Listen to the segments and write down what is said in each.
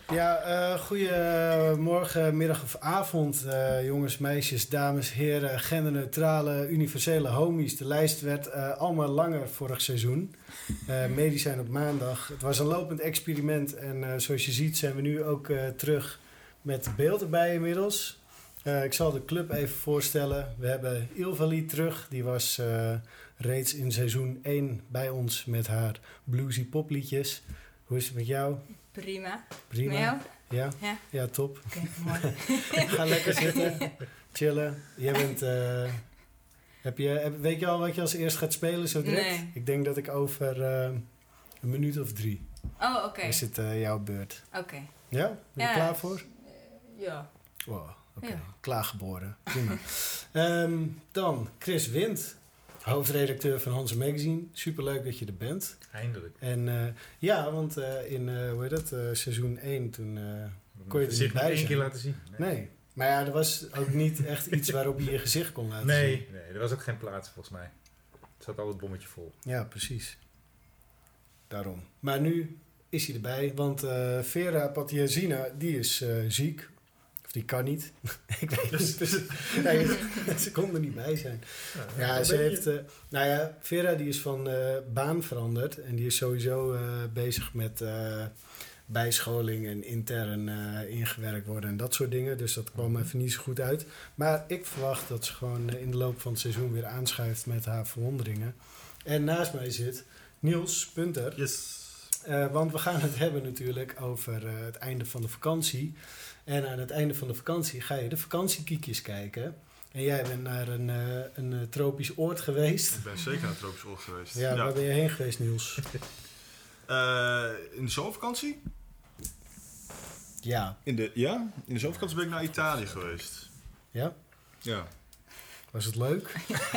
Ja, goedemorgen, middag of avond, jongens, meisjes, dames, heren, genderneutrale, universele homies. De lijst werd allemaal langer vorig seizoen. Medicijn op maandag. Het was een lopend experiment en zoals je ziet zijn we nu ook terug met beeld erbij inmiddels. Ik zal de club even voorstellen. We hebben Ilvali terug. Die was reeds in seizoen 1 bij ons met haar bluesy popliedjes. Hoe is het met jou? Prima. Prima. Met jou? Ja? Ja. Ja, top. Oké, mooi. Ga lekker zitten, chillen. Jij bent... weet je al wat je als eerst gaat spelen zo direct? Nee. Ik denk dat ik over een minuut of 3. Oh, oké. Is het jouw beurt. Oké. Ja? Ben je klaar voor? Ja. Wow, oké. Ja. Klaargeboren. Prima. Dan Chris Wind, hoofdredacteur van Hans Magazine. Superleuk dat je er bent. Eindelijk. En ja, want in seizoen 1 toen kon je er niet Zich nog bij één zijn. keer laten zien. Nee. Maar ja, er was ook niet echt iets waarop je je gezicht kon laten zien. Nee, er was ook geen plaats volgens mij. Het zat al het bommetje vol. Ja, precies. Daarom. Maar nu is hij erbij, want Vera Patiazina, die is ziek. Of die kan niet. Ik weet niet. Ze kon er niet bij zijn. Ja, ze heeft... Vera die is van baan veranderd. En die is sowieso bezig met bijscholing en intern ingewerkt worden en dat soort dingen. Dus dat kwam even niet zo goed uit. Maar ik verwacht dat ze gewoon in de loop van het seizoen weer aanschuift met haar verwonderingen. En naast mij zit Niels Punter. Yes. Want we gaan het hebben natuurlijk over het einde van de vakantie. En aan het einde van de vakantie ga je de vakantiekiekjes kijken. En jij bent naar een tropisch oord geweest. Ik ben zeker naar een tropisch oord geweest. Ja, waar ben je heen geweest, Niels? In de zomervakantie? Ja. In de zomervakantie ben ik naar Italië geweest. Ja? Ja. Was het leuk?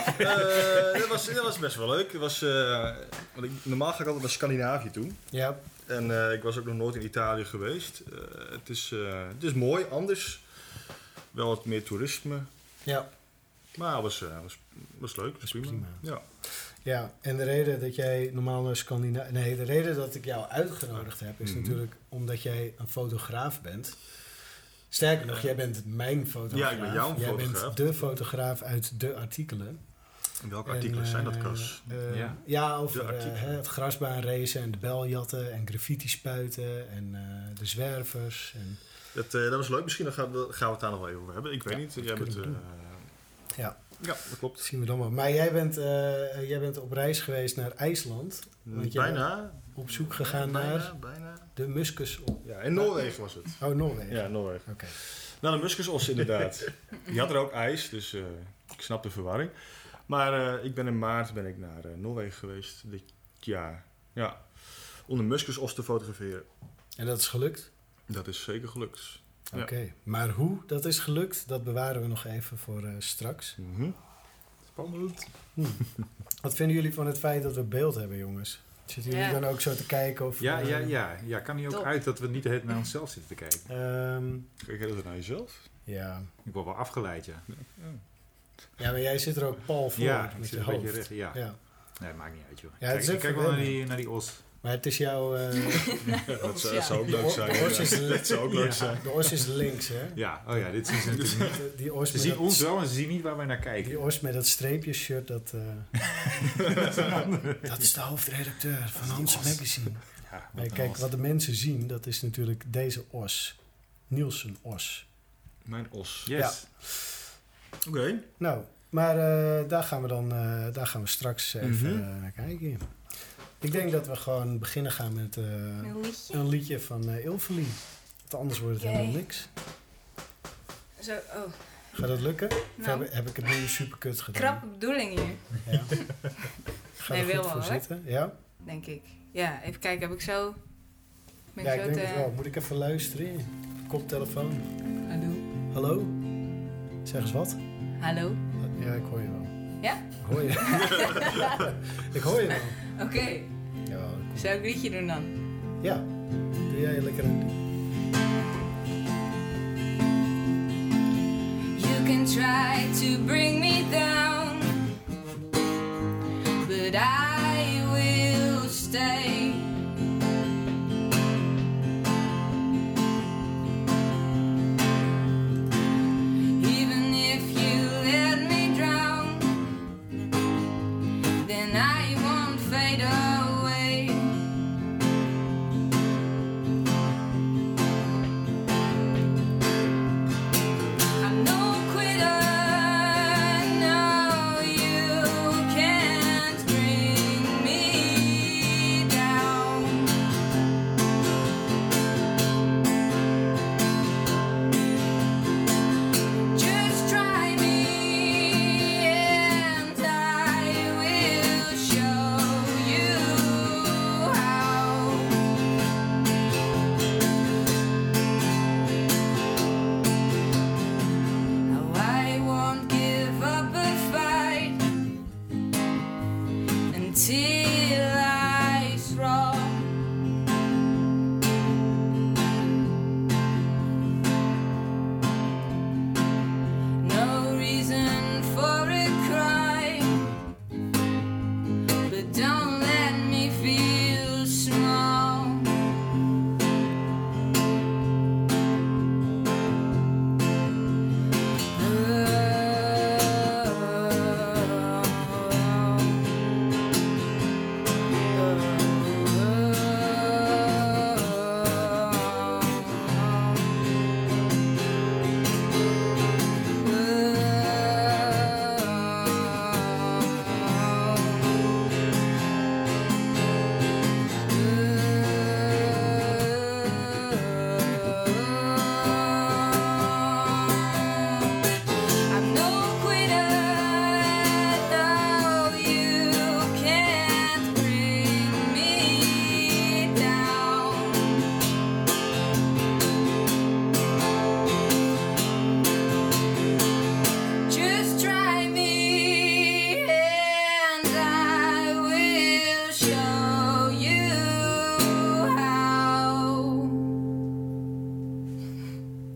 Dat was best wel leuk. Normaal ga ik altijd naar Scandinavië toe. Ja. En ik was ook nog nooit in Italië geweest. Het is mooi, anders. Wel wat meer toerisme. Ja. Maar het was leuk. Was prima. Ja. Ja, en de reden dat jij normaal naar Scandinavië... Nee, de reden dat ik jou uitgenodigd heb... is natuurlijk omdat jij een fotograaf bent. Sterker nog, jij bent mijn fotograaf. Ja, ik ben jouw fotograaf. Jij bent de fotograaf uit de artikelen. En welke artikelen zijn dat, Kas? Ja, over het grasbaanracen en de beljatten en graffiti spuiten en de zwervers. En... Dat was leuk. Misschien gaan we het daar nog wel even over hebben. Ik weet niet. Jij bent... Ja, dat klopt. Dat zien we dan wel. Maar jij bent op reis geweest naar IJsland. Bijna. Op zoek gegaan naar de muskus. Ja, in Noorwegen was het. Oh, Noorwegen. Ja, Noorwegen. Oké. Nou, de muskusos inderdaad. Die had er ook ijs, dus ik snap de verwarring. Maar ik ben in maart naar Noorwegen geweest dit jaar. Ja, om de muskusos te fotograferen. En dat is gelukt? Dat is zeker gelukt. Oké, ja. Maar hoe dat is gelukt, dat bewaren we nog even voor straks. Mm-hmm. Spannend. Wat vinden jullie van het feit dat we beeld hebben, jongens? Zitten jullie dan ook zo te kijken? Of, Ja, kan niet ook uit dat we niet naar onszelf zitten te kijken? Kijk jij dat naar jezelf? Ja. Ik word wel afgeleid, ja. Ja, maar jij zit er ook pal voor met je hoofd. Recht, ja. Nee, maakt niet uit, joh. Ja, kijk wel naar die os. Maar het is jouw... dat zou ook leuk zijn. Dat zou ook leuk zijn. De os is links, hè? Ja, dit zien ze natuurlijk niet. Die os ze zien ons wel en ze zien niet waar wij naar kijken. Die os met dat streepjesshirt, dat is de hoofdredacteur van Hans Magazine. Ja, maar kijk, wat de mensen zien, dat is natuurlijk deze os. Nielsen os. Mijn os. Yes. Ja. Oké. Nou, maar daar gaan we straks even naar kijken. Ik denk dat we gewoon beginnen gaan met een liedje van Ilvali. Want anders wordt het helemaal niks. Zo, oh. Gaat dat lukken? Nou, of heb ik het nu super kut gedaan? Krappe bedoeling hier. Ja. Ga er wil goed wel, voor zitten? Ja? Denk ik. Ja, even kijken, heb ik zo... Ik denk het wel. Moet ik even luisteren? Koptelefoon. Hallo? Zeg eens wat. Hallo? Ja, ik hoor je wel. Ja? Ik hoor je. Ik hoor je wel. Oké. Ja, cool. Zou ik een liedje doen dan? Ja, doe jij lekker een... You can try to bring me down, but I will stay.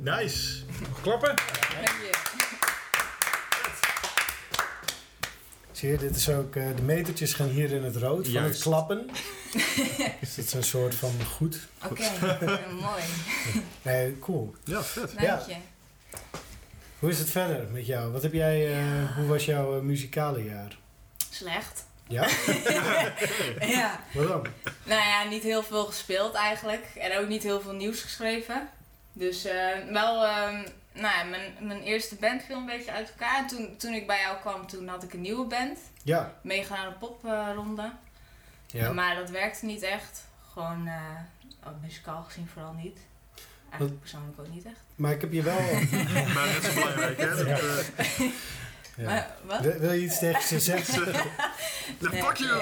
Nice. Nog klappen? Dank je. Zie je, dit is ook... de metertjes gaan hier in het rood van Juist. het klappen. Dus dit is een soort van goed. Oké, mooi. Nee, cool. Ja, vet. Dank je. Hoe is het verder met jou? Wat heb jij... hoe was jouw muzikale jaar? Slecht. Ja? Ja. Waarom? Nou ja, niet heel veel gespeeld eigenlijk. En ook niet heel veel nieuws geschreven. Dus wel... nou ja, mijn eerste band viel een beetje uit elkaar. En toen ik bij jou kwam, toen had ik een nieuwe band. Ja. Meegaan aan de popronde. Ja. Maar dat werkte niet echt. Gewoon muzikaal gezien vooral niet. Eigenlijk persoonlijk ook niet echt. Maar ik heb je wel... Maar net zo belangrijk, hè? Dat, Ja. Maar, wat? Wil je iets tegen ze zeggen? Nee. fuck you!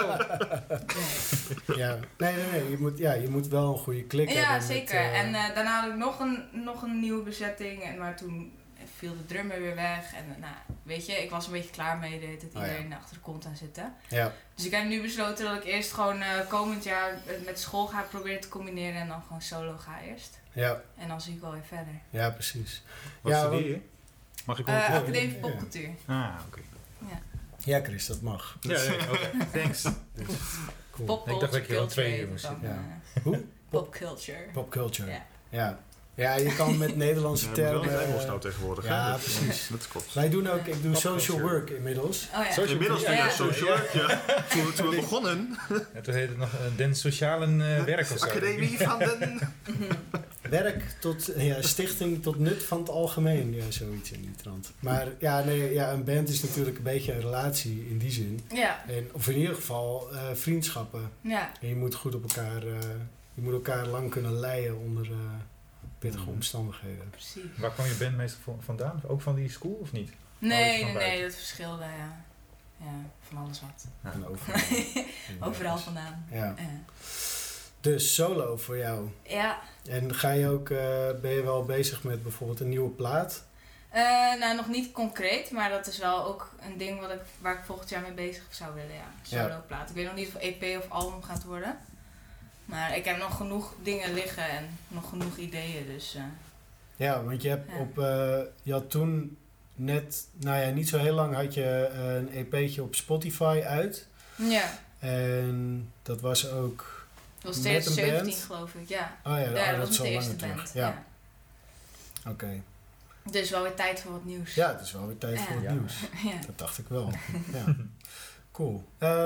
Ja. Nee. Je moet wel een goede klik Ja, hebben. zeker. Met, En daarna had ik nog een nieuwe bezetting. Maar toen viel de drummer weer weg. En nou, weet je, ik was een beetje klaar mee dat iedereen achter de kont aan zitten. Ja. Dus ik heb nu besloten dat ik eerst gewoon komend jaar met school ga proberen te combineren. En dan gewoon solo ga eerst. Ja. En dan zie ik wel weer verder. Ja, precies. Wat Ja, studeer je? Mag ik wel een Academie voor Popcultuur. Ah, oké. Ja, Chris, dat mag. Ja, oké. Thanks. Cool. Ik dacht dat je wel 2 uur moest dan, Ja. Hoe? Popculture. Popculture. Ja. Ja. Ja, je kan met Nederlandse Ja, wel termen... een Engels nou tegenwoordig, hè? ja, Dat- precies. Dat klopt. Wij doen ook... Ik doe social Popculture. work inmiddels. Oh ja. Inmiddels Ja. weer Ja. social work, ja. Toen we begonnen, Ja, toen heette het nog Den Socialen Werk of zo. Academie van den... Werk tot... Ja, stichting tot nut van het algemeen. Ja, zoiets in die trant. Maar ja, nee, ja, een band is natuurlijk een beetje een relatie in die zin. Ja. En, of in ieder geval vriendschappen. Ja. En je moet goed op elkaar... je moet elkaar lang kunnen leiden onder pittige omstandigheden. Precies. Waar kwam je band meestal vandaan? Ook van die school of niet? Nee, van nee, buiten? dat verschilde, ja. Ja, van alles wat. Ja. En overal. Overal vandaan. Ja. Ja. Dus solo voor jou. Ja. En ga je ook, ben je wel bezig met bijvoorbeeld een nieuwe plaat? Nou, nog niet concreet, maar dat is wel ook een ding waar ik volgend jaar mee bezig zou willen, ja. Solo plaat. Ik weet nog niet of EP of album gaat worden. Maar ik heb nog genoeg dingen liggen en nog genoeg ideeën, dus... Ja, want je hebt Ja. je had toen net, nou ja, niet zo heel lang had je een EP'tje op Spotify uit. Ja, En dat was ook... dat was Met 2017 een band? geloof ik, ja. Oh ja, Ja, dat dat is was al mijn langer eerste terug. band. Ja, oké. Dus wel weer tijd voor wat nieuws. Ja, het is wel weer tijd voor het Ja. nieuws. Ja. Dat dacht ik wel. Ja. Cool.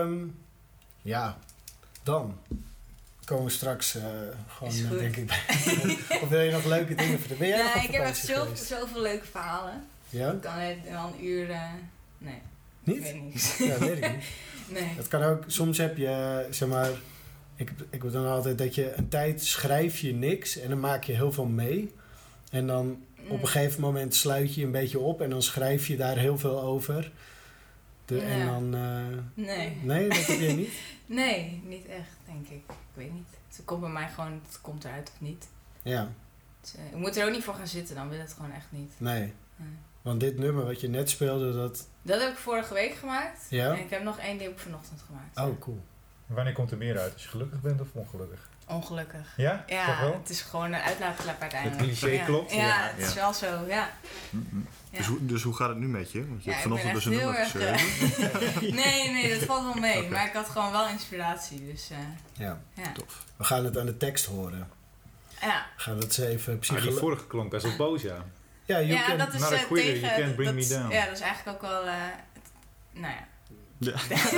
Ja, dan komen we straks gewoon, Is goed. denk ik, bij. Of wil je nog leuke dingen vertellen? Ben jij nog op ik heb echt vakantie geweest? zoveel leuke verhalen. Ja? Ik kan het wel een uur... nee, ik Niet? weet niet. Ja, weet ik niet. Nee. Het kan ook, soms heb je, zeg maar, ik heb dan altijd dat je een tijd schrijf je niks en dan maak je heel veel mee. En dan op een gegeven moment sluit je een beetje op en dan schrijf je daar heel veel over. En Ja. dan... Nee. Nee, dat heb je niet? Nee, niet echt, denk ik. Ik weet niet. Het komt bij mij gewoon, het komt eruit of niet. Ja, Dus, ik moet er ook niet voor gaan zitten, dan wil het gewoon echt niet. nee. Nee. Want dit nummer wat je net speelde, dat... Dat heb ik vorige week gemaakt. Ja? En ik heb nog één die heb ik vanochtend gemaakt. Oh, cool. Wanneer komt er meer uit? Als je gelukkig bent of ongelukkig? Ongelukkig. Ja? Toch Ja, wel? het is gewoon een uitlaatklep uiteindelijk. Het cliché ja. klopt. Ja, Ja, het is ja. wel zo, ja. Dus, dus hoe gaat het nu met je? Want je Ja, hebt ik vanochtend ben dus een echt nummer heel geschreven. Nee, dat valt wel mee. Oké. Maar ik had gewoon wel inspiratie, dus Ja, ja. Tof. we gaan het aan de tekst horen. Ja, We gaan het eens even Die psychologisch... vorige klonk best wel boos, ja. Ja, you ja can... dat is not a quitter, tegen... you can't bring dat, me down. Ja, dat is eigenlijk ook wel... nou ja. Ja.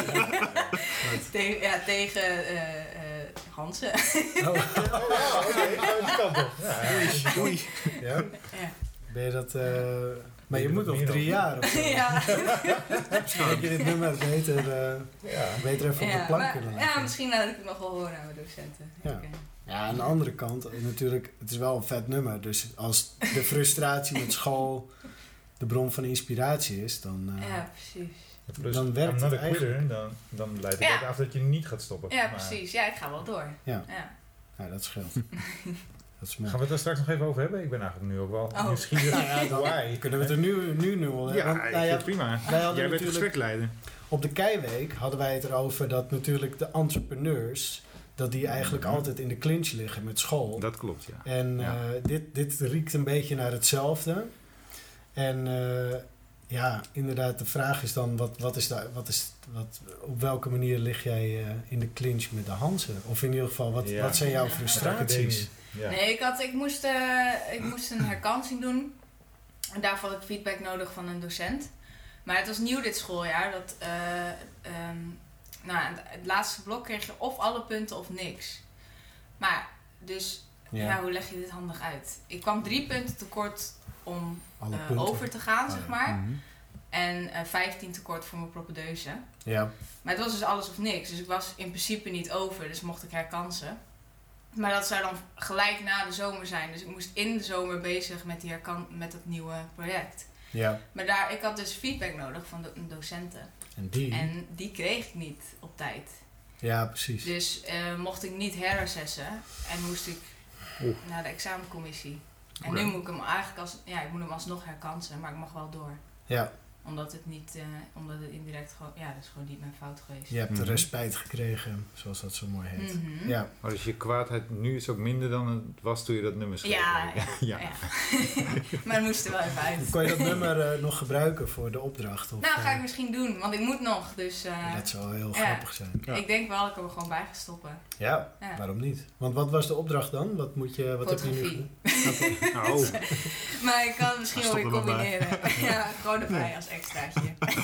tegen Hansen. Oh, oké. dat kan toch? Ja, Oei. Ja? Ja. Ben je dat... maar je je moet dat nog meer 3 dan? jaar of zo. Ja. Misschien heb je dit nummer beter even op de plank kunnen leggen. Ja, misschien laat ik het nog wel horen aan mijn docenten. Ja. Oké. Ja, aan de andere kant, natuurlijk, het is wel een vet nummer. Dus als de frustratie met school de bron van inspiratie is, dan... Ja, precies. Plus, Dan werkt I'm not het a quitter, dan leidt het Ja. ook af dat je niet gaat stoppen. Ja, Maar precies. Ja, ik ga wel door. Ja. Ja. Ja, dat scheelt. Dat is mooi. Gaan we het er straks nog even over hebben? Ik ben eigenlijk nu ook wel Oh. nieuwsgierig. Nou ja, dan Why? kunnen we het er nu al hebben. Ja, Want, ik nou vind ja, het prima. wij hadden Jij bent natuurlijk- gesprekleider. op de Keiweek hadden wij het erover dat natuurlijk de entrepreneurs dat die eigenlijk altijd in de clinch liggen met school. Dat klopt, ja. En dit riekt een beetje naar hetzelfde. En inderdaad, de vraag is dan, op welke manier lig jij in de clinch met de Hanze? Of in ieder geval, wat zijn jouw frustraties? Ja. Nee, ik moest een herkansing doen. En daarvoor had ik feedback nodig van een docent. Maar het was nieuw dit schooljaar. Het laatste blok kreeg je of alle punten of niks. Maar, dus, hoe leg je dit handig uit? Ik kwam 3 punten tekort om over te gaan, zeg maar. Mm-hmm. En 15 tekort voor mijn propedeuse. Ja. Maar het was dus alles of niks. Dus ik was in principe niet over. Dus mocht ik herkansen. Maar dat zou dan gelijk na de zomer zijn. Dus ik moest in de zomer bezig met dat nieuwe project. Ja. Maar ik had dus feedback nodig van de docenten. En die kreeg ik niet op tijd. Ja, precies. Dus mocht ik niet herassessen en moest ik naar de examencommissie. En nu moet ik hem eigenlijk ik moet hem alsnog herkansen, maar ik mag wel door. Ja. Omdat het indirect gewoon, dat is gewoon niet mijn fout geweest. Je hebt de respijt gekregen, zoals dat zo mooi heet. Mm-hmm. Ja. Maar dus je kwaadheid nu is ook minder dan het was toen je dat nummer schreef. Ja. Maar het moest er wel even uit. Kon je dat nummer nog gebruiken voor de opdracht? Of, ga ik misschien doen, want ik moet nog. Dus, dat zou heel grappig zijn. Ja. Ik denk wel dat ik hem er gewoon bij ga stoppen. Ja, waarom niet? Want wat was de opdracht dan? Wat heb je nu gedaan? Okay. Maar ik kan het misschien wel weer combineren. Ja, gewoon erbij als extraatje.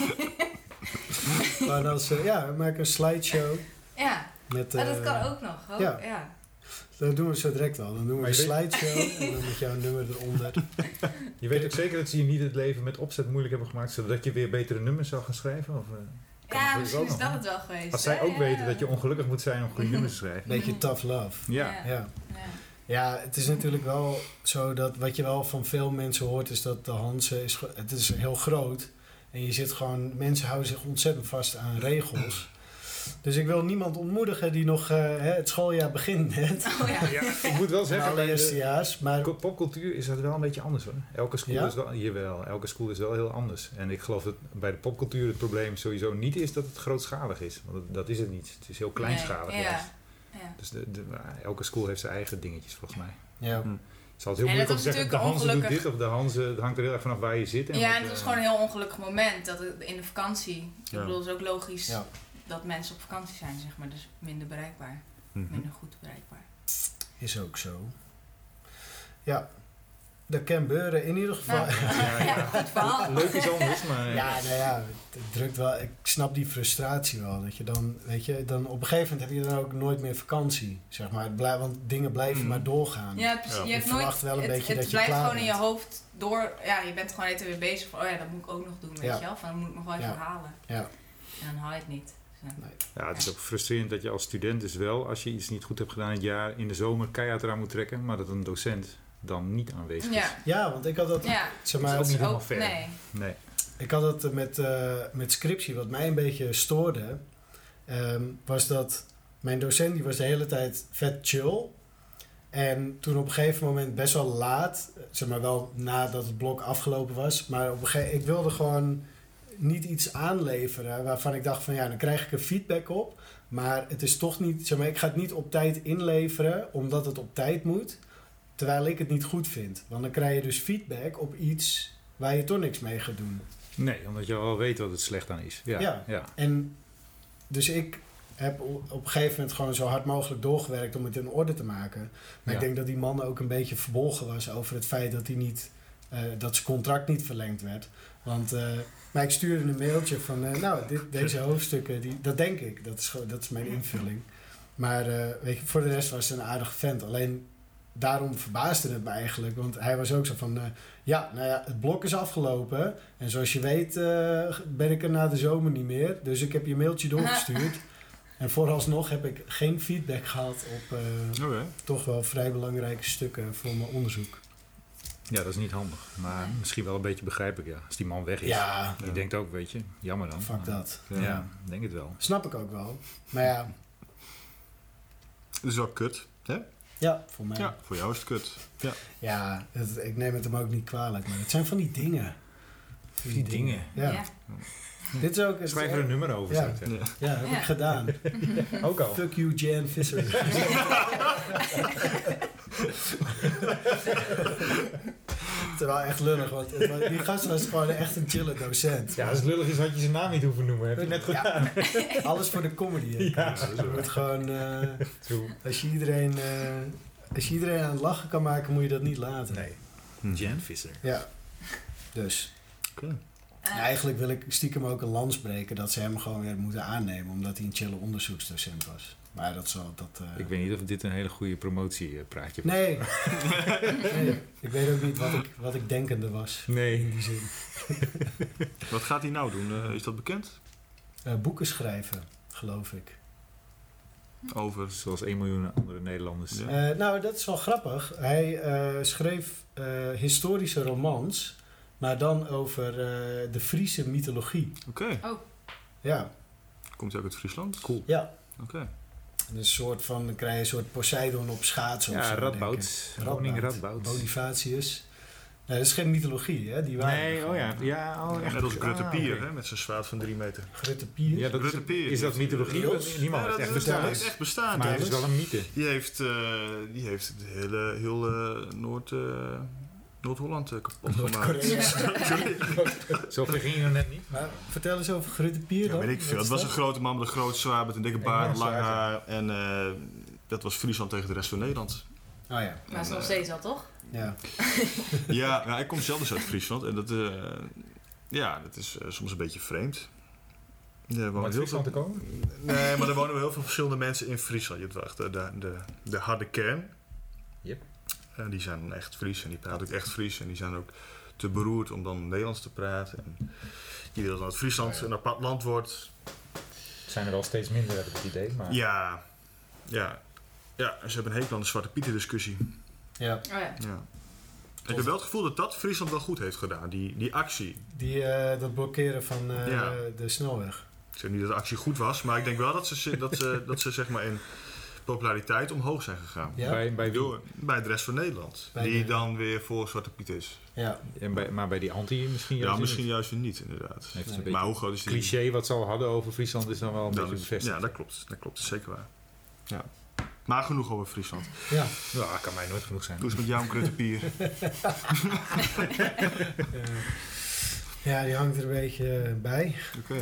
Maar maak een slideshow. Ja, met, dat kan ook nog. Ja. Dat doen we zo direct wel. Dan doen we een slideshow en dan met jouw nummer eronder. Je weet ook zeker dat ze je niet het leven met opzet moeilijk hebben gemaakt, zodat je weer betere nummers zou gaan schrijven? Of, misschien is dat het wel geweest. Als zij ook weten dat je ongelukkig moet zijn om goede nummers te schrijven. Beetje tough love. Ja, het is natuurlijk wel zo dat wat je wel van veel mensen hoort is dat de Hanze het is heel groot. En je zit gewoon, mensen houden zich ontzettend vast aan regels. Dus ik wil niemand ontmoedigen die nog het schooljaar begint net. Ik moet wel zeggen, de eerstejaars. Maar popcultuur is dat wel een beetje anders hoor. Elke school is wel, jawel, elke school is wel heel anders. En ik geloof dat bij de popcultuur het probleem sowieso niet is dat het grootschalig is. Want dat is het niet. Het is heel kleinschalig. Ja. Dus elke school heeft zijn eigen dingetjes volgens mij. Ja. Het is altijd heel moeilijk om te zeggen, de Hanze doet dit of de Hanze, het hangt er heel erg vanaf waar je zit. En het was gewoon een heel ongelukkig moment, dat het in de vakantie, ik bedoel, het is ook logisch dat mensen op vakantie zijn, zeg maar, dus minder bereikbaar, minder goed bereikbaar. Is ook zo. Ja, dat kan gebeuren in ieder geval. Goed verhaal. Leuk is anders, maar... Het drukt wel, ik snap die frustratie wel, dat je dan, dan op een gegeven moment heb je dan ook nooit meer vakantie, zeg maar, want dingen blijven maar doorgaan. Ja, precies. Je hebt nooit, wel een beetje dat je blijft klaar gewoon bent. in je hoofd door, je bent gewoon even weer bezig van, dat moet ik ook nog doen, weet je wel, van, dan moet ik nog wel even halen. Ja. En dan haal je het niet. Nee. Ja, het is ook frustrerend dat je als student dus wel, als je iets niet goed hebt gedaan het jaar, in de zomer keihard eraan moet trekken, maar dat een docent dan niet aanwezig is. Ja, want ik had dat, zeg maar, dat is ook niet helemaal fair. Nee. Ik had het met scriptie, wat mij een beetje stoorde, was dat mijn docent, die was de hele tijd vet chill. En toen op een gegeven moment best wel laat, zeg maar wel nadat het blok afgelopen was, maar ik wilde gewoon niet iets aanleveren waarvan ik dacht van dan krijg ik er feedback op, maar het is toch niet, zeg maar, ik ga het niet op tijd inleveren omdat het op tijd moet, terwijl ik het niet goed vind. Want dan krijg je dus feedback op iets waar je toch niks mee gaat doen. Nee, omdat je al weet wat het slecht aan is. Ja. En dus ik heb op een gegeven moment gewoon zo hard mogelijk doorgewerkt om het in orde te maken. Maar ik denk dat die man ook een beetje verbolgen was over het feit dat hij niet, dat zijn contract niet verlengd werd. Want maar ik stuurde een mailtje van, deze hoofdstukken, dat denk ik, dat is mijn invulling. Maar weet je, voor de rest was hij een aardige vent. Alleen daarom verbaasde het me eigenlijk, want hij was ook zo van, het blok is afgelopen en zoals je weet ben ik er na de zomer niet meer. Dus ik heb je mailtje doorgestuurd. En vooralsnog heb ik geen feedback gehad op toch wel vrij belangrijke stukken voor mijn onderzoek. Ja, dat is niet handig. Maar misschien wel een beetje begrijpelijk, Als die man weg is. Die denkt ook, weet je, jammer dan. Fuck dat. Ja, denk het wel. Snap ik ook wel. Maar Het is wel kut, hè? Ja, voor mij. Ja, voor jou is het kut. Ja, ik neem het hem ook niet kwalijk, maar het zijn van die dingen. Die dingen. Ja. Dit is ook... Schrijf er een nummer over. Ja. zou ik zeggen. Ja, heb ik gedaan. Ook al. Fuck you, Jan Visser. Terwijl echt lullig, want die gast was gewoon echt een chille docent. Ja, als het lullig is had je zijn naam niet hoeven noemen. Heb je net gedaan. Alles voor de comedy. Ja. Dus je moet gewoon... als je iedereen aan het lachen kan maken, moet je dat niet laten. Nee. Jan Visser. Ja. Dus. Oké. Eigenlijk wil ik stiekem ook een lans breken dat ze hem gewoon weer moeten aannemen, omdat hij een chille onderzoeksdocent was. Maar dat zal... Ik weet niet of dit een hele goede promotiepraatje was. Nee. Nee. Ik weet ook niet wat ik denkende was. Nee. In die zin. Wat gaat hij nou doen? Is dat bekend? Boeken schrijven, geloof ik. Over... Zoals 1 miljoen andere Nederlanders. Ja. Nou, dat is wel grappig. Hij schreef historische romans, maar dan over de Friese mythologie. Oké. Oh. Ja. Komt hij ook uit Friesland? Cool. Ja. Oké. Een soort van, dan krijg je een soort Poseidon op schaatsen. of Ja, zo, Radboud. Koning Radboud. Bonifatius. Nee, dat is geen mythologie, hè? Die waren Nee, er oh ja. gewoon. Ja, echt. Net als Grutte Pier, oké. hè, met zijn zwaard van 3 meter. Grutte Pier. Ja, dat Grutte Pier. is dat mythologie? Niels? Niemand Ja, heeft echt dat bestaan. heeft echt bestaan. Maar ja. het is wel een mythe. Die heeft het heel Noord-Holland kapot gemaakt. Noord-Korea. Zoveel ging je nog net niet. Maar vertel eens over Grutte Pier Ja, dan. weet ik veel. Wat Het is was een dat? grote man met een groot zwaard, met een dikke baard, Enorm lang zwaard, haar. En dat was Friesland tegen de rest van Nederland. Oh ja. Maar het is nog steeds al, toch? Ja. Ja, ik kom zelf dus uit Friesland. En dat is soms een beetje vreemd. Ja, Om uit Friesland te komen? Nee, maar er wonen wel heel veel verschillende mensen in Friesland. Je hebt wel echt de harde kern. Yep. En die zijn dan echt Fries en die praten ook echt Fries. En die zijn ook te beroerd om dan Nederlands te praten. En die willen dat Friesland een apart land wordt. Zijn er wel steeds minder, heb ik het idee. Maar... Ja, en ze hebben een hekel aan de Zwarte Pieten discussie. Ja. Oh ja. Ja. Ik heb wel het gevoel dat Friesland wel goed heeft gedaan, die actie. Dat blokkeren van de snelweg. Ik zeg niet dat de actie goed was, maar ik denk wel dat ze zeg maar in populariteit omhoog zijn gegaan. Ja? Bij wie? Bij de rest van Nederland. Bij die de- dan weer voor Zwarte Piet is. Ja. En maar bij die anti misschien Ja, juist misschien niet. juist weer niet, inderdaad. Heeft het een Nee. beetje Maar hoe groot is die? cliché wat ze al hadden over Friesland is dan wel een Dat beetje is- bevestigd. Ja, dat klopt. Dat is zeker waar. Ja. Maar genoeg over Friesland. Ja. Ja, kan mij nooit genoeg zijn. Hoe is het met jou, Grutte Pier? Ja, die hangt er een beetje bij. Oké.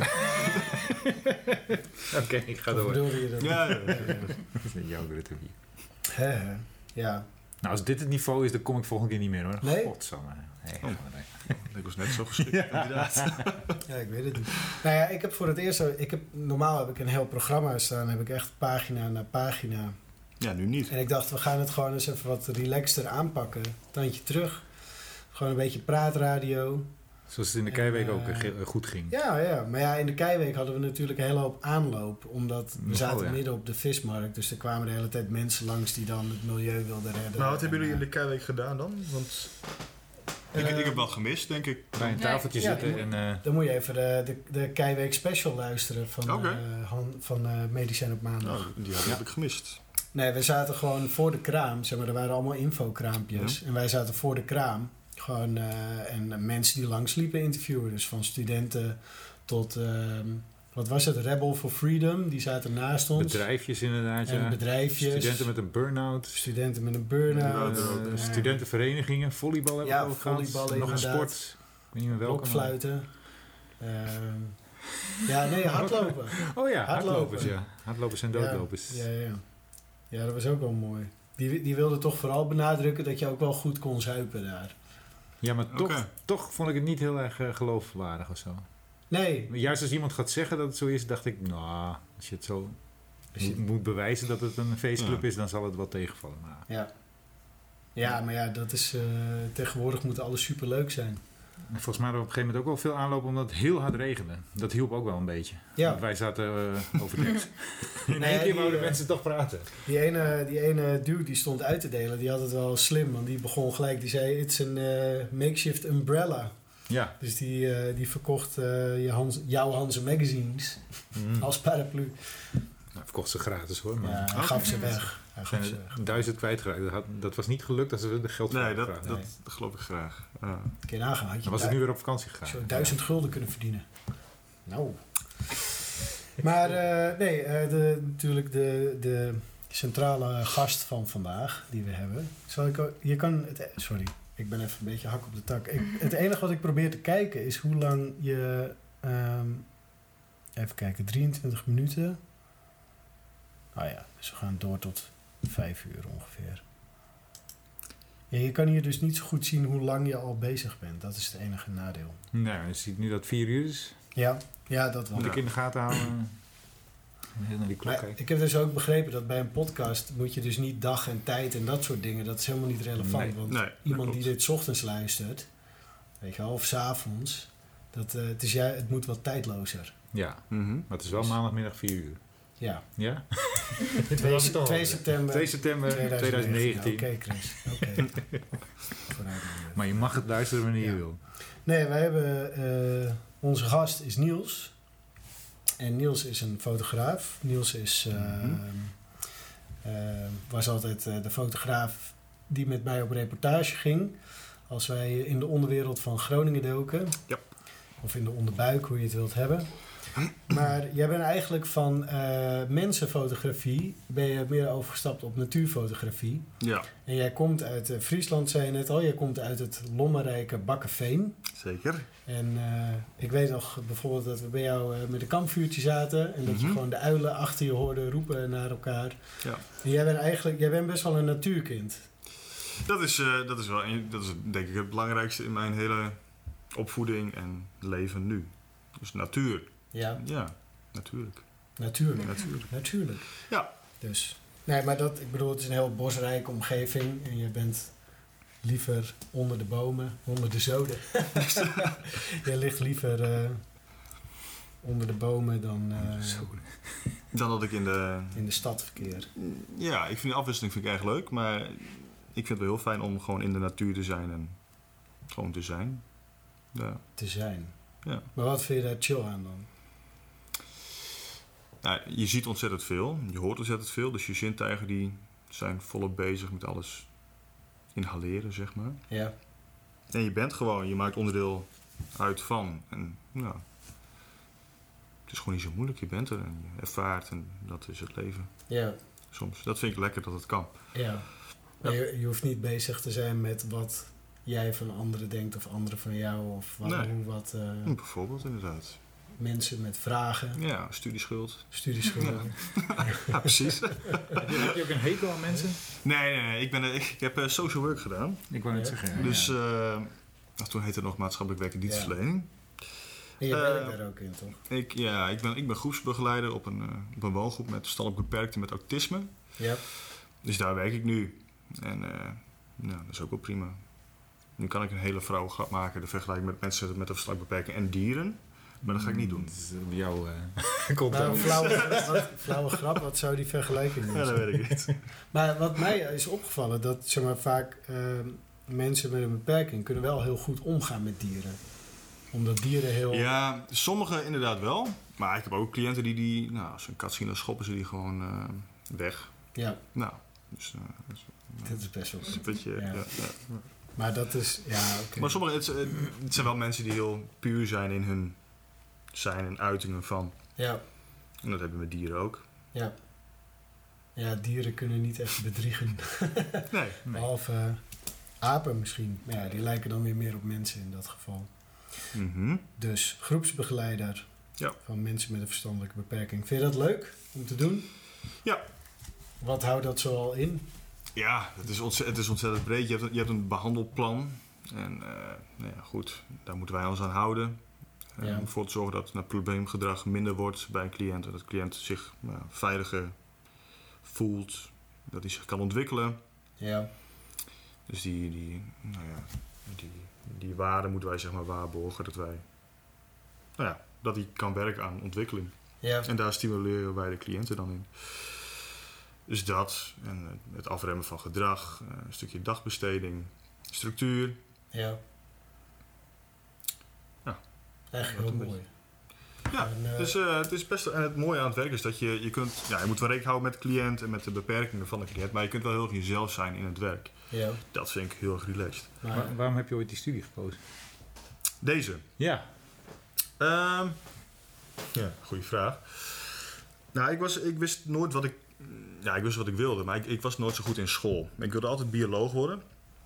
Oké, ik ga Of door. bedoelde je dat? Ja. Jouw Grutte Pier. Hè. Ja. Nou, als dit het niveau is, dan kom ik volgende keer niet meer hoor. Nee? Godsamme. Nee, Oh. gewoon, nee. Ik was net zo geschikt, inderdaad. Ja, ik weet het niet. Nou ja, ik heb voor het eerst... Normaal heb ik een heel programma staan. Heb ik echt pagina na pagina. Ja, nu niet. En ik dacht, we gaan het gewoon eens even wat relaxter aanpakken. Tandje terug. Gewoon een beetje praatradio. Zoals het in de En, Keiweek ook goed ging. Ja. Maar ja, in de Keiweek hadden we natuurlijk een hele hoop aanloop. Omdat we Oh, zaten ja. midden op de vismarkt. Dus er kwamen de hele tijd mensen langs die dan het milieu wilden redden. Maar wat hebben jullie in En, de Keiweek gedaan dan? Want eh, ik heb wel gemist, denk ik. Bij een Nee. tafeltje Ja, zitten en... Dan moet je even de Keiweek special luisteren van, Oké. van Medicijn op Maandag. Nou, die heb ik gemist. Nee, we zaten gewoon voor de kraam. Zeg maar, er waren allemaal infokraampjes. Ja. En wij zaten voor de kraam. Gewoon, en mensen die langsliepen interviewen. Dus van studenten tot, wat was het? Rebel for Freedom. Die zaten naast ons. bedrijfjes inderdaad, En ja. bedrijfjes. Studenten met een burn-out. Studenten met een burn-out. Ja, Studentenverenigingen. Volleybal hebben Ja, we ook gehad. volleyballen Nog een inderdaad. sport. Ik weet niet meer welke. maar- Blokfluiten. Ja, nee, hardlopen. Oh ja, Hardlopen. hardlopers, ja. Hardlopers en doodlopers. Ja, dat was ook wel mooi. Die wilde toch vooral benadrukken dat je ook wel goed kon zuipen daar. Ja, maar Oké. toch vond ik het niet heel erg geloofwaardig of zo. Nee, Maar juist als iemand gaat zeggen dat het zo is, dacht ik, nou, als je het zo moet bewijzen dat het een feestclub Ja. is, dan zal het wel tegenvallen. Maar ja, maar ja, dat is tegenwoordig moet alles superleuk zijn. volgens mij hadden we op een gegeven moment ook wel veel aanloop omdat het heel hard regende. Dat hielp ook wel een beetje. Ja. Want wij zaten overdekt. In Nee, één keer die, wouden mensen toch praten. Die ene dude die stond uit te delen, die had het wel slim, want die begon gelijk, die zei, it's een makeshift umbrella. Ja. Dus die verkocht jouw Hanse magazines als paraplu. Nou, verkocht ze gratis hoor. Maar Ja, hij gaf ze weg. Hij gaf ze weg. 1000 kwijtgeraakt. Dat was niet gelukt als ze de geld Nee, voor dat, gevraagd. dat, dat geloof ik graag. Ja. Kun je nagaan, had je Dan was het nu weer op vakantie gegaan. zo 1000 gulden kunnen verdienen. Nou. Maar natuurlijk de centrale gast van vandaag die we hebben. Sorry, ik ben even een beetje hak op de tak. Het enige wat ik probeer te kijken is hoe lang je... even kijken, 23 minuten. Dus we gaan door tot 5 uur ongeveer. Ja, je kan hier dus niet zo goed zien hoe lang je al bezig bent. Dat is het enige nadeel. Nou, je ziet nu dat het 4 uur is. Ja, dat wel. Moet ik in de gaten houden. Heel naar die klok kijken. Ik heb dus ook begrepen dat bij een podcast moet je dus niet dag en tijd en dat soort dingen. Dat is helemaal niet relevant. Want iemand die dit 's ochtends luistert, weet je wel, of 's avonds, het moet wat tijdlozer. Ja, maar het is wel maandagmiddag 4 uur. Ja. Ja? 2 september 2019. Oké, Chris. Oké. Maar je mag het luisteren wanneer je wil. Nee, wij hebben... onze gast is Niels. En Niels is een fotograaf. Niels was altijd de fotograaf die met mij op reportage ging. Als wij in de onderwereld van Groningen doken. Ja. Of in de onderbuik, hoe je het wilt hebben. Maar jij bent eigenlijk van mensenfotografie ben je meer overgestapt op natuurfotografie. Ja. En jij komt uit Friesland, zei je net al. Jij komt uit het lommerrijke Bakkeveen. Zeker. En ik weet nog bijvoorbeeld dat we bij jou met een kampvuurtje zaten. En dat je gewoon de uilen achter je hoorde roepen naar elkaar. Ja. En jij bent best wel een natuurkind. Dat is denk ik het belangrijkste in mijn hele opvoeding en leven nu. Dus natuur. Ja. Ja, natuurlijk. Natuurlijk. Ja. Dus, nee, maar ik bedoel, het is een heel bosrijke omgeving. En je bent liever onder de bomen, onder de zoden. Je ligt liever onder de bomen dan dat ik in de stad verkeer. Ja, ik vind die afwisseling echt leuk. Maar ik vind het wel heel fijn om gewoon in de natuur te zijn en gewoon te zijn. Ja. Te zijn. Ja. Maar wat vind je daar chill aan dan? Nou, je ziet ontzettend veel. Je hoort ontzettend veel. Dus je zintuigen die zijn volop bezig met alles inhaleren, zeg maar. Ja. En je bent gewoon, je maakt onderdeel uit van. En nou, het is gewoon niet zo moeilijk. Je bent er en je ervaart en dat is het leven. Ja. Soms. Dat vind ik lekker dat het kan. Ja. Maar je hoeft niet bezig te zijn met wat jij van anderen denkt of anderen van jou. Of wat bijvoorbeeld, inderdaad. Mensen met vragen. Ja, studieschuld. Ja, precies. Heb je ook een hekel aan mensen? Nee. Ik heb social work gedaan. Ik wou net zeggen. Ja. Dus toen heette het nog maatschappelijk werk en dienstverlening. En je werkt daar ook in, toch? Ik ben groepsbegeleider op een woongroep met verstandelijk beperkten met autisme. Ja. Dus daar werk ik nu. En dat is ook wel prima. Nu kan ik een hele vrouwengrap maken, de vergelijking met mensen met een verstandelijke beperking en dieren. Maar dat ga ik niet doen. Dat is jouw flauwe grap, wat zou die vergelijking doen? Ja, dat weet ik niet. Maar wat mij is opgevallen, dat zeg maar, vaak mensen met een beperking kunnen wel heel goed omgaan met dieren. Omdat dieren heel... Ja, sommigen inderdaad wel. Maar ik heb ook cliënten die als ze een kat zien, dan schoppen ze die gewoon weg. Ja. Nou, dus... dat is best wel... Een beetje, ja. Maar dat is... Ja, oké. Maar sommigen, het zijn wel mensen die heel puur zijn in hun zijn en uitingen van. Ja. En dat hebben we met dieren ook. Ja. Ja, dieren kunnen niet echt bedriegen. Nee. Behalve apen misschien. Maar ja, die lijken dan weer meer op mensen in dat geval. Mm-hmm. Dus groepsbegeleider van mensen met een verstandelijke beperking. Vind je dat leuk om te doen? Ja. Wat houdt dat zoal in? Ja, het is ontzettend breed. Je hebt een behandelplan. En goed, daar moeten wij ons aan houden. Om ervoor te zorgen dat het probleemgedrag minder wordt bij een cliënt. En dat de cliënt zich veiliger voelt. Dat hij zich kan ontwikkelen. Ja. Dus die waarde moeten wij zeg maar waarborgen. Dat wij, dat hij kan werken aan ontwikkeling. Ja. En daar stimuleren wij de cliënten dan in. Dus dat. En het afremmen van gedrag. Een stukje dagbesteding. Structuur. Ja. Ja. Eigenlijk heel mooi. Ja, dus het is best... En het mooie aan het werk is dat je kunt... Ja, je moet wel rekening houden met de cliënt en met de beperkingen van de cliënt. Maar je kunt wel heel erg jezelf zijn in het werk. Ja. Dat vind ik heel erg relaxed. Maar waarom heb je ooit die studie gekozen? Deze? Ja. Ja, goede vraag. Nou, ik wist nooit wat ik... Ja, ik wist wat ik wilde, maar ik was nooit zo goed in school. Ik wilde altijd bioloog worden.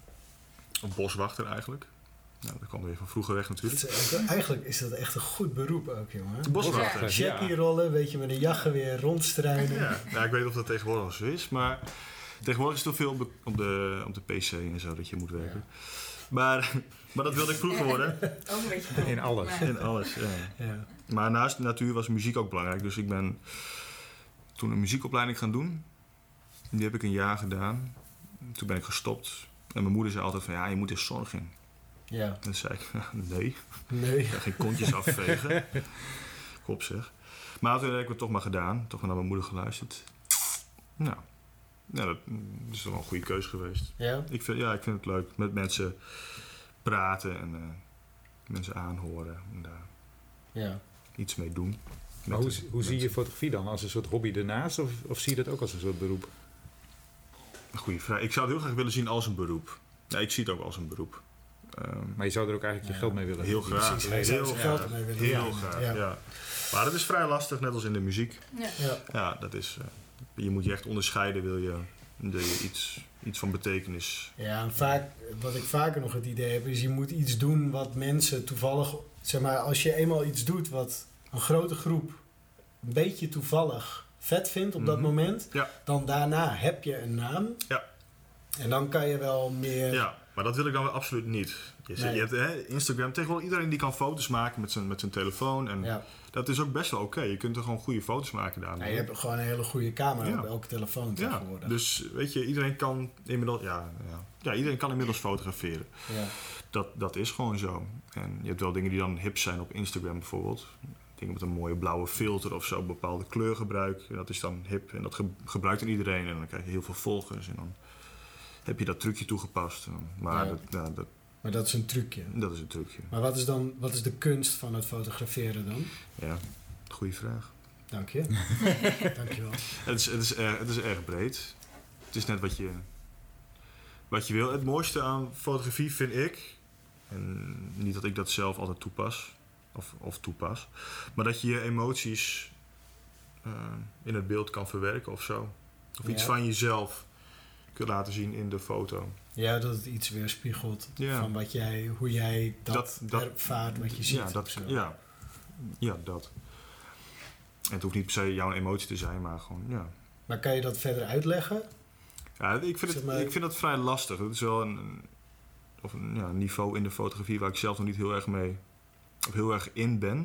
Of boswachter eigenlijk. Nou, dat kwam weer van vroeger weg natuurlijk. Eigenlijk is dat echt een goed beroep ook, jongen. De boswachter. Jackie rollen, weet je, met een jachtgeweer rondstruinen. Ja. Nou, ik weet niet of dat tegenwoordig zo is, maar tegenwoordig is het veel op de PC en zo dat je moet werken. Ja. Maar dat wilde ik vroeger worden. Ook een beetje in alles. Maar. In alles, ja. Maar naast de natuur was muziek ook belangrijk. Dus ik ben toen een muziekopleiding gaan doen. Die heb ik een jaar gedaan. Toen ben ik gestopt. En mijn moeder zei altijd van, ja, je moet in zorg in. Ja. En toen zei ik, nee. Ik ga geen kontjes afvegen. Kop zeg. Maar toen heb ik het toch maar gedaan. Toch maar naar mijn moeder geluisterd. Nou, dat is toch wel een goede keuze geweest. Ja? Ik vind het leuk. Met mensen praten en mensen aanhoren. En daar iets mee doen. Maar hoe zie je fotografie dan? Als een soort hobby ernaast? Of zie je dat ook als een soort beroep? Een goede vraag. Ik zou het heel graag willen zien als een beroep. Ja, ik zie het ook als een beroep. Maar je zou er ook eigenlijk je geld mee willen. Heel graag. Precies, Heel graag. Ja. Maar dat is vrij lastig, net als in de muziek. Ja, dat is... je moet je echt onderscheiden, wil je iets van betekenis. Ja, en wat ik vaker nog het idee heb, is je moet iets doen wat mensen toevallig... Zeg maar, als je eenmaal iets doet wat een grote groep een beetje toevallig vet vindt op dat moment, dan daarna heb je een naam. Ja. En dan kan je wel meer... Ja, maar dat wil ik dan weer absoluut niet. Je hebt Instagram, tegenwoordig iedereen die kan foto's maken met zijn telefoon. En dat is ook best wel oké. Je kunt er gewoon goede foto's maken daar. Ja, je hebt gewoon een hele goede camera op elke telefoon tegenwoordig. Dus weet je, iedereen kan inmiddels... iedereen kan inmiddels fotograferen. Ja. Dat is gewoon zo. En je hebt wel dingen die dan hip zijn op Instagram bijvoorbeeld. Dingen met een mooie blauwe filter of zo, bepaalde kleurgebruik. En dat is dan hip en dat gebruikt dan iedereen. En dan krijg je heel veel volgers en dan heb je dat trucje toegepast. Maar maar dat is een trucje. Dat is een trucje. Maar wat is de kunst van het fotograferen dan? Ja, goede vraag. Dank je. Dank je wel. Het is erg breed. Het is net wat je wil. Het mooiste aan fotografie vind ik, en niet dat ik dat zelf altijd toepas, of toepas, maar dat je je emoties in het beeld kan verwerken of zo. Of iets van jezelf kunt laten zien in de foto. Ja, dat het iets weerspiegelt van hoe jij dat ervaart, wat je ziet. Ja, dat. En het hoeft niet per se jouw emotie te zijn, maar gewoon, Maar kan je dat verder uitleggen? Ja, ik vind dat vrij lastig. Het is wel een niveau in de fotografie waar ik zelf nog niet heel erg in ben.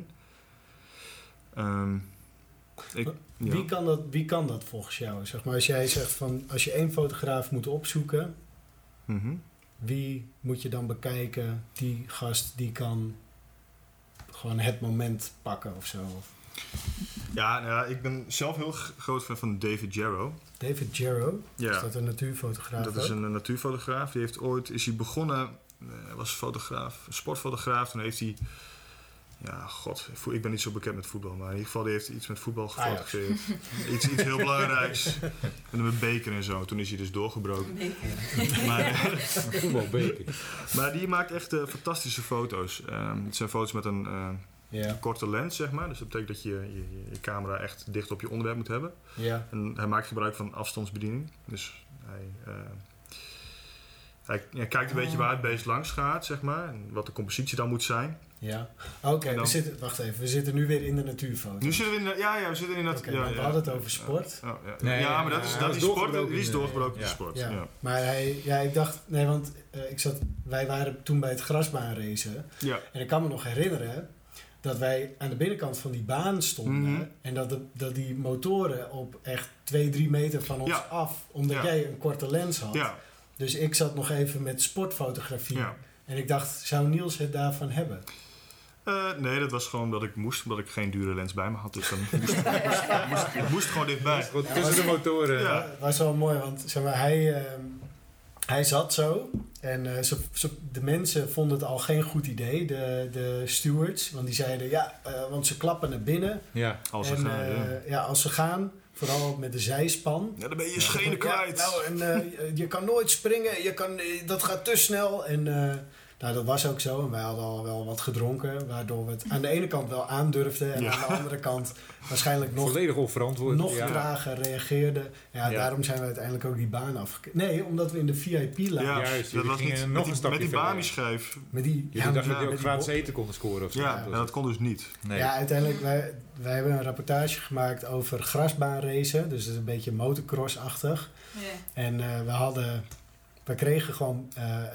Wie kan dat volgens jou? Zeg maar, als jij zegt van, als je één fotograaf moet opzoeken, wie moet je dan bekijken? Die gast die kan gewoon het moment pakken of zo? Ja, ik ben zelf heel groot fan van David Jarrow. David Jarrow? Ja. Is dat een natuurfotograaf? Dat is een natuurfotograaf. Die heeft ooit begonnen, was fotograaf, een sportfotograaf. Toen heeft hij, ik ben niet zo bekend met voetbal, maar in ieder geval die heeft iets met voetbal gefotografeerd. Iets heel belangrijks. En met beker en zo. Toen is hij dus doorgebroken. Voetbalbeker. Maar die maakt echt fantastische foto's. Het zijn foto's met een korte lens, zeg maar. Dus dat betekent dat je camera echt dicht op je onderwerp moet hebben. Ja. En hij maakt gebruik van afstandsbediening. Dus hij kijkt een beetje waar het beest langs gaat, zeg maar. En wat de compositie dan moet zijn. Ja. Oké, we zitten nu weer in de natuurfoto. Nu zitten we we zitten in dat... we hadden het over sport. Maar dat is sport. Die is doorgebroken in sport. Ja. Ja. Maar ik dacht... Nee, want wij waren toen bij het grasbaanracen. Ja. En ik kan me nog herinneren dat wij aan de binnenkant van die baan stonden. En dat die motoren op echt 2-3 meter van ons af, omdat jij een korte lens had. Ja. Dus ik zat nog even met sportfotografie. Ja. En ik dacht, zou Niels het daarvan hebben? Nee, dat was gewoon dat ik moest, omdat ik geen dure lens bij me had. Dus dan ik moest gewoon dichtbij. Tussen de motoren. Ja, dat was wel mooi, want zeg maar, hij zat zo. En de mensen vonden het al geen goed idee, de stewards. Want die zeiden, want ze klappen naar binnen. Ja, als ze gaan. Vooral met de zijspan. Ja, dan ben je je schenen kwijt. Je kan nooit springen. Dat gaat te snel. Nou, dat was ook zo. En wij hadden al wel wat gedronken. Waardoor we het aan de ene kant wel aandurfden. En aan de andere kant waarschijnlijk nog... Volledig onverantwoord. Nog trager reageerden. Ja, daarom zijn we uiteindelijk ook die baan afgekeerd. Nee, omdat we in de VIP-lounge... Ja, juist. dat was niet nog een stapje met die verder. Bami-schijf. Met die... Jullie dachten dat je ook gratis eten konden scoren of zo. Ja, en dat kon dus niet. Nee. Ja, uiteindelijk, wij hebben een rapportage gemaakt over grasbaanracen. Dus dat is een beetje motocross-achtig. Ja. En we kregen gewoon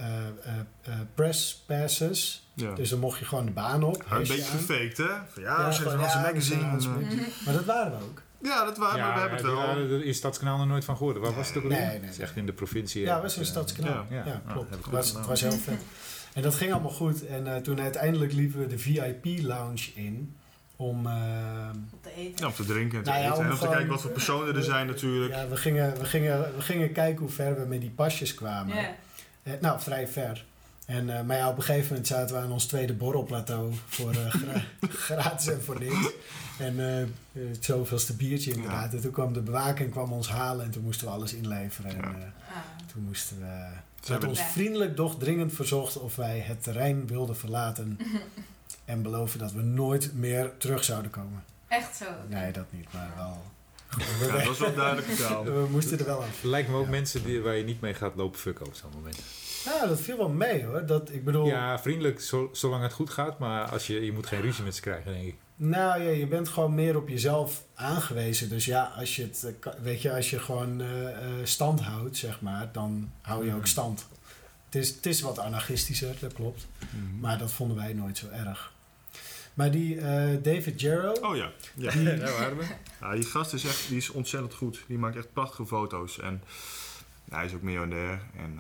press passes. Ja. Dus dan mocht je gewoon de baan op. Een beetje gefaked, hè? Van, we zitten in onze magazine. Maar dat waren we ook. Ja, dat waren we. We hebben het wel. Er is Stadskanaal nog nooit van gehoord. Waar was het ook alweer? Nee. Het is echt in de provincie. Ja, het was in Stadskanaal. Ja, klopt. Het was heel vet. En dat ging allemaal goed. En toen uiteindelijk liepen we de VIP-lounge in. Om te eten. Ja, om te drinken en te Nou ja, eten. om En om te gewoon- kijken wat voor personen er zijn natuurlijk. Ja, we gingen kijken hoe ver we met die pasjes kwamen. Ja. Nou, vrij ver. En, maar ja, op een gegeven moment zaten we aan ons tweede borrelplateau voor gratis en voor niks. En het zoveelste biertje inderdaad. Ja. En toen kwam de bewaking ons halen en toen moesten we alles inleveren. Ja. En toen moesten we... Ze hebben had ons vriendelijk doch dringend verzocht of wij het terrein wilden verlaten. En beloven dat we nooit meer terug zouden komen. Echt zo? Nee, dat niet, maar wel... Ja, dat was wel duidelijk vertaald. We moesten er wel af. Lijkt me ook mensen waar je niet mee gaat lopen fucken op zo'n moment. Nou, dat viel wel mee hoor. Ik bedoel... Ja, vriendelijk zolang het goed gaat, maar je moet geen ruzie met ze krijgen, denk ik. Nou ja, je bent gewoon meer op jezelf aangewezen. Dus ja, als je als je gewoon stand houdt, zeg maar, dan hou je ook stand. Het is wat anarchistischer, dat klopt. Maar dat vonden wij nooit zo erg. Maar die David Jarrow... Oh ja. Daar waren we. Ja, die gast die is ontzettend goed. Die maakt echt prachtige foto's. En hij is ook miljonair. En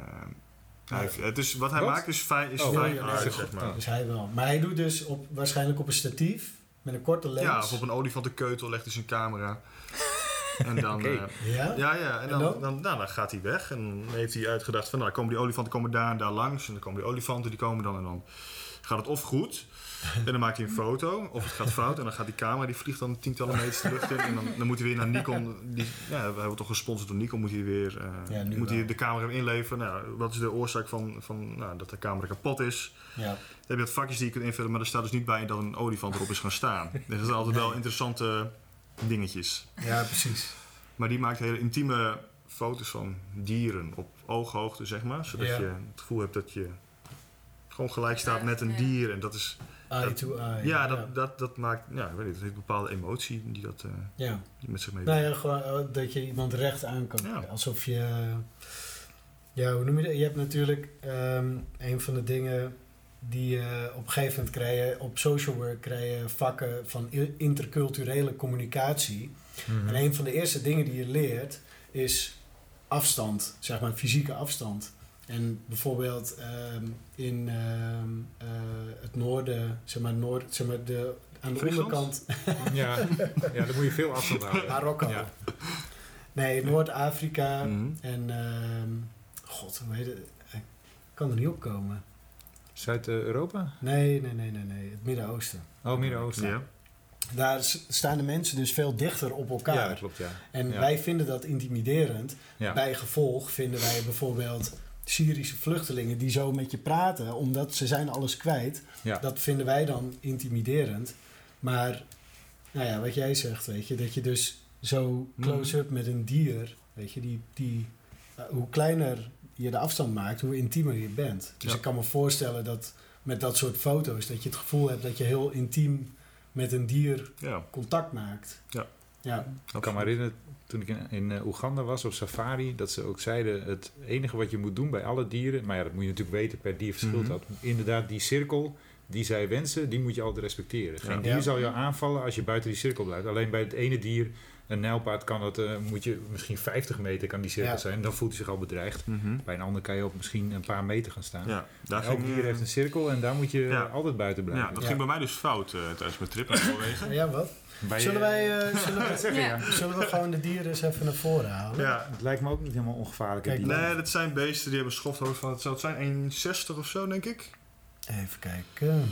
wat hij maakt is fijn art, zeg maar. Dus hij wel. Maar hij doet dus waarschijnlijk op een statief met een korte lens. Ja, of op een olifantenkeutel legt hij zijn camera. En dan, Ja? dan gaat hij weg. En dan heeft hij uitgedacht van, komen die olifanten daar en daar langs. En dan komen die olifanten, die komen dan en dan gaat het of goed. En dan maakt hij een foto, of het gaat fout. En dan gaat die camera, die vliegt dan tientallen meters de lucht in. En dan moet hij weer naar Nikon. We hebben toch gesponsord door Nikon. Moet hij weer de camera weer inleveren. Nou, wat is de oorzaak van dat de camera kapot is? Ja. Dan heb je wat vakjes die je kunt invullen. Maar er staat dus niet bij dat een olifant erop is gaan staan. Dus dat zijn altijd wel interessante dingetjes. Ja, precies. Maar die maakt hele intieme foto's van dieren op ooghoogte, zeg maar. Zodat je het gevoel hebt dat je gewoon gelijk staat met een dier. En dat is... Eye to eye. Ja, dat maakt... Ja, ik weet niet, dat heeft een bepaalde emotie die dat die met zich meebrengt. Nou ja, gewoon dat je iemand recht aan kan. Ja. Alsof je... Ja, hoe noem je dat? Je hebt natuurlijk een van de dingen die op een gegeven moment krijgen... Op social work krijgen vakken van interculturele communicatie. Mm-hmm. En een van de eerste dingen die je leert is afstand. Zeg maar fysieke afstand. En bijvoorbeeld in het noorden, aan de onderkant... Ja, dan moet je veel afstand houden. Marokko. Ja. Nee, Noord-Afrika en... God, hoe heet het? Ik kan er niet op komen. Zuid-Europa? Nee. Het Midden-Oosten. Oh, Midden-Oosten. Ja. Daar staan de mensen dus veel dichter op elkaar. Ja, dat klopt, ja. En wij vinden dat intimiderend. Ja. Bij gevolg vinden wij bijvoorbeeld Syrische vluchtelingen die zo met je praten, omdat ze zijn alles kwijt. Ja. Dat vinden wij dan intimiderend. Maar, nou ja, wat jij zegt, weet je, dat je dus zo close-up met een dier, weet je, hoe kleiner je de afstand maakt, hoe intiemer je bent. Dus ik kan me voorstellen dat met dat soort foto's, dat je het gevoel hebt dat je heel intiem met een dier contact maakt. Ja. Ik kan me herinneren, toen ik in Oeganda was op safari, dat ze ook zeiden, het enige wat je moet doen bij alle dieren, maar ja, dat moet je natuurlijk weten, per dier verschilt dat. Inderdaad, die cirkel die zij wensen, die moet je altijd respecteren. Geen dier zal jou aanvallen als je buiten die cirkel blijft. Alleen bij het ene dier, een nijlpaard, moet je misschien 50 meter kan die cirkel zijn. Dan voelt hij zich al bedreigd. Bij een ander kan je op misschien een paar meter gaan staan. Ja, elk dier heeft een cirkel en daar moet je altijd buiten blijven. Ja, dat ging bij mij dus fout tijdens mijn trip naar Noorwegen. Ja, wat? Zullen we gewoon de dieren eens even naar voren halen? Ja, het lijkt me ook niet helemaal ongevaarlijk. Nee, dat zijn beesten die hebben schofthoofd van, het zijn 1,60 of zo, denk ik. Even kijken.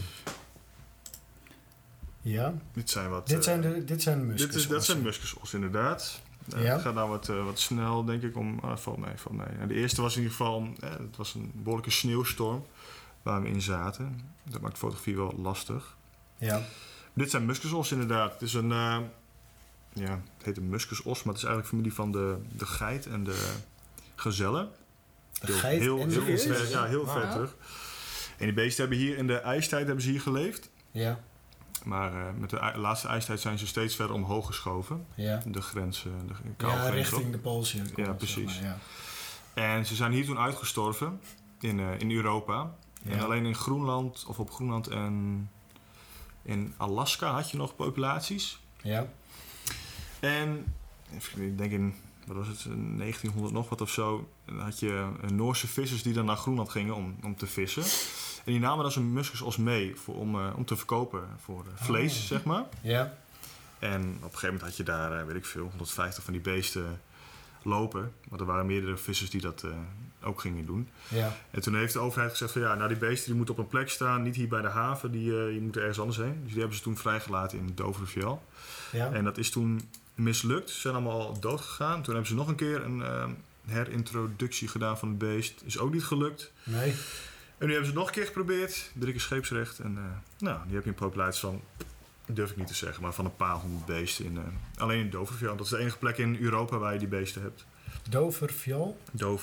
Ja. Dit zijn de muskusossen. Dat zijn muskusossen, inderdaad. Het gaat nou wat snel, denk ik. Valt mee. De eerste was in ieder geval... het was een behoorlijke sneeuwstorm. waar we in zaten. Dat maakt fotografie wel lastig. Ja. Dit zijn muskusos inderdaad. Het is een, het heet een muskusos, maar het is eigenlijk familie van de geit en de gazelle. De geit en de gazelle? Ja, heel ver terug. En die beesten hebben hier in de ijstijd hebben ze hier geleefd. Ja. Maar met de laatste ijstijd zijn ze steeds verder omhoog geschoven. Ja. De grenzen, de kaalgrens. Richting de Poolcirkel. Ja, precies. Zeg maar, En ze zijn hier toen uitgestorven in Europa. Ja. En alleen in Groenland, of op Groenland en in Alaska had je nog populaties. Ja. En ik denk in, wat was het, 1900 nog wat of zo, dan had je Noorse vissers die dan naar Groenland gingen om te vissen. En die namen dan zo'n muskusos mee om te verkopen voor vlees, zeg maar. Ja. En op een gegeven moment had je daar, 150 van die beesten lopen. Want er waren meerdere vissers die dat ook gingen doen. Ja. En toen heeft de overheid gezegd van die beesten die moeten op een plek staan, niet hier bij de haven, je moet ergens anders heen. Dus die hebben ze toen vrijgelaten in Dovrefjell. Ja. En dat is toen mislukt. Ze zijn allemaal dood gegaan. Toen hebben ze nog een keer een herintroductie gedaan van het beest. Is ook niet gelukt. Nee. En nu hebben ze het nog een keer geprobeerd. 3 keer scheepsrecht. En die heb je een populatie van, durf ik niet te zeggen, maar van een paar honderd beesten. Alleen in Dovrefjell. Dat is de enige plek in Europa waar je die beesten hebt. Dovrefjell?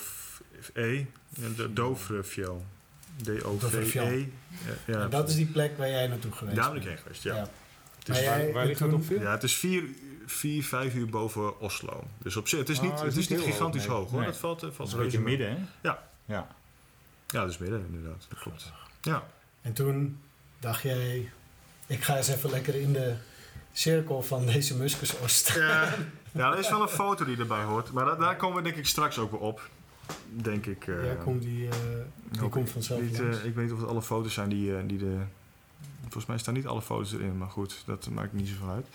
Dovrefjell. D-O-V-E. Ja, en dat is die plek waar jij naartoe geweest bent? Daar ben ik heen geweest, ja. Het is waar ligt dat ongeveer? Ja, het is 4-5 uur boven Oslo. Dus op zich, het is niet gigantisch hoog, hoor. Nee. Dat valt een beetje midden, hè? Ja. Ja, dat is midden, inderdaad. Dat klopt. Ja. En toen dacht jij, ik ga eens even lekker in de cirkel van deze muskusos. Ja, er is wel een foto die erbij hoort. Maar daar komen we denk ik straks ook weer op. Denk ik. Die komt vanzelf langs. Ik weet niet of het alle foto's zijn die de... Volgens mij staan niet alle foto's erin, maar goed, dat maakt niet zoveel uit.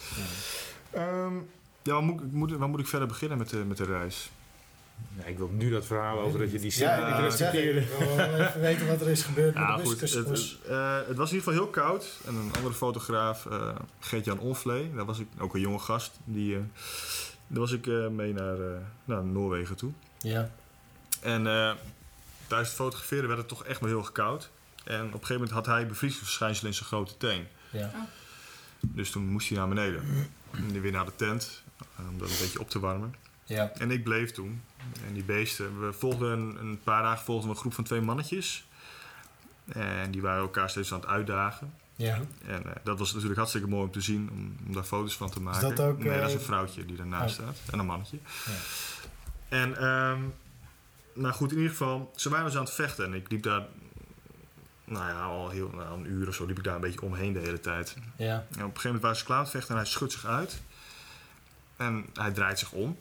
Waar moet ik verder beginnen met de reis? Ja, ik wil nu dat verhaal over dat je die zin niet respecteerde. Ik wil even weten wat er is gebeurd met de muskusos. Het was in ieder geval heel koud. En een andere fotograaf, Gert-Jan Onvlee, daar was ik ook een jonge gast. Daar was ik mee naar Noorwegen toe. Ja. En tijdens het fotograferen werd het toch echt wel heel koud. En op een gegeven moment had hij bevriezingsverschijnselen in zijn grote teen. Ja. Dus toen moest hij naar beneden. En weer naar de tent, om dat een beetje op te warmen. Ja. En ik bleef toen. En die beesten, we volgden een paar dagen een groep van 2 mannetjes. En die waren elkaar steeds aan het uitdagen. Ja. En dat was natuurlijk hartstikke mooi om te zien, om daar foto's van te maken. Is dat ook, nee, dat is een vrouwtje die daarnaast staat. En een mannetje. Ja. En, nou goed, in ieder geval, ze waren dus aan het vechten. En ik liep daar, al een uur of zo, liep ik daar een beetje omheen de hele tijd. Ja. En op een gegeven moment waren ze klaar aan het vechten en hij schudt zich uit. En hij draait zich om.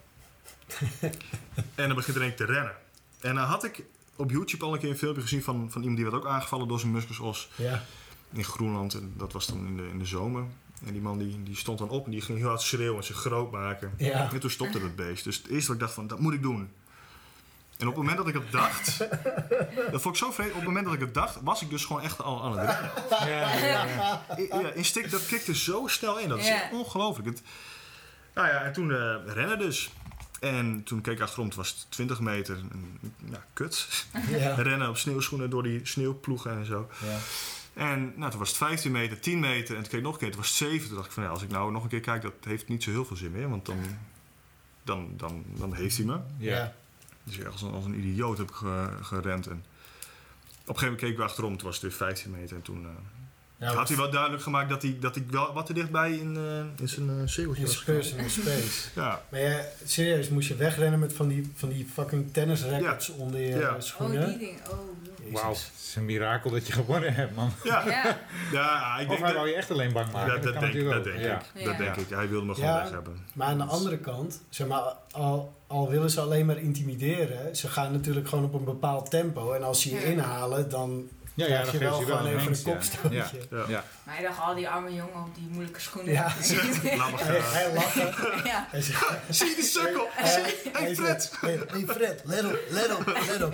En dan begint er een te rennen. En dan had ik op YouTube al een keer een filmpje gezien van iemand die werd ook aangevallen door zijn muskusos. Ja. In Groenland. En dat was dan in de zomer. En die man die stond dan op en die ging heel hard schreeuwen en zich groot maken. Ja. En toen stopte het beest. Dus het eerste wat ik dacht van, dat moet ik doen. En op het moment dat ik het dacht, dat vond ik zo vreemd. Op het moment dat ik het dacht, was ik dus gewoon echt al aan het rennen. Ja, instinct, dat kikte zo snel in. Dat is ongelooflijk. En toen rennen dus. En toen keek ik achterom, het was 20 meter. Kut. Ja. Rennen op sneeuwschoenen door die sneeuwploegen en zo. Ja. En toen was het 15 meter, 10 meter. En toen keek ik nog een keer, het was 7. Toen dacht ik van, als ik nou nog een keer kijk, dat heeft niet zo heel veel zin meer. Want dan heeft hij me. Ja. Dus als een idioot heb ik gerend. En op een gegeven moment keek ik weer achterom, toen was het weer 15 meter. En toen had hij wel duidelijk gemaakt dat hij wel wat te dichtbij in zijn cirkeltje was. In personal space. Ja. Maar serieus, moest je wegrennen met van die fucking tennisrackets onder je schoenen? Oh, die ding. Oh. Wauw, het is een mirakel dat je gewonnen hebt, man. Ja, ik denk of hij wou je echt alleen bang maken. Dat denk ik. Hij wilde me gewoon weg hebben. Maar aan de andere kant, zeg maar, al willen ze alleen maar intimideren, ze gaan natuurlijk gewoon op een bepaald tempo. En als ze je inhalen, dan krijg je wel gewoon even een kopstootje. Ja. Maar hij dacht, al die arme jongen op die moeilijke schoenen. Ja. Hij lachte. Ja. Hij zei, zie je die sukkel? Hey Fred! Hey Fred, let op.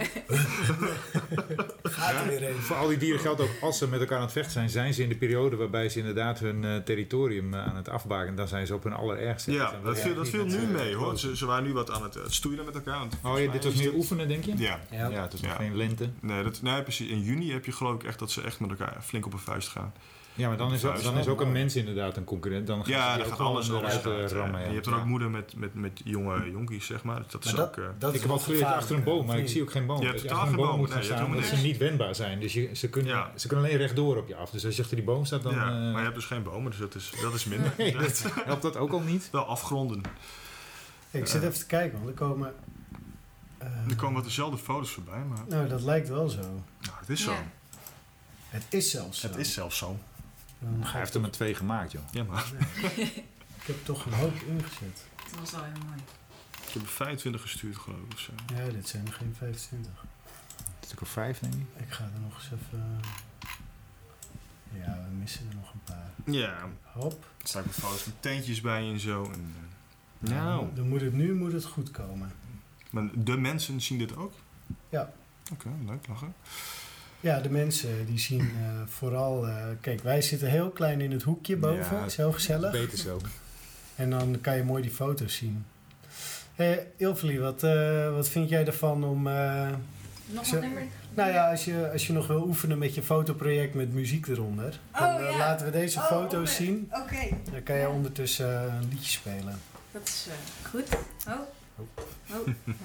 Gaat er weer even. Voor al die dieren geldt ook, als ze met elkaar aan het vechten zijn ze in de periode waarbij ze inderdaad hun territorium aan het afbaken. Dan zijn ze op hun allerergste. Ja, dat viel nu mee, hoor. Ze waren nu wat aan het stoeien met elkaar. Dit was meer oefenen, denk je? Ja. Het is nog geen lente. Nee, precies. In juni heb je geloof ik echt dat ze echt met elkaar flink op een vuist gaan. Ja, maar dan is ook een mens inderdaad een concurrent. Dan dan gaat alles eruit rammen. Je hebt dan ook moeder met jonge jonkies, zeg maar. Dat is ook... ik heb al geleerd achter een boom, maar ik zie ook geen boom. Je hebt achter een boom moet gaan staan, dat ze niet wendbaar zijn. Dus ze kunnen alleen rechtdoor op je af. Dus als je achter die boom staat, dan... Ja, maar je hebt dus geen bomen, dus dat is minder. Nee, helpt dat ook al niet? Wel afgronden. Ik zit even te kijken, want er komen... er komen wat dezelfde foto's voorbij, maar... Nou, dat lijkt wel zo. Nou, het is zo. Ja. Het is zelfs zo. Het is zelfs zo. Hij heeft er maar 2 gemaakt, joh. Ja, maar... Ik heb toch een hoop ingezet. Dat was al heel mooi. Ik heb er 25 gestuurd, geloof ik, of zo. Ja, dit zijn er geen 25. Een stuk of 5, denk ik. Ik ga er nog eens even... Ja, we missen er nog een paar. Ja. Hop. Er staan ook foto's met tentjes bij en zo. En, Dan moet het goed komen. Maar de mensen zien dit ook? Ja. Oké, leuk, lachen. Ja, de mensen die zien vooral... kijk, wij zitten heel klein in het hoekje boven. Ja, is heel gezellig. Beter zo. En dan kan je mooi die foto's zien. Ilfeli, wat vind jij ervan om... Nog wat nummer? Nou ja, als je nog wil oefenen met je fotoproject met muziek eronder... dan laten we deze foto's zien. Oké. Dan kan je ondertussen een liedje spelen. Dat is goed. Oh.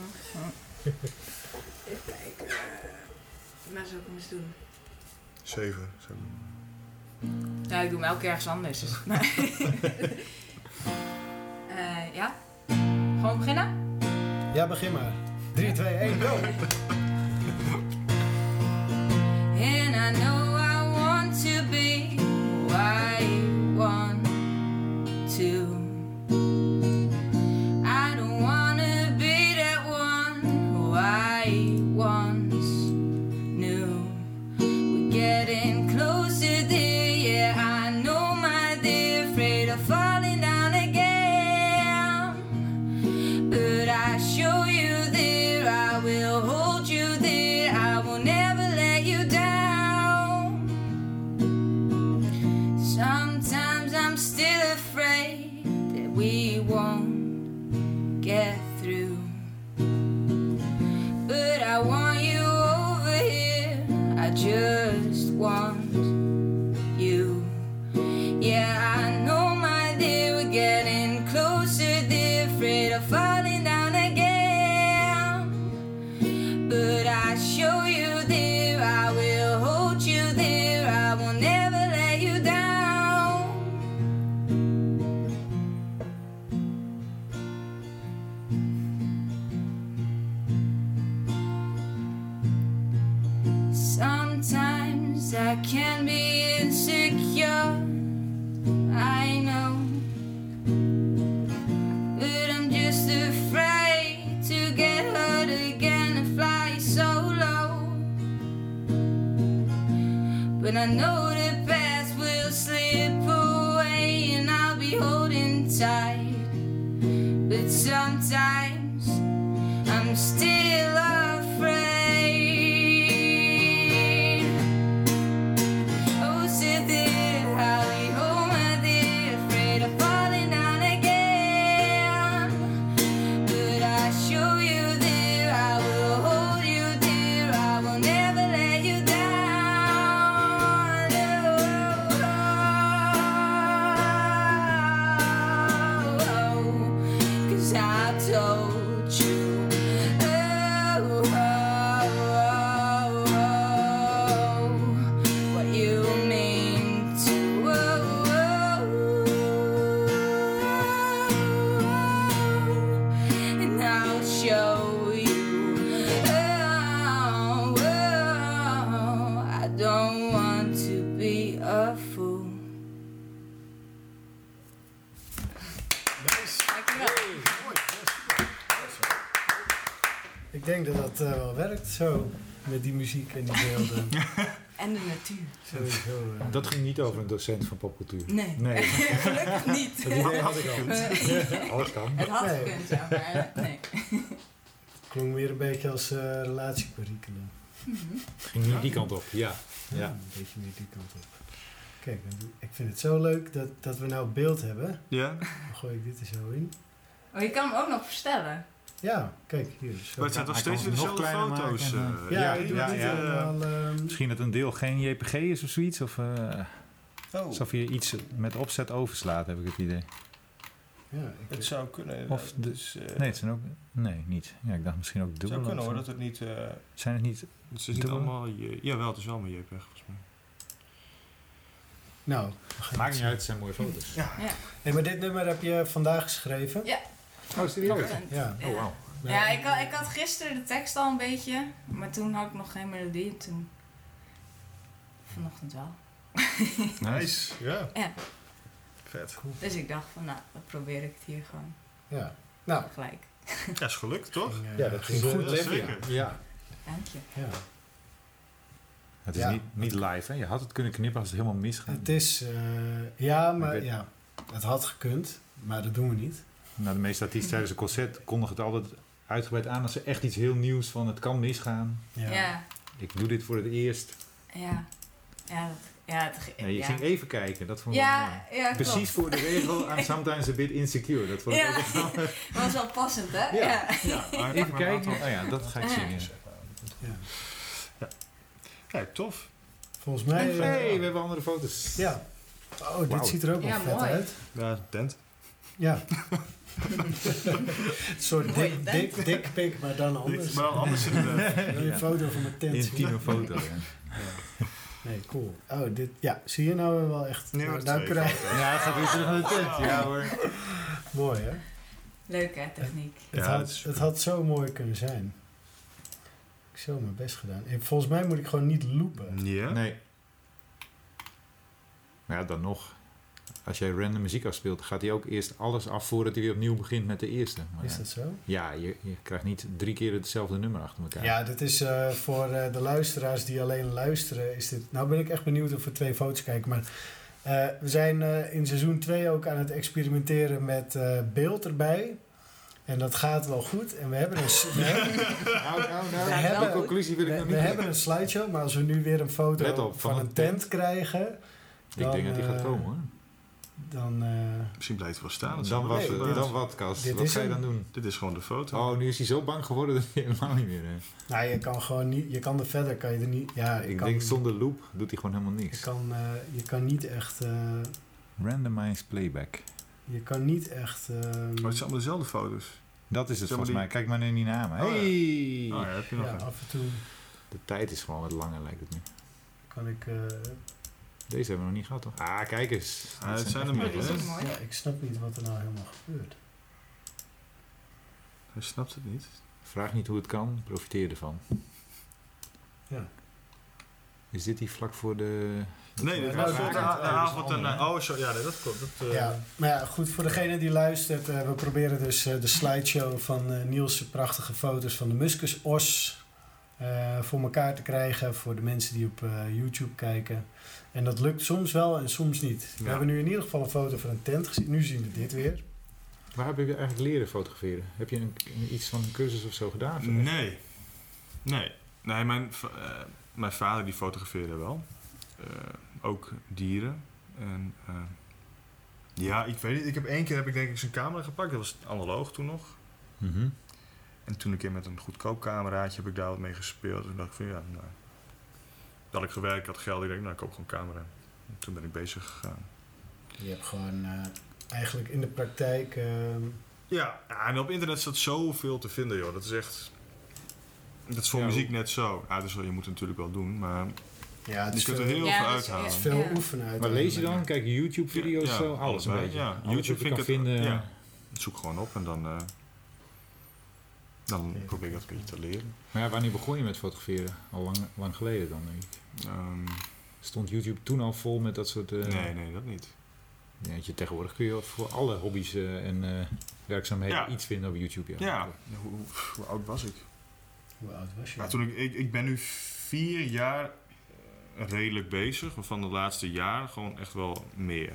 Even kijken. Maar zou ik hem eens doen? 7. Zo. Ja, ik doe hem elke keer ergens anders. Dus. Ja? Gewoon beginnen? Ja, begin maar. 3, 2, 1, go! And I know I want to be who I want to. I don't wanna be that one who I once knew. We're getting closer there, yeah, I know my dear, afraid of falling down again. But I show you there, I will hold you there, I will never let you down. Sometimes I'm still afraid that we won't get through. But I want you over here, I just want you. Yeah, I know my dear, we're getting closer there, afraid of falling down again. But I show you there, I will hold you there, I will never let you down. Sometimes I can be insecure, I know, but I'm just afraid to get hurt again and fly so low. But I know the past will slip away and I'll be holding tight. But sometimes I'm still afraid. Oh, sit there, I'll be home, my dear, afraid of falling down again. But I show you there, I will hold you dear, I will never let you down. 'Cause I told you, what you mean to, and I'll show you, I don't want to be a fool. Ik denk dat dat wel werkt zo. Met die muziek en die beelden. En de natuur. Sowieso. Dat ging niet over een docent van popcultuur. Nee. Nee. Gelukkig niet. Dat idee had ik al. Alles kan. Het had Nee. gekund, ja, maar nee. Klonk weer een beetje als relatieperikelen. Ging niet die kant op, ja. Ja. Een beetje meer die kant op. Kijk, ik vind het zo leuk dat we nou beeld hebben. Ja? Dan gooi ik dit er zo in. Oh, je kan hem ook nog verstellen. Ja, kijk, hier. Zo. Maar het zijn toch Hij steeds kan weer het nog dezelfde kleiner foto's. maken Ja, ja, ik doe ja, het niet ja. helemaal... Misschien dat een deel geen JPG is of zoiets. Of alsof je iets met opzet overslaat, heb ik het idee. ja, Het zou kunnen. Of dus, Nee, het zijn ook... Nee, niet. Ja, ik dacht misschien ook het dubbel. zou kunnen of hoor, zo. dat het niet... Zijn het niet... het is niet dubbel? allemaal... Jawel, het is wel mijn JPEG volgens mij. Nou, we gaan Maakt het niet uit, het zijn mooie foto's. Ja. Ja. Hey, maar dit nummer heb je vandaag geschreven? Ja. Oh, serieus? Ja. Oh, wauw. Ja, ik had gisteren de tekst al een beetje, maar toen had ik nog geen melodie. En toen... Vanochtend wel. Nice. Ja. Ja. Vet. Dus ik dacht van, nou, dan probeer ik het hier gewoon Ja. Nou, gelijk. Ja, is gelukt toch? ging, ging goed. Zeker. Ja. Dank je. Ja. Het is Ja. niet live, hè? Je had het kunnen knippen als het helemaal misgaat. Het is... ja, maar Ik weet- ja. Het had gekund, maar dat doen we niet. Nou, de meeste artiesten tijdens een concert kondigen het altijd uitgebreid aan als ze echt iets heel nieuws van het kan misgaan. Ja. Ja, Ik doe dit voor het eerst. ja. Nee, je ging even kijken. Dat vond ik Ja, wel mooi. ja, Precies klopt. voor de regel I'm sometimes a bit insecure. Dat vond ik Ja, ook wel. dat was wel passend, hè? Ja. Ja. Even kijken. Oh ja, dat ga ik zingen. Ja. Kijk, tof. Volgens mij... Hey, we hebben andere foto's. Ja. Oh, dit Wauw. ziet er ook wel Ja, vet mooi. uit. Ja, tent. Ja. Een soort Mooi, dik pik, maar dan anders. Maar anders inderdaad. Wil je een foto van mijn tent zien? Intieme foto. Ja. Nee, cool. Oh, dit... Ja, zie je nou wel echt... Nu nou, twee krijg foto's. Ja, gaat weer terug naar de tent. Ja hoor. Mooi, hè? Leuk, hè, techniek. Ja, het is- Het had zo mooi kunnen zijn. Ik heb zo mijn best gedaan. Volgens mij moet ik gewoon niet loopen. Ja? Nee. Maar ja, dan nog. Als jij random muziek afspeelt, gaat hij ook eerst alles af voordat hij weer opnieuw begint met de eerste. Maar Is ja. dat zo? Ja, je krijgt niet 3 keer hetzelfde nummer achter elkaar. Ja, dit is voor de luisteraars die alleen luisteren. Is dit... Nou ben ik echt benieuwd of we 2 foto's kijken. Maar we zijn in seizoen 2 ook aan het experimenteren met beeld erbij. En dat gaat wel goed. En we hebben een... Nou, hebben- die conclusie wil ik nog We niet. hebben een slideshow, maar als we nu weer een foto Let op, van een tent krijgen, Ik denk dat die gaat komen hoor. dan... Misschien blijft het wel staan. Dat Dan is wat, nee, wel- dit- dan wat, Kas. dit Wat is ga je hem. dan doen? Dit is gewoon de foto. Oh, nu is hij zo bang geworden dat hij helemaal niet meer... nou, je kan gewoon niet... Je kan er verder, kan je er niet... Ja, ik kan, denk zonder loop doet hij gewoon helemaal je niks. kan, je kan niet echt... Randomized playback. je kan niet echt... Maar het zijn allemaal dezelfde foto's. Dat is het Zeg maar volgens mij. Kijk maar naar die namen. Oh, ja. Hey! Oh ja, heb je nog ja, een. af en toe De tijd is gewoon wat langer lijkt het nu. kan ik... Deze hebben we nog niet gehad toch? Ah, kijk eens. Ah, Dit het zijn er echt meer, Oh, die is mooie ook mooi. ja, ik snap niet wat er nou helemaal gebeurt. Hij snapt het niet. Vraag niet hoe het kan, profiteer ervan. Ja. Is dit die vlak voor de... Nee, dit Nou, was voor de dat- avond. Oh, zo, ja, nee, dat klopt. Dat, Ja, maar ja, goed, voor degene die luistert, we proberen dus de slideshow van Niels' prachtige foto's van de muskusos voor elkaar te krijgen voor de mensen die op YouTube kijken. En dat lukt soms wel en soms niet. We Ja. hebben nu in ieder geval een foto van een tent gezien. Nu zien we dit weer. Waar heb je eigenlijk leren fotograferen? Heb je iets van een cursus of zo gedaan? Of- Nee. Nee, mijn vader die fotografeerde wel. Ook dieren. En ja, ik weet niet. Ik heb 1 keer denk ik zijn camera gepakt. Dat was analoog toen nog. Mhm. En toen een keer met een goedkoop cameraatje heb ik daar wat mee gespeeld. En dacht ik van ja, nou. Dat had ik gewerkt, ik had geld. Ik denk, nou, ik koop gewoon een camera. En toen ben ik bezig gegaan. Je hebt gewoon eigenlijk in de praktijk... Ja, en op internet staat zoveel te vinden, joh. Dat is echt... Dat is voor Ja, muziek net zo. Ja, dus je moet het natuurlijk wel doen, maar ja, het je is kunt er veel, heel Ja, veel dat is- uithalen. het is veel Ja. oefenen uit. Maar lees je dan? Kijk je YouTube-video's Ja, zo? Alles een allebei, beetje? ja. Alles YouTube wat je vind kan ik het- vinden. ja. Zoek gewoon op en dan probeer ik dat een beetje te leren. Maar ja, wanneer begon je met fotograferen? Al lang geleden dan, denk ik. Ehm, Stond YouTube toen al vol met dat soort... nee, dat niet. Ja, want tegenwoordig kun je voor alle hobby's en werkzaamheden Ja. iets vinden op YouTube. Ja, hoe oud was ik? Hoe oud was je? Nou, toen ik ben nu 4 jaar redelijk bezig. Maar van de laatste jaar gewoon echt wel meer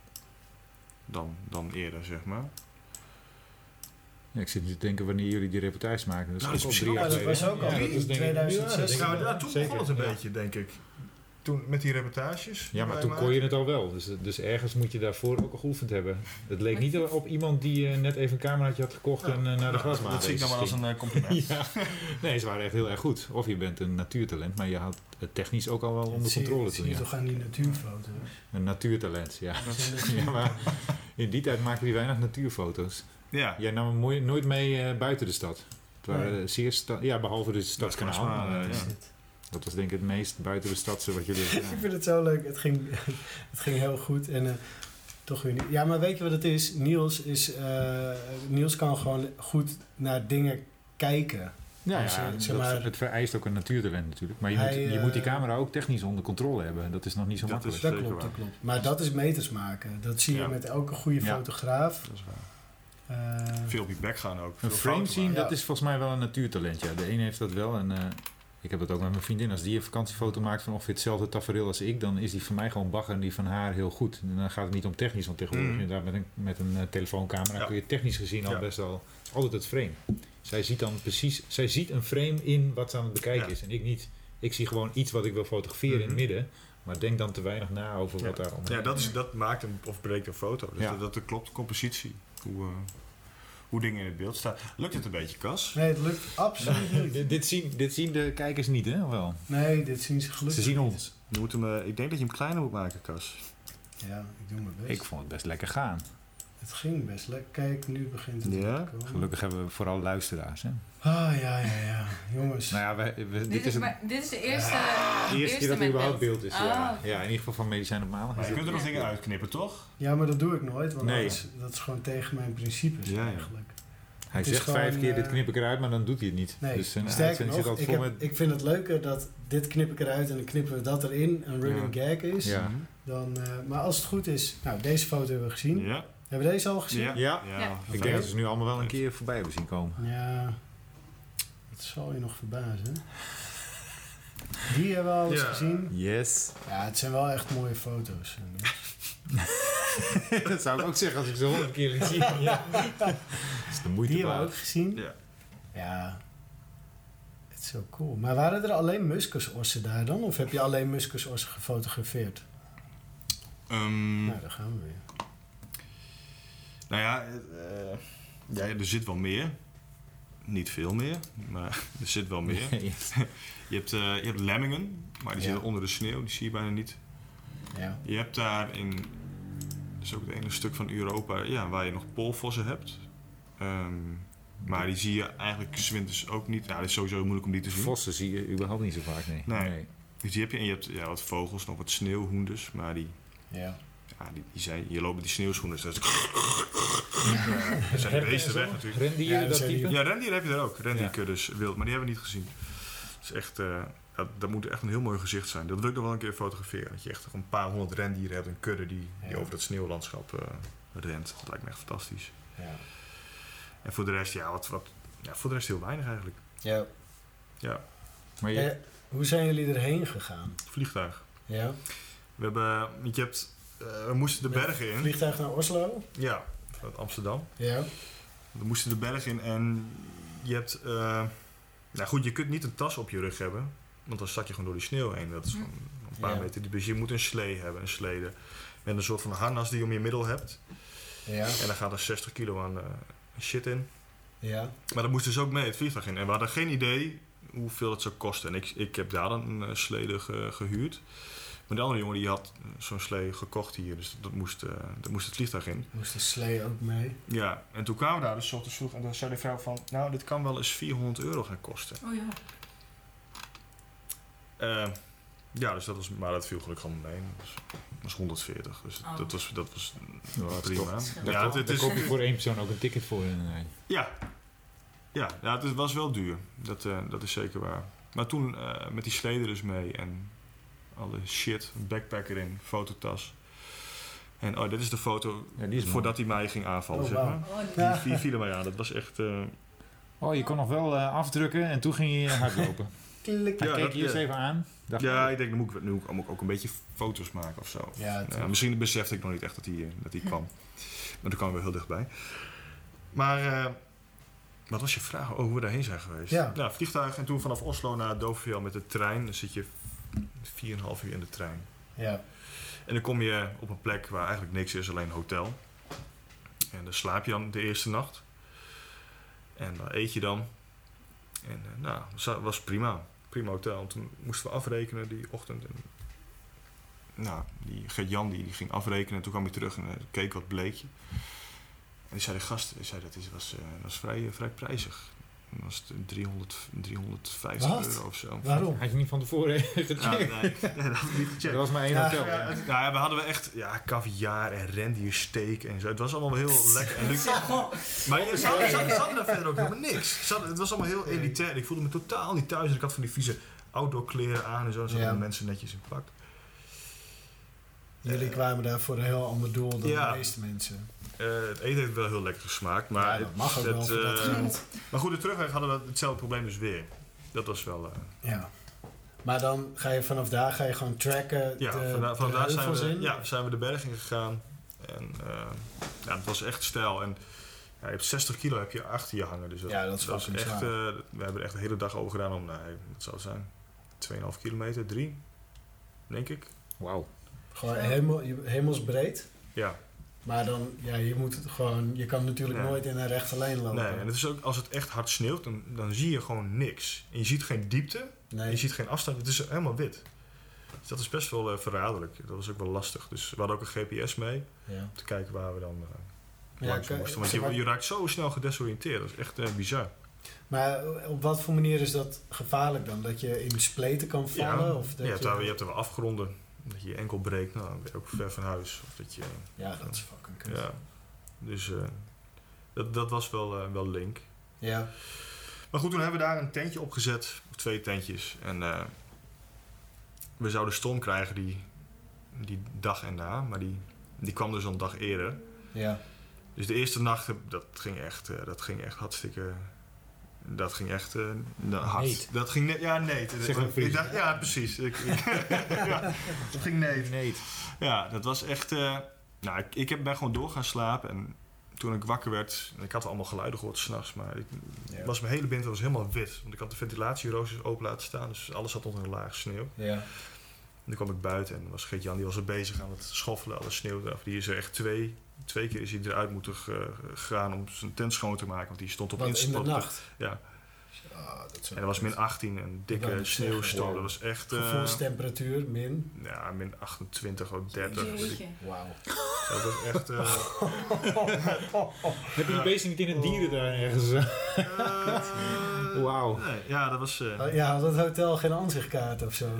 dan eerder, zeg maar. Ja, ik zit nu te denken wanneer jullie die reportage maken. Dat is Nou, ook dat al is 3 jaar misschien geleden. ook al Ja, dat is denk ik- 2006. Ja, dat denk ik Ja, wel. toen Zeker. begon het een Ja. beetje, denk ik. toen met die reportages. Ja, maar toen kon je het al wel. Dus ergens moet je daarvoor ook al geoefend hebben. Het leek niet op iemand die net even een cameraatje had gekocht en naar de grasmaat. Dat zie ik dan wel als een compliment. Ja. Nee, ze waren echt heel erg goed. Of je bent een natuurtalent, maar je had het technisch ook al wel onder controle. Zie je toch aan die natuurfoto's? Een natuurtalent, ja. Ja, maar in die tijd maakten die weinig natuurfoto's. Ja. Jij nam hem nooit mee buiten de stad. Het waren zeer behalve de Stadskanaal. Dat was denk ik het meest buiten de stadse wat jullie hebben gedaan. Ik vind het zo leuk. Het ging heel goed. En toch weer niet. Ja, maar weet je wat het is? Niels kan gewoon goed naar dingen kijken. Ja, zeg maar, het vereist ook een natuurtalent natuurlijk. Maar je moet die camera ook technisch onder controle hebben. Dat is nog niet zo makkelijk. Dat klopt. Maar dat is meters maken. Dat zie je met elke goede fotograaf. Dat is waar. Veel op je bek gaan ook. Een frame zien, dat is volgens mij wel een natuurtalent. Ja. De ene heeft dat wel. En ik heb dat ook met mijn vriendin. Als die een vakantiefoto maakt van ongeveer hetzelfde tafereel als ik, dan is die van mij gewoon bagger en die van haar heel goed. En dan gaat het niet om technisch, want tegenwoordig inderdaad met een telefooncamera kun je technisch gezien al best wel altijd het frame. Zij ziet dan precies, zij ziet een frame in wat ze aan het bekijken is en ik niet. Ik zie gewoon iets wat ik wil fotograferen in het midden, maar denk dan te weinig na over wat daar omheen. Ja, dat maakt of breekt een foto. Dus dat klopt, compositie. Hoe dingen in het beeld staan. Lukt het een beetje, Cas? Nee, het lukt absoluut niet. Dit zien de kijkers niet, hè? Of wel? Nee, dit zien ze gelukkig. Ze zien ons. Ik denk dat je hem kleiner moet maken, Cas. Ja, ik doe mijn best. Ik vond het best lekker gaan. Het ging best lekker. Kijk, nu begint het te komen. Gelukkig hebben we vooral luisteraars, hè? Ja. Jongens. Nou ja, dit is de eerste... de eerste keer dat er überhaupt beeld is, ja. Okay. Ja, in ieder geval van Medicijn op Maandag. Maar je kunt er nog dingen uitknippen, toch? Ja, maar dat doe ik nooit, want dat is gewoon tegen mijn principes eigenlijk. Hij zegt gewoon, 5 keer dit knip ik eruit, maar dan doet hij het niet. Nee, dus sterker nog, ik vind het leuker dat dit knip ik eruit en dan knippen we dat erin, een running gag is. Ja. Dan, maar als het goed is, nou deze foto hebben we gezien. Ja. Hebben we deze al gezien? Ja. Ik denk dat ze nu allemaal wel een keer voorbij hebben zien komen. Ja, dat zal je nog verbazen. Die hebben we al eens gezien. Yes. Ja, het zijn wel echt mooie foto's. Dat zou ik ook zeggen als ik ze 100 keer liet zien. Ja. Dat is de moeite die hebben we ook gezien. Ja. Het is zo cool. Maar waren er alleen muskusossen daar dan? Of heb je alleen muskusossen gefotografeerd? Nou, daar gaan we weer. Nou ja, er zit wel meer. Niet veel meer, maar er zit wel meer. Je hebt lemmingen, maar die zitten onder de sneeuw, die zie je bijna niet. Ja. Je hebt daar dat is ook het ene stuk van Europa, waar je nog poolvossen hebt. Maar die zie je eigenlijk 's winters ook niet. Ja, het is sowieso moeilijk om die te zien. Vossen zie je überhaupt niet zo vaak, nee. Dus die heb je en je hebt wat vogels, nog wat sneeuwhoenders, maar die... Ja. Je loopt met die sneeuwschoenen, dus dat zijn de beesten weg natuurlijk. Rendieren, dat type? Ja, rendier heb je daar ook. Rendierkuddes wild, maar die hebben we niet gezien. Het is echt, dat moet echt een heel mooi gezicht zijn. Dat wil ik nog wel een keer fotograferen. Dat je echt een paar honderd rendieren hebt, een kudde die over dat sneeuwlandschap rent. Dat lijkt me echt fantastisch. Ja. En voor de rest, voor de rest heel weinig eigenlijk. Ja. Maar hoe zijn jullie erheen gegaan? Vliegtuig. Ja. We moesten de bergen in. Vliegtuig naar Oslo? Ja, vanuit Amsterdam. Ja. We moesten de berg in en je hebt... je kunt niet een tas op je rug hebben. Want dan zak je gewoon door die sneeuw heen. Dat is gewoon een paar meter diep. Dus je moet een slee hebben, een slede. Met een soort van harnas die je om je middel hebt. Ja. En dan gaat er 60 kilo aan shit in. Ja. Maar dat moest dus ook mee het vliegtuig in. En we hadden geen idee hoeveel het zou kosten. En ik heb daar dan een slede gehuurd. Maar de andere jongen die had zo'n slee gekocht hier, dus dat moest het vliegtuig in. Moest de slee ook mee? Ja, en toen kwamen we daar dus 's ochtends vroeg en dan zei de vrouw van, nou, dit kan wel eens €400 gaan kosten. Oh ja. Dus dat viel gelukkig allemaal mee. Dat was 140, dus dat was prima. Daar koop je voor 1 persoon ook een ticket voor. Ja, het was wel duur. Dat is zeker waar. Maar toen met die sleden dus mee en alle shit, een backpack erin, fototas. En dit is de foto voordat hij mij ging aanvallen, zeg maar. Die vielen mij aan. Dat was echt... je kon nog wel afdrukken en toen ging je hardlopen. Hij keek je eens even aan. Ik denk, dan moet ik ook een beetje foto's maken of zo. Ja, misschien besefte ik nog niet echt dat hij kwam. Maar toen kwam we heel dichtbij. Maar... wat was je vraag over hoe we daarheen zijn geweest? Ja. Vliegtuig en toen vanaf Oslo naar Deauville met de trein. Dan zit je 4,5 uur in de trein. Ja. En dan kom je op een plek waar eigenlijk niks is, alleen een hotel. En daar slaap je dan de eerste nacht. En dan eet je dan. En dat was prima. Prima hotel. En toen moesten we afrekenen die ochtend. En, die Gert-Jan die ging afrekenen. En toen kwam hij terug en keek wat bleekje. En die zei de gast, was vrij prijzig. Dan was het 350 euro of zo. Waarom? Had je niet van tevoren gecheckt? Nee, dat had ik niet gecheckt. Dat was maar één hotel. We hadden echt caviar en rendiersteak en zo. Het was allemaal heel lekker en luxe. Maar ze hadden daar verder ook helemaal niks. Het was allemaal heel elitair. Ik voelde me totaal niet thuis. Ik had van die vieze outdoor kleren aan en zo. Zo hadden mensen netjes in pak. Jullie kwamen daar voor een heel ander doel dan de meeste mensen. Het eten heeft wel heel lekker gesmaakt. Maar dat mag ook wel voor dat geld. Maar goed, de terugweg hadden we hetzelfde probleem dus weer. Dat was wel... Ja. Maar dan ga je vanaf daar gewoon tracken vanaf daar zijn we de berg in gegaan. En het was echt stijl. En je hebt 60 kilo heb je achter je hangen. Dus dat is echt... we hebben er echt de hele dag over gedaan om... wat zou het zijn? 2,5 kilometer, 3, denk ik. Wauw. Gewoon hemelsbreed. Ja. Maar dan, je kan natuurlijk nooit in een rechte lijn lopen. Nee, en het is ook, als het echt hard sneeuwt, dan zie je gewoon niks. En je ziet geen diepte, je ziet geen afstand, het is helemaal wit. Dus dat is best wel verraderlijk. Dat was ook wel lastig. Dus we hadden ook een GPS mee, om te kijken waar we dan langs moesten. Want je raakt zo snel gedesoriënteerd, dat is echt bizar. Maar op wat voor manier is dat gevaarlijk dan? Dat je in spleten kan vallen? Ja, of dat je hebt er wel afgronden. Dat je enkel breekt, dan ben je ook ver van huis. Of dat je, dat is fucking kut. Ja, dus dat was wel link. Ja. Maar goed, toen hebben we daar een tentje opgezet, of 2 tentjes. En we zouden storm krijgen die dag erna, maar die kwam dus al een dag eerder. Ja. Dus de eerste nacht, dat ging echt hartstikke... Dat ging echt hard. Neet. Dat ging net, ik dacht, precies. Dat ging neet. Ja, dat was echt... ik ben gewoon door gaan slapen. En toen ik wakker werd... Ik had allemaal geluiden gehoord 's nachts. Maar mijn hele binnenste was helemaal wit. Want ik had de ventilatieroosters open laten staan. Dus alles zat onder een laag sneeuw. Ja. En toen kwam ik buiten. En was Gert-Jan, die was er bezig aan het schoffelen. Alle sneeuw eraf. Die is er echt twee keer is hij eruit moeten gaan om zijn tent schoon te maken. Want die stond op in de nacht? Ja. Dat en er was min 18, een dikke sneeuwstorm. Dat was echt... gevoelstemperatuur, min? Ja, min 28 of 30. Wauw. Dat was echt... Heb je die beesten niet in het dieren daar ergens? Wauw. Nee, ja, dat was... had het hotel geen aanzichtkaart of zo?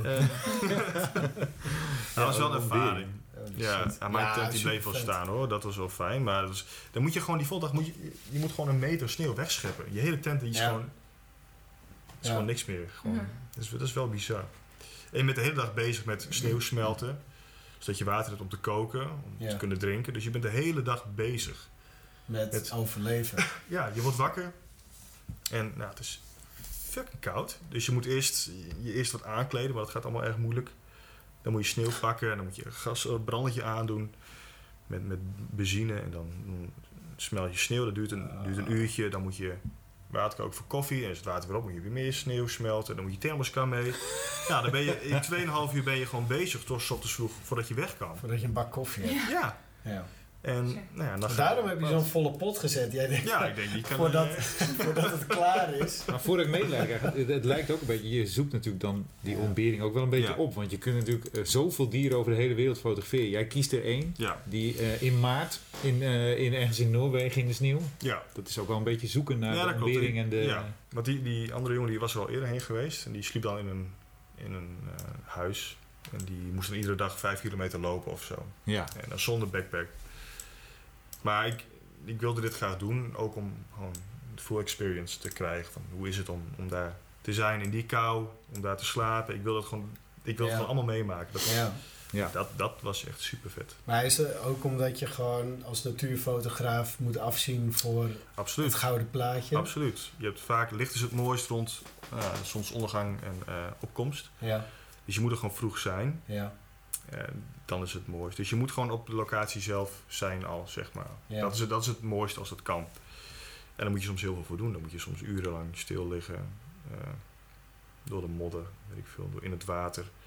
Dat was wel een ervaring. Mijn tent die bleef wel staan hoor, dat was wel fijn. Maar dan moet je gewoon die volgende dag je moet gewoon een meter sneeuw wegscheppen. Je hele tent is gewoon niks meer. Gewoon. Dus dat is wel bizar. En je bent de hele dag bezig met sneeuw smelten. Zodat je water hebt om te koken, om te kunnen drinken. Dus je bent de hele dag bezig. Met overleven. Ja, je wordt wakker. En het is fucking koud. Dus je moet eerst wat aankleden, maar dat gaat allemaal erg moeilijk. Dan moet je sneeuw pakken en dan moet je een brandetje aandoen met benzine. En dan smelt je sneeuw, dat duurt een uurtje. Dan moet je water koken voor koffie. En als het water weer op moet je weer meer sneeuw smelten. Dan moet je thermoskan mee. Ja, dan ben je in 2,5 uur ben je gewoon bezig tot 's ochtends vroeg voordat je weg kan. Voordat je een bak koffie hebt. Ja. En, daarom heb je zo'n volle pot gezet. Jij denkt, ik denk die kan... voordat het klaar is. Maar voordat ik meeleg, het lijkt ook een beetje... Je zoekt natuurlijk dan die ontbering ook wel een beetje op. Want je kunt natuurlijk zoveel dieren over de hele wereld fotograferen. Jij kiest er één. Ja. Die in maart ergens in Noorwegen in de sneeuw. Ja. Dat is ook wel een beetje zoeken naar de ontbering en de... Ja, want die andere jongen die was er al eerder heen geweest. En die sliep dan in een huis. En die moest dan iedere dag 5 kilometer lopen of zo. Ja. En dan zonder backpack. Maar ik wilde dit graag doen, ook om gewoon de full experience te krijgen. Van hoe is het om daar te zijn in die kou, om daar te slapen. Ik wil het gewoon allemaal meemaken. Dat was echt super vet. Maar is het ook omdat je gewoon als natuurfotograaf moet afzien voor het gouden plaatje? Absoluut. Je hebt vaak, licht is het mooist rond zonsondergang en opkomst. Ja. Dus je moet er gewoon vroeg zijn. Ja. Dan is het mooist. Dus je moet gewoon op de locatie zelf zijn al, zeg maar. Ja. Dat is het mooiste als dat kan. En daar moet je soms heel veel voor doen. Dan moet je soms urenlang stil liggen. Door de modder, weet ik veel, door in het water.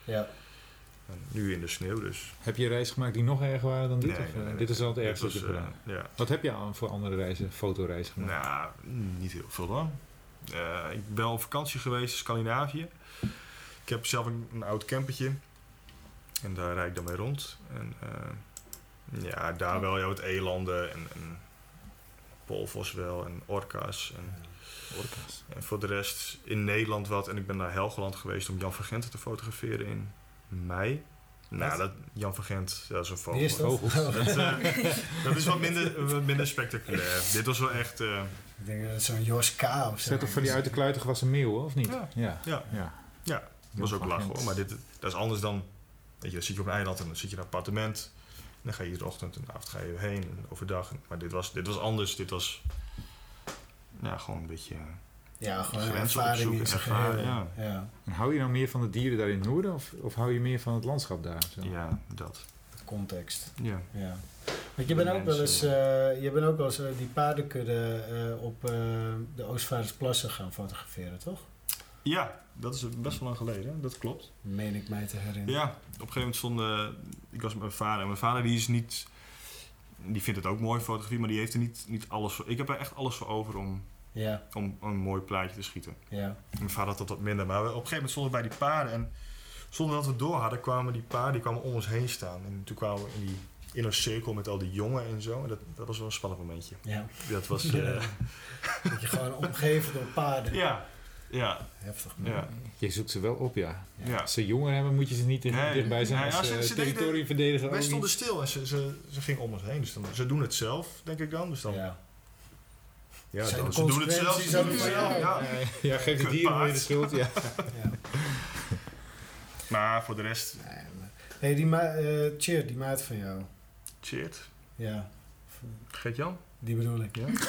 Ja. En nu in de sneeuw dus. Heb je reis gemaakt die nog erger waren dan dit? Nee, Dit is wel het ergste wat je hebt gedaan. Ja. Wat heb je voor andere reizen, fotoreizen gemaakt? Nou, niet heel veel dan. Ik ben op vakantie geweest in Scandinavië. Ik heb zelf een oud campertje. En daar rijd ik dan mee rond. En daar wel wat elanden en polvos wel en orka's. Orka's. En voor de rest in Nederland wat. En ik ben naar Helgoland geweest om Jan van Gent te fotograferen in mei. Nou, Jan van Gent, dat is een vogel. Wie is dat? Dat is wat minder spectaculair. Dit was wel echt... Ik denk dat het zo'n Jos K. of zo. Zet toch van die uit de kluiten gewassen meeuwen, of niet? Ja. Dat was ook lachen hoor. Maar dat is anders dan... Weet je, dan zit je op een eiland en dan zit je in een appartement. En dan ga je iedere ochtend en de avond ga je heen en overdag. Maar dit was anders. Dit was... Ja, gewoon een beetje... Ja, gewoon een grenzen ervaring in opzoeken, zijn geheel. ervaren, Ja. En hou je nou meer van de dieren daar in het noorden of hou je meer van het landschap daar? Zo? Ja, dat. Context. Ja. Ja. Want je bent ook wel eens, die paardenkudde op de Oostvaardersplassen gaan fotograferen, toch? Ja, dat is best wel lang geleden. Dat klopt. Meen ik mij te herinneren. Ja, op een gegeven moment ik was met mijn vader. En mijn vader die is niet... Die vindt het ook mooi, fotografie, maar die heeft er niet alles voor. Ik heb er echt alles voor over om een mooi plaatje te schieten. Ja. Mijn vader had dat wat minder. Maar op een gegeven moment stonden we bij die paarden. En zonder dat we het door hadden, kwamen die paarden om ons heen staan. En toen kwamen we in die inner cirkel met al die jongen en zo. En dat was wel een spannend momentje. Ja. Dat was... Dat je gewoon omgeven door paarden. Ja. Heftig. Ja. Je zoekt ze wel op, ja. Ja. Als ze jonger hebben, moet je ze niet dichtbij zijn als territoriumverdediger. Wij stonden stil en ze gingen om ons heen. Dus ze doen het zelf, denk ik dan. Dus dan Zijn ze doen het zelf. Ze doen het zelf. Ja, geef de dieren weer de schuld. Ja. Maar voor de rest... Hey, Cheert, die maat van jou. Cheert? Ja. Gert-Jan? Die bedoel ik. Ja.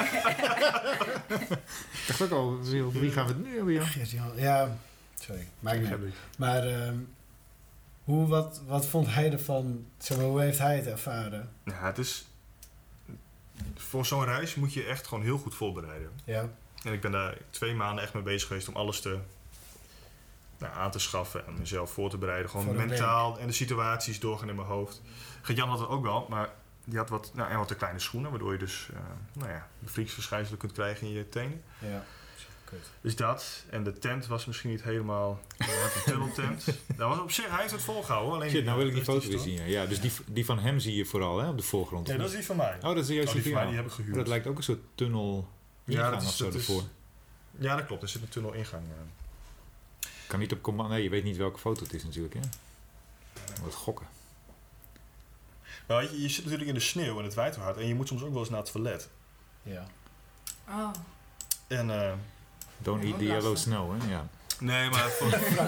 Ik dacht ook al, wie gaan we het nu hebben, Jan? Gert-Jan, ja. Sorry, maakt niet uit. ik. Maar wat vond hij ervan? Zeg maar, hoe heeft hij het ervaren? Ja, het is... Voor zo'n reis moet je echt gewoon heel goed voorbereiden. Ja. En ik ben daar 2 maanden echt mee bezig geweest om alles aan te schaffen en mezelf voor te bereiden. Gewoon mentaal en de situaties doorgaan in mijn hoofd. Gert-Jan had het ook wel, maar die had wat te kleine schoenen, waardoor je dus bevriesverschijnselen kunt krijgen in je tenen. Ja. Dus dat. En de tent was misschien niet helemaal... een tunneltent. Dat was op zich, hij heeft het volgehouden. Alleen Shit, nou wil ik die foto weer zien. Ja, dus die van hem zie je vooral hè, op de voorgrond. Nee, dat is die van mij. Oh, dat is juist die van mij, jou. die heb ik gehuurd. Dat lijkt ook een soort tunnel ingang of zo ervoor. Ja, dat klopt. Er zit een tunnel ingang. Kan niet op command... Nee, je weet niet welke foto het is natuurlijk, hè? Wat gokken. Maar weet je zit natuurlijk in de sneeuw en het waait hard. En je moet soms ook wel eens naar het toilet. Ja. Oh. En... Don't eat the yellow snow, hè? Ja. Nee, maar voor...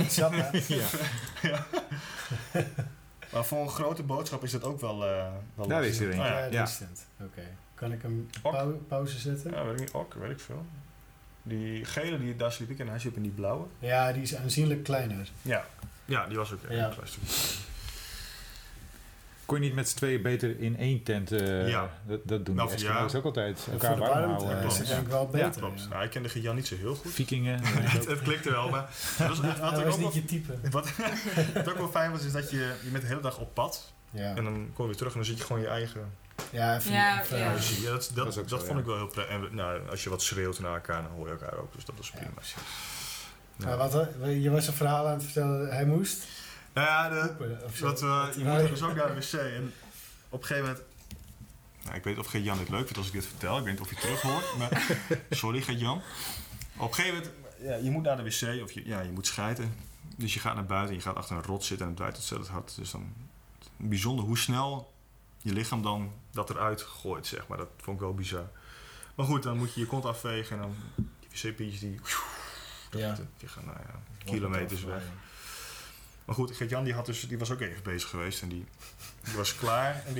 Ja. Maar voor een grote boodschap is dat ook wel Daar lastig. is er een. Ja, Ja. Oké. Kan ik hem pauze zetten? Ja, weet ik niet. Weet ik veel. Die gele, daar sliep ik in. Hij zit in die blauwe. Ja, die is aanzienlijk kleiner. Ja, die was ook een klein stukje. Kon je niet met z'n tweeën beter in één tent dat doen? Nou, Die Eskimo's ook altijd elkaar voor de warm warmte houden. is het denk ik wel beter. Ja, klopt. Ja. Nou, ik kende Jan niet zo heel goed. Vikingen. Het klikte wel, maar... Dat was niet je type. Wat ook wel fijn was, is dat je bent de hele dag op pad. Ja. En dan kom je weer terug en dan zit je gewoon je eigen... Ja, Dat vond ik wel heel prettig. En als je wat schreeuwt naar elkaar, dan hoor je elkaar ook. Dus dat is prima. Ja. Maar je was een verhaal aan het vertellen, hij moest... Nou ja, je moet dus ook naar de wc. En op een gegeven moment... Nou, ik weet niet of Gert-Jan dit leuk vindt als ik dit vertel. Ik weet niet of je het terug hoort. Maar, sorry Gert-Jan. Op een gegeven moment... Ja, je moet naar de wc of je moet schijten. Dus je gaat naar buiten en je gaat achter een rot zitten en het waait ontzettend hard. Dus dan... Bijzonder hoe snel je lichaam dan dat eruit gooit, zeg maar. Dat vond ik wel bizar. Maar goed, dan moet je je kont afvegen en dan die wc-pietjes die gaan kilometers weg. Maar goed, Gert-Jan die was ook even bezig geweest en die was klaar. En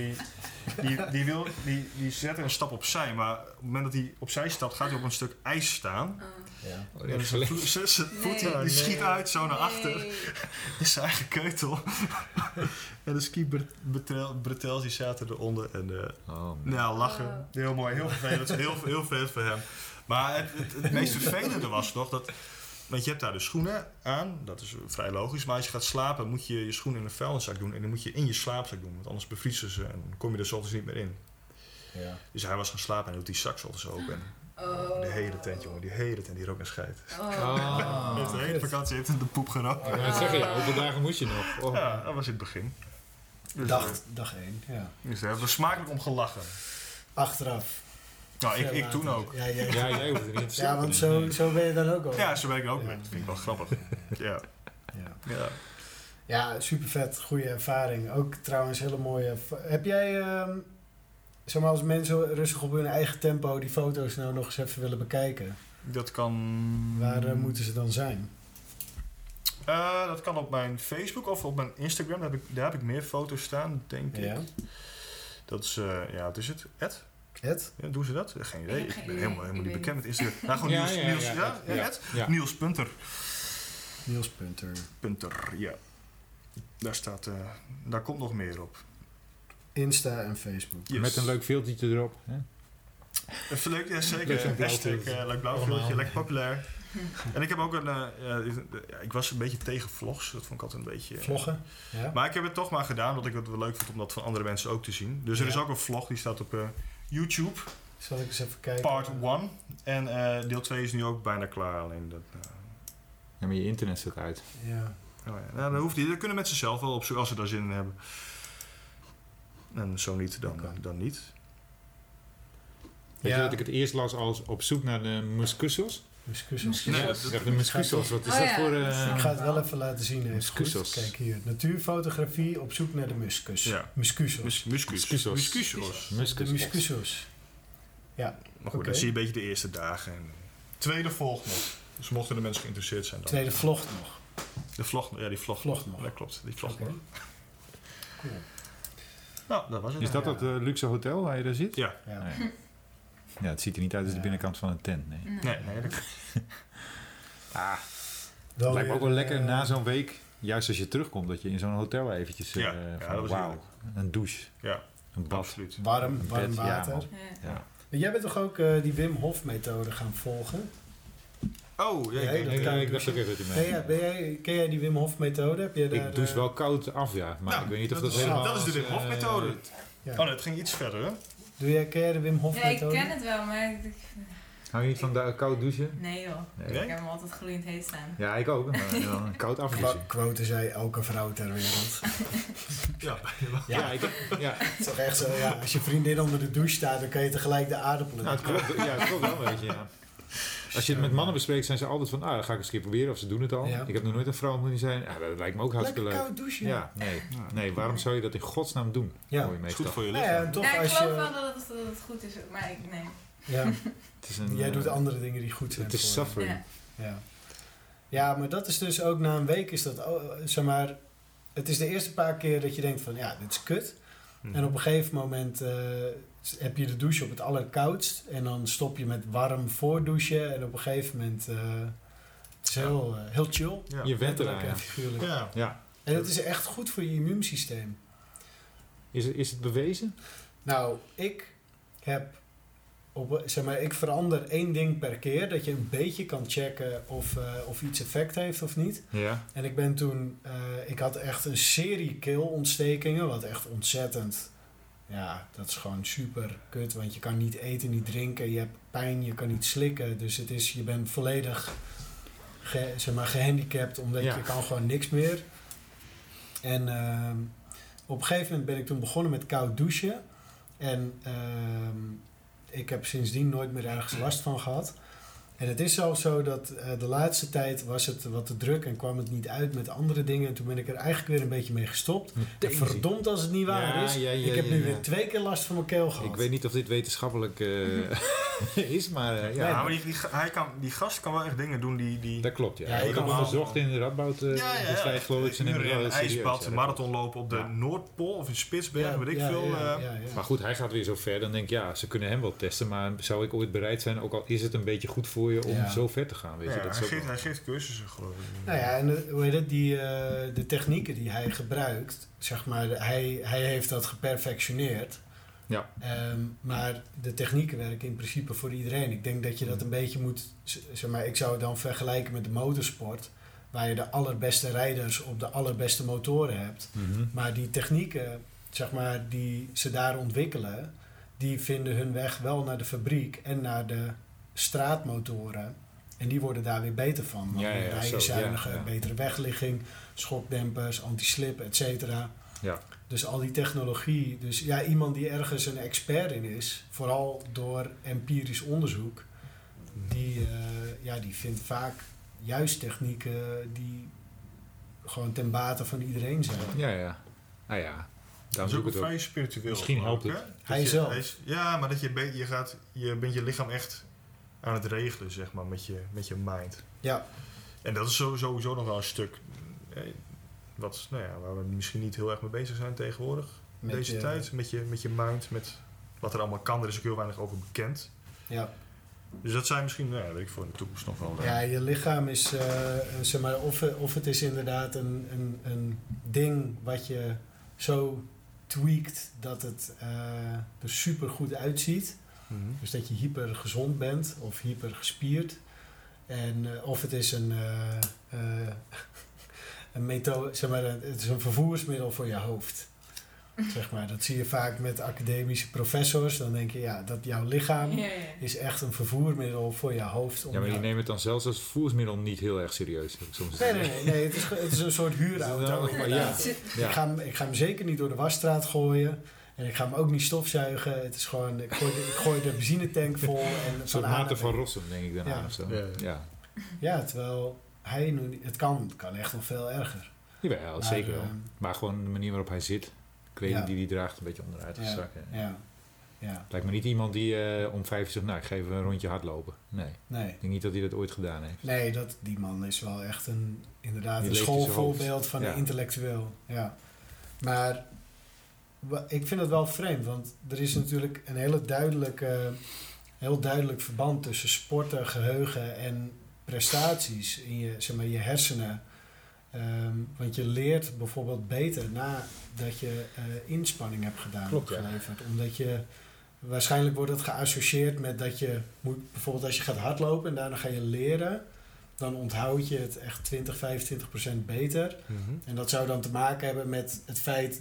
die zette een stap opzij. Maar op het moment dat hij opzij stapt, gaat hij op een stuk ijs staan. Ja. En zijn voet die schiet uit zo naar achter. In zijn eigen keutel. En de ski bretels die zaten eronder. En lachen. Heel mooi, heel vervelend. Heel vervelend voor hem. Maar het meest vervelende was nog dat Want je hebt daar de schoenen aan, dat is vrij logisch. Maar als je gaat slapen, moet je je schoenen in een vuilniszak doen. En dan moet je in je slaapzak doen, want anders bevriezen ze en dan kom je er 's ochtends niet meer in. Ja. Dus hij was gaan slapen en doet die zak 's ochtends open. De hele tent, jongen, die hele tent, die rook naar scheid. Hij heeft de hele vakantie in de poep genomen. Ja, zeg je, hoeveel dagen moet je nog? Oh. Ja, dat was in het begin. Dus, Dag 1, ja. Dus daar hebben we smakelijk om gelachen. Achteraf. Nou, ik later. toen ook. Ja, Jij hoeft het niet te ja, want zo ben je dan ook al. Ja, zo ben ik ook. Ja. Dat vind ik wel grappig. Ja. Ja, super vet. Goede ervaring. Ook trouwens hele mooie... Heb jij, zeg maar als mensen rustig op hun eigen tempo die foto's nou nog eens even willen bekijken? Dat kan... Waar moeten ze dan zijn? Dat kan op mijn Facebook of op mijn Instagram. Daar heb ik meer foto's staan, denk ik. Dat is, wat is het? Ed? Ja, doen ze dat? Geen idee. Ik ben helemaal niet bekend met Instagram. Nou, gewoon Niels. Niels Punter. Niels Punter. Ja. Daar staat, daar komt nog meer op. Insta en Facebook. Yes. Met een leuk filtertje erop. Hè? Even leuk, ja, zeker. Hashtag, leuk blauw filmpje, lekker populair. En ik heb ook ik was een beetje tegen vlogs. Dat vond ik altijd een beetje... Vloggen? Ja. Maar ik heb het toch maar gedaan, omdat ik het wel leuk vond om dat van andere mensen ook te zien. Dus er is ook een vlog, die staat op YouTube. Zal ik eens even kijken? Part 1. En deel 2 is nu ook bijna klaar. Alleen dat... Ja, maar je internet staat uit. Ja. Oh ja. Nou, dat hoeft niet. Dat kunnen mensen zelf wel opzoeken als ze daar zin in hebben. En zo niet, dan niet. Weet je dat ik het eerst las als op zoek naar de muskusos? Muskusos. Nee, de muskusos, wat is dat voor... ik ga het wel even laten zien. Muskusos. Kijk hier. Natuurfotografie op zoek naar de muskus. Ja. Muskusos. Muskusos. Ja. Maar goed, dan zie je een beetje de eerste dagen. En tweede volgt nog. Dus mochten de mensen geïnteresseerd zijn dan. Tweede vlogt nog. De vlog, ja, die vlog nog. Dat klopt, die vlog nog. Cool. Nou, dat was het. Is dat luxe hotel waar je daar zit? Ja. Nee. Ja, het ziet er niet uit als de binnenkant van een tent. Nee. Het lijkt me ook wel lekker na zo'n week, juist als je terugkomt, dat je in zo'n hotel eventjes... dat was een douche. Ja, een bad. Absoluut. Warm water. Ja. Jij bent toch ook die Wim Hof methode gaan volgen? Oh, ja. Ik dacht ook even dat ken jij die Wim Hof methode? Heb je daar, ik douche wel koud af, ja. Maar ik weet niet of dat helemaal... Dat is de Wim Hof methode. Ja. Oh nee, het ging iets verder, hè? Ken jij de Wim Hof methode? Ja, ik ken het wel, maar... Hou je niet van koud douchen? Nee joh. Nee? Ik heb hem altijd gloeiend heet staan. Ja, ik ook. Maar dan koud afdouchen. Quote zei elke vrouw ter wereld. Ja. Het is toch echt zo, ja. Als je vriendin onder de douche staat, dan kan je tegelijk de aardappelen... Nou, het klopt wel een beetje, ja. Als je het met mannen bespreekt, zijn ze altijd van, dat ga ik eens een keer proberen, of ze doen het al. Ja. Ik heb nog nooit een vrouw ontmoet die zei, dat lijkt me ook hartstikke leuk. Koud douchen. Ja, nee, waarom zou je dat in godsnaam doen? Ja, het is goed voor je lichaam. Ik geloof wel dat het goed is, maar nee. Ja. Jij doet andere dingen die goed zijn. Het is suffering. Ja, maar dat is dus ook na een week is dat, zeg maar, het is de eerste paar keer dat je denkt van, ja, dit is kut. En op een gegeven moment heb je de douche op het allerkoudst en dan stop je met warm voordouchen en op een gegeven moment het is heel chill. Ja. Je went eraan. En figuurlijk. Ja. En het is echt goed voor je immuunsysteem. Is het bewezen? Nou, ik heb ik verander 1 ding per keer, dat je een beetje kan checken of iets effect heeft of niet. Ja. En ik ben toen, ik had echt een serie keelontstekingen, wat echt ontzettend, dat is gewoon super kut, want je kan niet eten, niet drinken, je hebt pijn, je kan niet slikken, dus je bent volledig gehandicapt, omdat je kan gewoon niks meer. En op een gegeven moment ben ik toen begonnen met koud douchen en ik heb sindsdien nooit meer ergens last van gehad. En het is zelfs zo dat de laatste tijd was het wat te druk en kwam het niet uit met andere dingen. En toen ben ik er eigenlijk weer een beetje mee gestopt. En verdomd als het niet waar is. Ik heb nu weer 2 keer last van mijn keel gehad. Ik weet niet of dit wetenschappelijk is, maar ja. Maar die gast kan wel echt dingen doen die... Dat klopt, ja. Ik heb hem gezocht in de Radboud destijds, geloof ik. Ze nemen een ijsbad, marathon lopen op de Noordpool of in Spitsbergen, weet ik veel. Maar goed, hij gaat weer zo ver. Dan denk ik, ze kunnen hem wel testen. Maar zou ik ooit bereid zijn, ook al is het een beetje goed voor je, om zo ver te gaan? Weet je? Dat hij geeft cursussen, geloof ik. Nou ja, en hoe heet het, de technieken die hij gebruikt, zeg maar, hij heeft dat geperfectioneerd. Ja. Maar de technieken werken in principe voor iedereen. Ik denk dat je dat een beetje moet... Zeg maar, ik zou het dan vergelijken met de motorsport, waar je de allerbeste rijders op de allerbeste motoren hebt. Mm-hmm. Maar die technieken, zeg maar, die ze daar ontwikkelen, die vinden hun weg wel naar de fabriek en naar de straatmotoren. En die worden daar weer beter van. Rijden zuiniger, betere wegligging, schokdempers, anti-slip, et cetera. Ja. Dus al die technologie. Dus ja, iemand die ergens een expert in is, vooral door empirisch onderzoek, die vindt vaak juist technieken die gewoon ten bate van iedereen zijn. Ja. Nou ja. Dat is ook vrij spiritueel. Misschien helpt het. Hij zelf. Maar dat je bent je lichaam echt aan het regelen, zeg maar, met je mind. Ja. En dat is sowieso nog wel een stuk waar we misschien niet heel erg mee bezig zijn tegenwoordig. In deze tijd. Met je mind, met wat er allemaal kan. Er is ook heel weinig over bekend. Ja. Dus dat zijn misschien, weet ik voor in de toekomst nog wel. Ja, je lichaam is, zeg maar, of het is inderdaad een ding wat je zo tweakt dat het er super goed uitziet. Mm-hmm. Dus dat je hyper gezond bent of hyper gespierd. En of het is een methode, zeg maar, het is een vervoersmiddel voor je hoofd. Zeg maar, dat zie je vaak met academische professors. Dan denk je, dat jouw lichaam is echt een vervoermiddel voor je hoofd. Maar die nemen het dan zelfs als vervoersmiddel niet heel erg serieus. Soms nee, het is een soort huurauto. Ik ga hem zeker niet door de wasstraat gooien. En ik ga hem ook niet stofzuigen. Het is gewoon, ik gooi de benzinetank vol. En een soort Maarten van Rossum, denk ik daarna. Of zo. Ja, terwijl het kan echt nog veel erger. Jawel, zeker wel. Maar gewoon de manier waarop hij zit. Kleding die hij draagt, een beetje onderuit gezakken. Ja. Het lijkt me niet iemand die om 5 uur zegt, ik ga even een rondje hardlopen. Nee. Ik denk niet dat hij dat ooit gedaan heeft. Nee, die man is wel echt een schoolvoorbeeld van een intellectueel. Ja. Maar ik vind het wel vreemd, want er is natuurlijk een heel duidelijk verband tussen sporten, geheugen en prestaties in je hersenen. Want je leert bijvoorbeeld beter nadat je inspanning hebt gedaan. Klopt, geleverd. Omdat waarschijnlijk wordt het geassocieerd met dat je moet, bijvoorbeeld als je gaat hardlopen en daarna ga je leren, dan onthoud je het echt 20-25% beter. Mm-hmm. En dat zou dan te maken hebben met het feit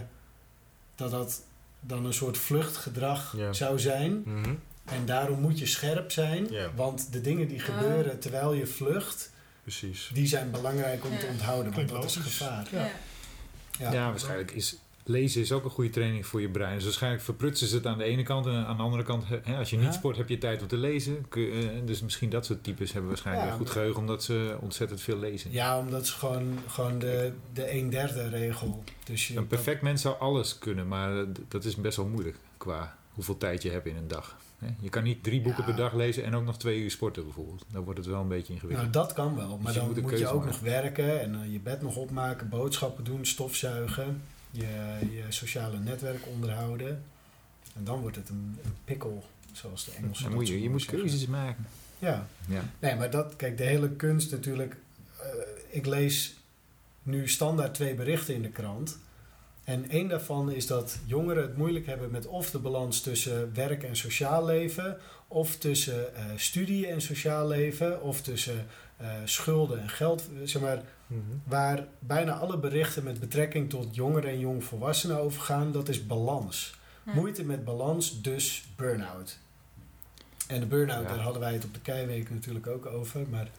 dat dan een soort vluchtgedrag zou zijn. Mm-hmm. En daarom moet je scherp zijn, want de dingen die gebeuren terwijl je vlucht, precies, die zijn belangrijk om te onthouden, want dat is gevaar. Ja, waarschijnlijk is lezen is ook een goede training voor je brein. Dus waarschijnlijk verprutsen ze het aan de ene kant en aan de andere kant, als je niet sport, heb je tijd om te lezen. Dus misschien dat soort types hebben waarschijnlijk een goed geheugen, omdat ze ontzettend veel lezen. Ja, omdat ze gewoon de 1/3 regel. Dus een perfect mens zou alles kunnen, maar dat is best wel moeilijk qua hoeveel tijd je hebt in een dag. Je kan niet 3 boeken per dag lezen en ook nog 2 uur sporten bijvoorbeeld. Dan wordt het wel een beetje ingewikkeld. Nou, dat kan wel. Maar dus dan moet je ook nog werken en je bed nog opmaken, boodschappen doen, stofzuigen, je sociale netwerk onderhouden. En dan wordt het een pikkel, zoals de Engelsen je moet keuzes maken. Ja. Nee, maar de hele kunst natuurlijk. Ik lees nu standaard 2 berichten in de krant. En 1 daarvan is dat jongeren het moeilijk hebben met of de balans tussen werk en sociaal leven, of tussen studie en sociaal leven, of tussen schulden en geld. Zeg maar, waar bijna alle berichten met betrekking tot jongeren en jongvolwassenen overgaan, dat is balans. Moeite met balans, dus burn-out. En de burn-out, daar hadden wij het op de Keiweek natuurlijk ook over, maar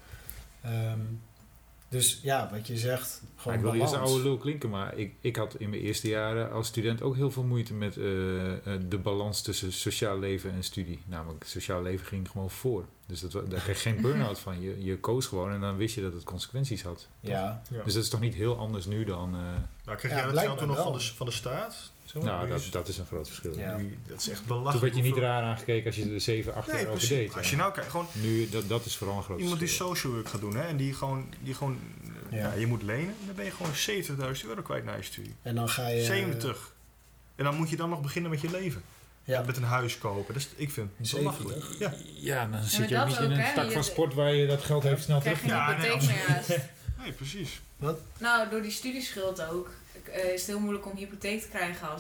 dus wat je zegt, gewoon ik wil balans. eerst oude lul klinken, maar ik had in mijn eerste jaren als student ook heel veel moeite met de balans tussen sociaal leven en studie. Namelijk, sociaal leven ging gewoon voor. Dus daar kreeg je geen burn-out van. Je koos gewoon en dan wist je dat het consequenties had. Ja. Dus dat is toch niet heel anders nu dan... kreeg jij dat geld toen nog van de staat? Dat is een groot verschil. Ja. Dat is echt belachelijk. Toen werd je niet raar aangekeken als je er 7, 8 jaar over deed. Als je nou kijkt, gewoon... Nu, dat is vooral een groot iemand verschil. die social work gaat doen, en die gewoon je moet lenen, dan ben je gewoon €70.000 kwijt naar je studie. En dan ga je... 70. En dan moet je dan nog beginnen met je leven. Ja. Met een huis kopen. Dus ik vind het belachelijk. Ja, dan zit je ook niet in een tak van sport waar je dat geld even snel terug krijgt. Geen hypotheek meer haast. Nee, precies. Wat? Nou, door die studieschuld ook is het heel moeilijk om hypotheek te krijgen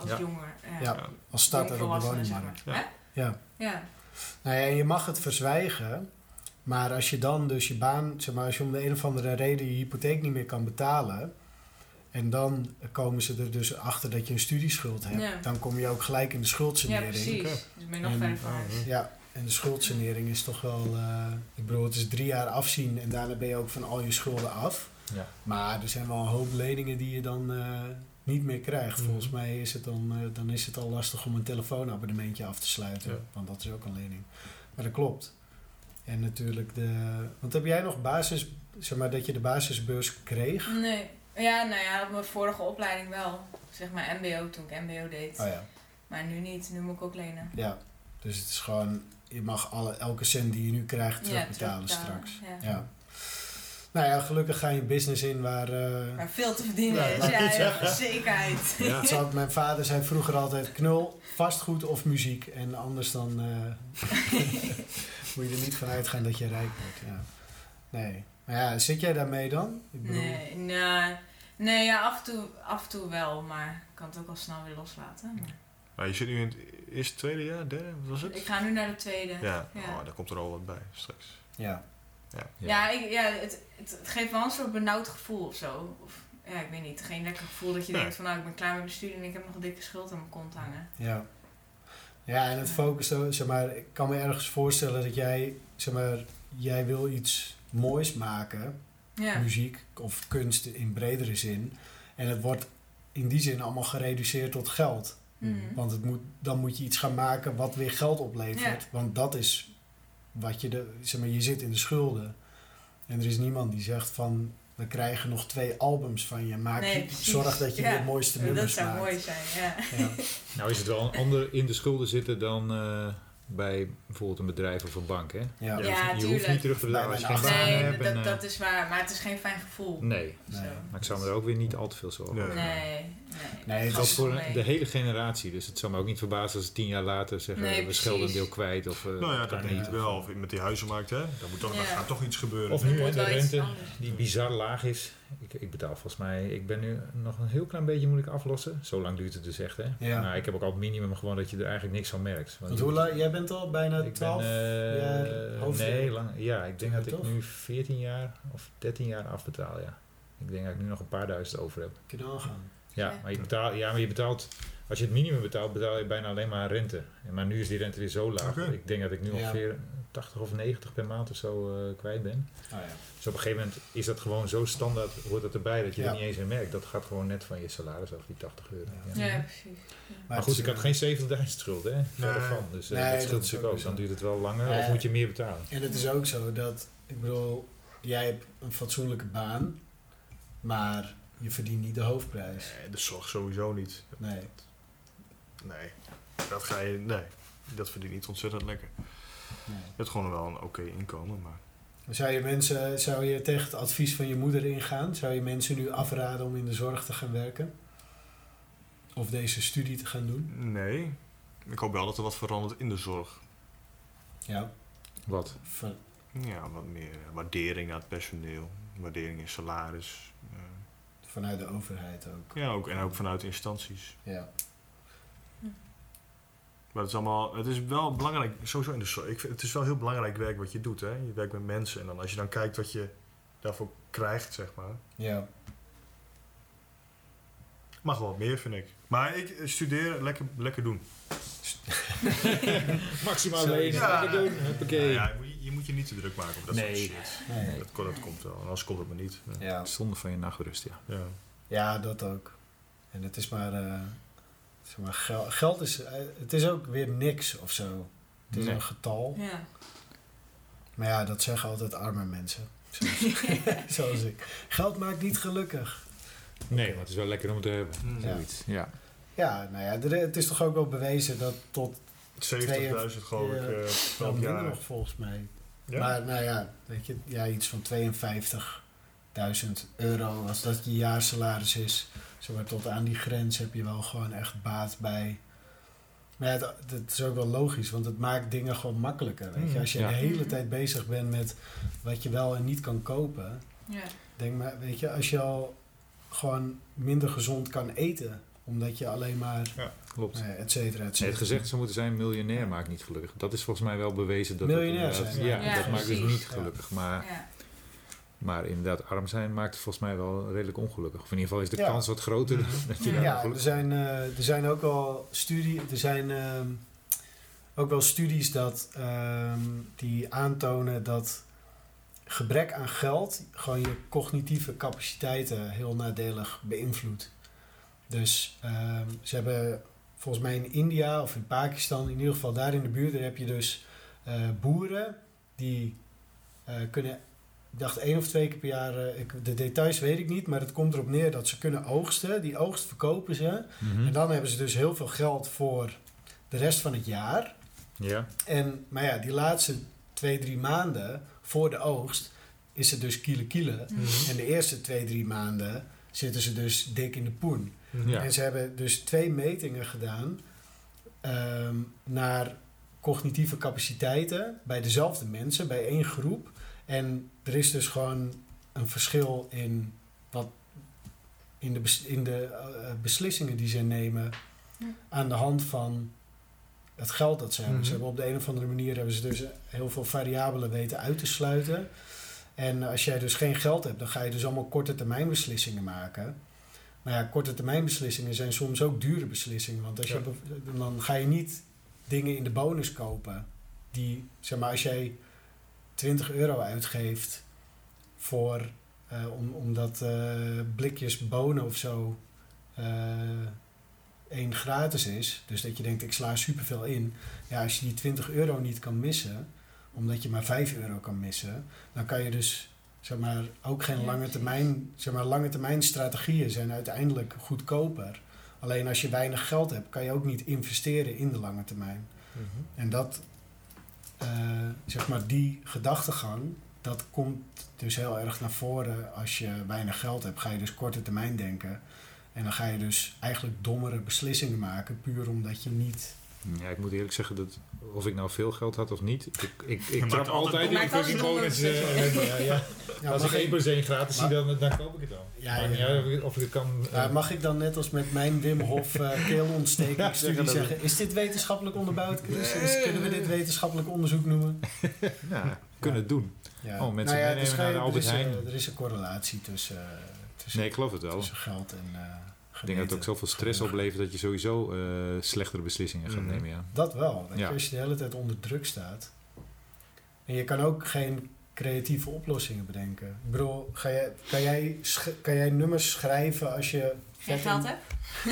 als jonger. Ja, als starter op de woningmarkt. Zeg maar. Ja. Nou ja, je mag het verzwijgen, maar als je dan dus je baan, zeg maar, als je om de een of andere reden je hypotheek niet meer kan betalen, en dan komen ze er dus achter dat je een studieschuld hebt, dan kom je ook gelijk in de schuldsanering. Ja, precies. Dus ben je nog verder van huis. Ja, en de schuldsanering is toch wel, ik bedoel, het is 3 jaar afzien en daarna ben je ook van al je schulden af. Ja. Maar er zijn wel een hoop leningen die je dan niet meer krijgt. Volgens mij is het dan is het al lastig om een telefoonabonnementje af te sluiten. Ja. Want dat is ook een lening. Maar dat klopt. En natuurlijk want heb jij nog zeg maar dat je de basisbeurs kreeg? Nee. Ja, nou ja, op mijn vorige opleiding wel. Zeg maar MBO, toen ik MBO deed. Oh ja. Maar nu niet. Nu moet ik ook lenen. Ja. Dus het is gewoon, je mag elke cent die je nu krijgt terugbetalen straks. Ja. Nou ja, gelukkig ga je een business in waar veel te verdienen is. Ja, zekerheid. Ja. Mijn vader zei vroeger altijd, knul, vastgoed of muziek. En anders dan moet je er niet van uitgaan dat je rijk wordt. Ja. Nee. Maar ja, zit jij daarmee dan? Ik bedoel... Nee, ja, af en toe wel. Maar ik kan het ook al snel weer loslaten. Maar je zit nu in het eerste, tweede jaar, derde? Wat was het? Ik ga nu naar de tweede. Ja. Oh, daar komt er al wat bij straks. Ja. Het geeft wel een soort benauwd gevoel of zo. Of, ja, ik weet niet. Geen lekker gevoel dat je denkt van, nou, ik ben klaar met mijn studie en ik heb nog een dikke schuld aan mijn kont hangen. Ja. Ja, en het focus, zeg maar, ik kan me ergens voorstellen dat jij, zeg maar, jij wil iets moois maken. Ja. Muziek of kunst in bredere zin. En het wordt in die zin allemaal gereduceerd tot geld. Want dan moet je iets gaan maken wat weer geld oplevert. Ja. Want dat is wat je zit in de schulden. En er is niemand die zegt van, we krijgen nog 2 albums van je. Zorg dat je de mooiste nummers maakt. Dat zou mooi zijn, ja. Nou is het wel een ander in de schulden zitten dan bij bijvoorbeeld een bedrijf of een bank, hè? Ja, je hoeft niet terug te betalen als je geen baan hebt. Dat is waar, maar het is geen fijn gevoel. Nee. Maar ik zou me er ook weer niet al te veel zorgen over maken. Nee, het is voor de hele generatie, dus het zou me ook niet verbazen als 10 jaar later zeggen we schelden een deel kwijt. Of, dat denk ik wel. Of met die huizenmarkt, hè? Dan gaat toch iets gebeuren. Of nu de rente die bizar laag is. Ik betaal volgens mij, ik ben nu nog een heel klein beetje moet ik aflossen. Zo lang duurt het dus echt, hè? Ja. Maar ik heb ook al het minimum gewoon dat je er eigenlijk niks van merkt. Want hoe lang? Jij bent al bijna 12 jaar hoofdleer? Nee, lang. Ja, ik denk dat ik nu 14 jaar of 13 jaar afbetaal, ja. Ik denk dat ik nu nog een paar duizend over heb. Kun je nagaan. Ja, maar je betaalt, als je het minimum betaalt, betaal je bijna alleen maar rente. Maar nu is die rente weer zo laag. Okay. Ik denk dat ik nu ongeveer 80 of 90 per maand of zo kwijt ben. Oh, ja. Dus op een gegeven moment is dat gewoon zo standaard, hoort dat erbij, dat je er niet eens in merkt. Dat gaat gewoon net van je salaris af, die 80 euro. Ja, precies. Ja. Maar goed, ik had geen 70.000 schuld, hè? Verder van. Dus dat scheelt natuurlijk ook. Dan duurt het wel langer of moet je meer betalen. En het is ook zo dat, ik bedoel, jij hebt een fatsoenlijke baan, maar je verdient niet de hoofdprijs. Nee, de zorg sowieso niet. Nee. Dat verdient niet ontzettend lekker. Nee. Je hebt gewoon wel een oké inkomen, maar... Zou je tegen het advies van je moeder ingaan? Zou je mensen nu afraden om in de zorg te gaan werken? Of deze studie te gaan doen? Nee. Ik hoop wel dat er wat verandert in de zorg. Ja. Wat? Wat meer waardering aan het personeel. Waardering in salaris. Vanuit de overheid ook. Ja, en ook vanuit instanties. Ja. Maar het is wel belangrijk, sowieso in de zorg. Het is wel heel belangrijk werk wat je doet, hè. Je werkt met mensen en dan als je dan kijkt wat je daarvoor krijgt, zeg maar. Ja. Mag wel wat meer, vind ik. Maar ik studeer, lekker doen. Maximaal lenen, lekker doen. Je moet je niet te druk maken op dat soort shit. Nee. Dat komt wel, anders komt het maar niet. Ja. Zonde van je nachtrust, Ja, dat ook. En het is maar geld is, het is ook weer niks of zo. Het is een getal. Ja. Maar ja, dat zeggen altijd arme mensen. Zoals ik. Geld maakt niet gelukkig. Nee, maar het is wel lekker om te hebben. Zoiets. Ja, nou ja, het is toch ook wel bewezen dat tot 70.000 geloof ik wel minder nog volgens mij. Ja? Maar nou ja, weet je, iets van 52.000 euro, als dat je jaarsalaris is. Zomaar tot aan die grens heb je wel gewoon echt baat bij. Maar ja, dat is ook wel logisch, want het maakt dingen gewoon makkelijker. Weet je? Als je de hele tijd bezig bent met wat je wel en niet kan kopen. Ja. Denk maar, weet je, als je al gewoon minder gezond kan eten Omdat je alleen maar, klopt. et cetera, et cetera. Het gezegd zou moeten zijn, miljonair maakt niet gelukkig. Dat is volgens mij wel bewezen. Dat Miljonair zijn. Ja, dat maakt dus precies. niet gelukkig. Maar inderdaad, arm zijn maakt volgens mij wel redelijk ongelukkig. Of in ieder geval is de kans wat groter dat je daar er zijn ook wel studies die aantonen dat gebrek aan geld gewoon je cognitieve capaciteiten heel nadelig beïnvloedt. Dus ze hebben volgens mij in India of in Pakistan, in ieder geval daar in de buurt, daar heb je dus boeren die kunnen, ik dacht 1 of 2 keer per jaar, de details weet ik niet, maar het komt erop neer dat ze kunnen oogsten. Die oogst verkopen ze. Mm-hmm. En dan hebben ze dus heel veel geld voor de rest van het jaar. Ja. Maar ja, die laatste 2-3 maanden voor de oogst is het dus kiele. Mm-hmm. En de eerste 2-3 maanden zitten ze dus dik in de poen. Ja. En ze hebben dus 2 metingen gedaan naar cognitieve capaciteiten bij dezelfde mensen, bij 1 groep. En er is dus gewoon een verschil in de beslissingen die ze nemen aan de hand van het geld dat ze hebben. Ze hebben op de een of andere manier hebben ze dus heel veel variabelen weten uit te sluiten. En als jij dus geen geld hebt, dan ga je dus allemaal korte termijn beslissingen maken. Maar ja, korte termijn beslissingen zijn soms ook dure beslissingen. Want dan ga je niet dingen in de bonus kopen. Die, zeg maar, als jij €20 uitgeeft voor omdat blikjes bonen of zo 1 gratis is. Dus dat je denkt, ik sla superveel in. Ja, als je die €20 niet kan missen, omdat je maar €5 kan missen, dan kan je dus, zeg maar, ook geen lange termijn strategieën zijn uiteindelijk goedkoper. Alleen als je weinig geld hebt, kan je ook niet investeren in de lange termijn. Mm-hmm. En dat, zeg maar, die gedachtegang, dat komt dus heel erg naar voren. Als je weinig geld hebt, ga je dus korte termijn denken. En dan ga je dus eigenlijk dommere beslissingen maken, puur omdat je niet... Ja, ik moet eerlijk zeggen dat of ik nou veel geld had of niet, ik trap altijd in de fucking bonus. Als ik 1+1 gratis zie, dan koop ik het al. Of ik kan... mag ik dan net als met mijn Wim Hof keelontstekingsstudie zeggen, is dit wetenschappelijk onderbouwd, Chris? Dus kunnen we dit wetenschappelijk onderzoek noemen? Ja, kunnen het doen. Ja. Mensen meenemen naar de Albert Heijn. Er is een correlatie tussen nee, ik geloof het wel. Tussen geld en ik denk dat het ook zoveel stress oplevert dat je sowieso slechtere beslissingen gaat nemen. Ja. Dat wel. Als je de hele tijd onder druk staat. En je kan ook geen creatieve oplossingen bedenken. Ik bedoel, kan jij nummers schrijven als je... Geen geld hebt?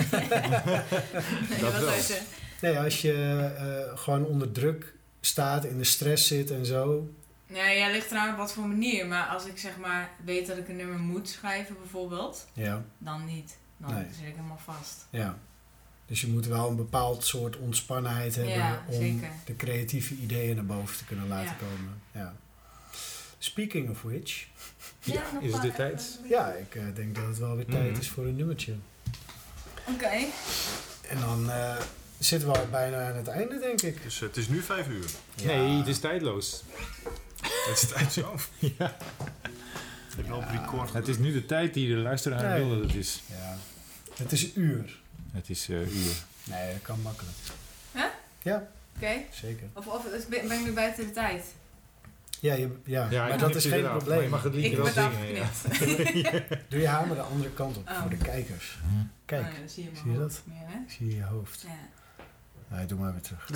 Dat wel. Nee, als je gewoon onder druk staat, in de stress zit en zo. Nee, ja, ligt eraan op wat voor manier. Maar als ik, zeg maar, weet dat ik een nummer moet schrijven bijvoorbeeld, dan niet. Dan zit ik helemaal vast. Ja. Dus je moet wel een bepaald soort ontspannenheid hebben om de creatieve ideeën naar boven te kunnen laten komen. Ja. Speaking of which. Is het de tijd? Ja, ik denk dat het wel weer tijd is voor een nummertje. Oké. En dan zitten we al bijna aan het einde, denk ik. Dus het is nu 5 uur. Ja. Nee, het is tijdloos. Het is tijd zo. Ja. Ik heb op record. Het is nu de tijd die de luisteraar wil dat het is. Ja. Het is uur. Het is uur. Nee, dat kan makkelijk. Huh? Ja. Oké. Zeker. Of ben ik nu buiten de tijd? Ja, maar dat is geen probleem. Maar je mag het liedje wel zingen. Ja. Doe je hamer de andere kant op voor de kijkers. Kijk, dan zie je dat? Meer, hè? Zie je je hoofd. Ja. Nee, doe maar weer terug.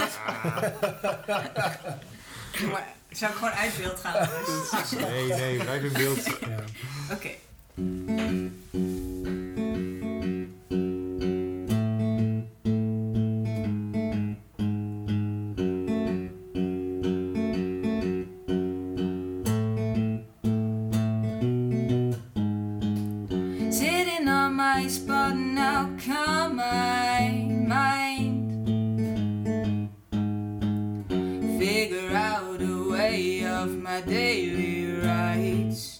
Maar zou ik gewoon uit beeld gaan? Nee, blijf in beeld. Ja. Oké. Sitting on my spot now, calm my mind. Figure out a way of my daily rights.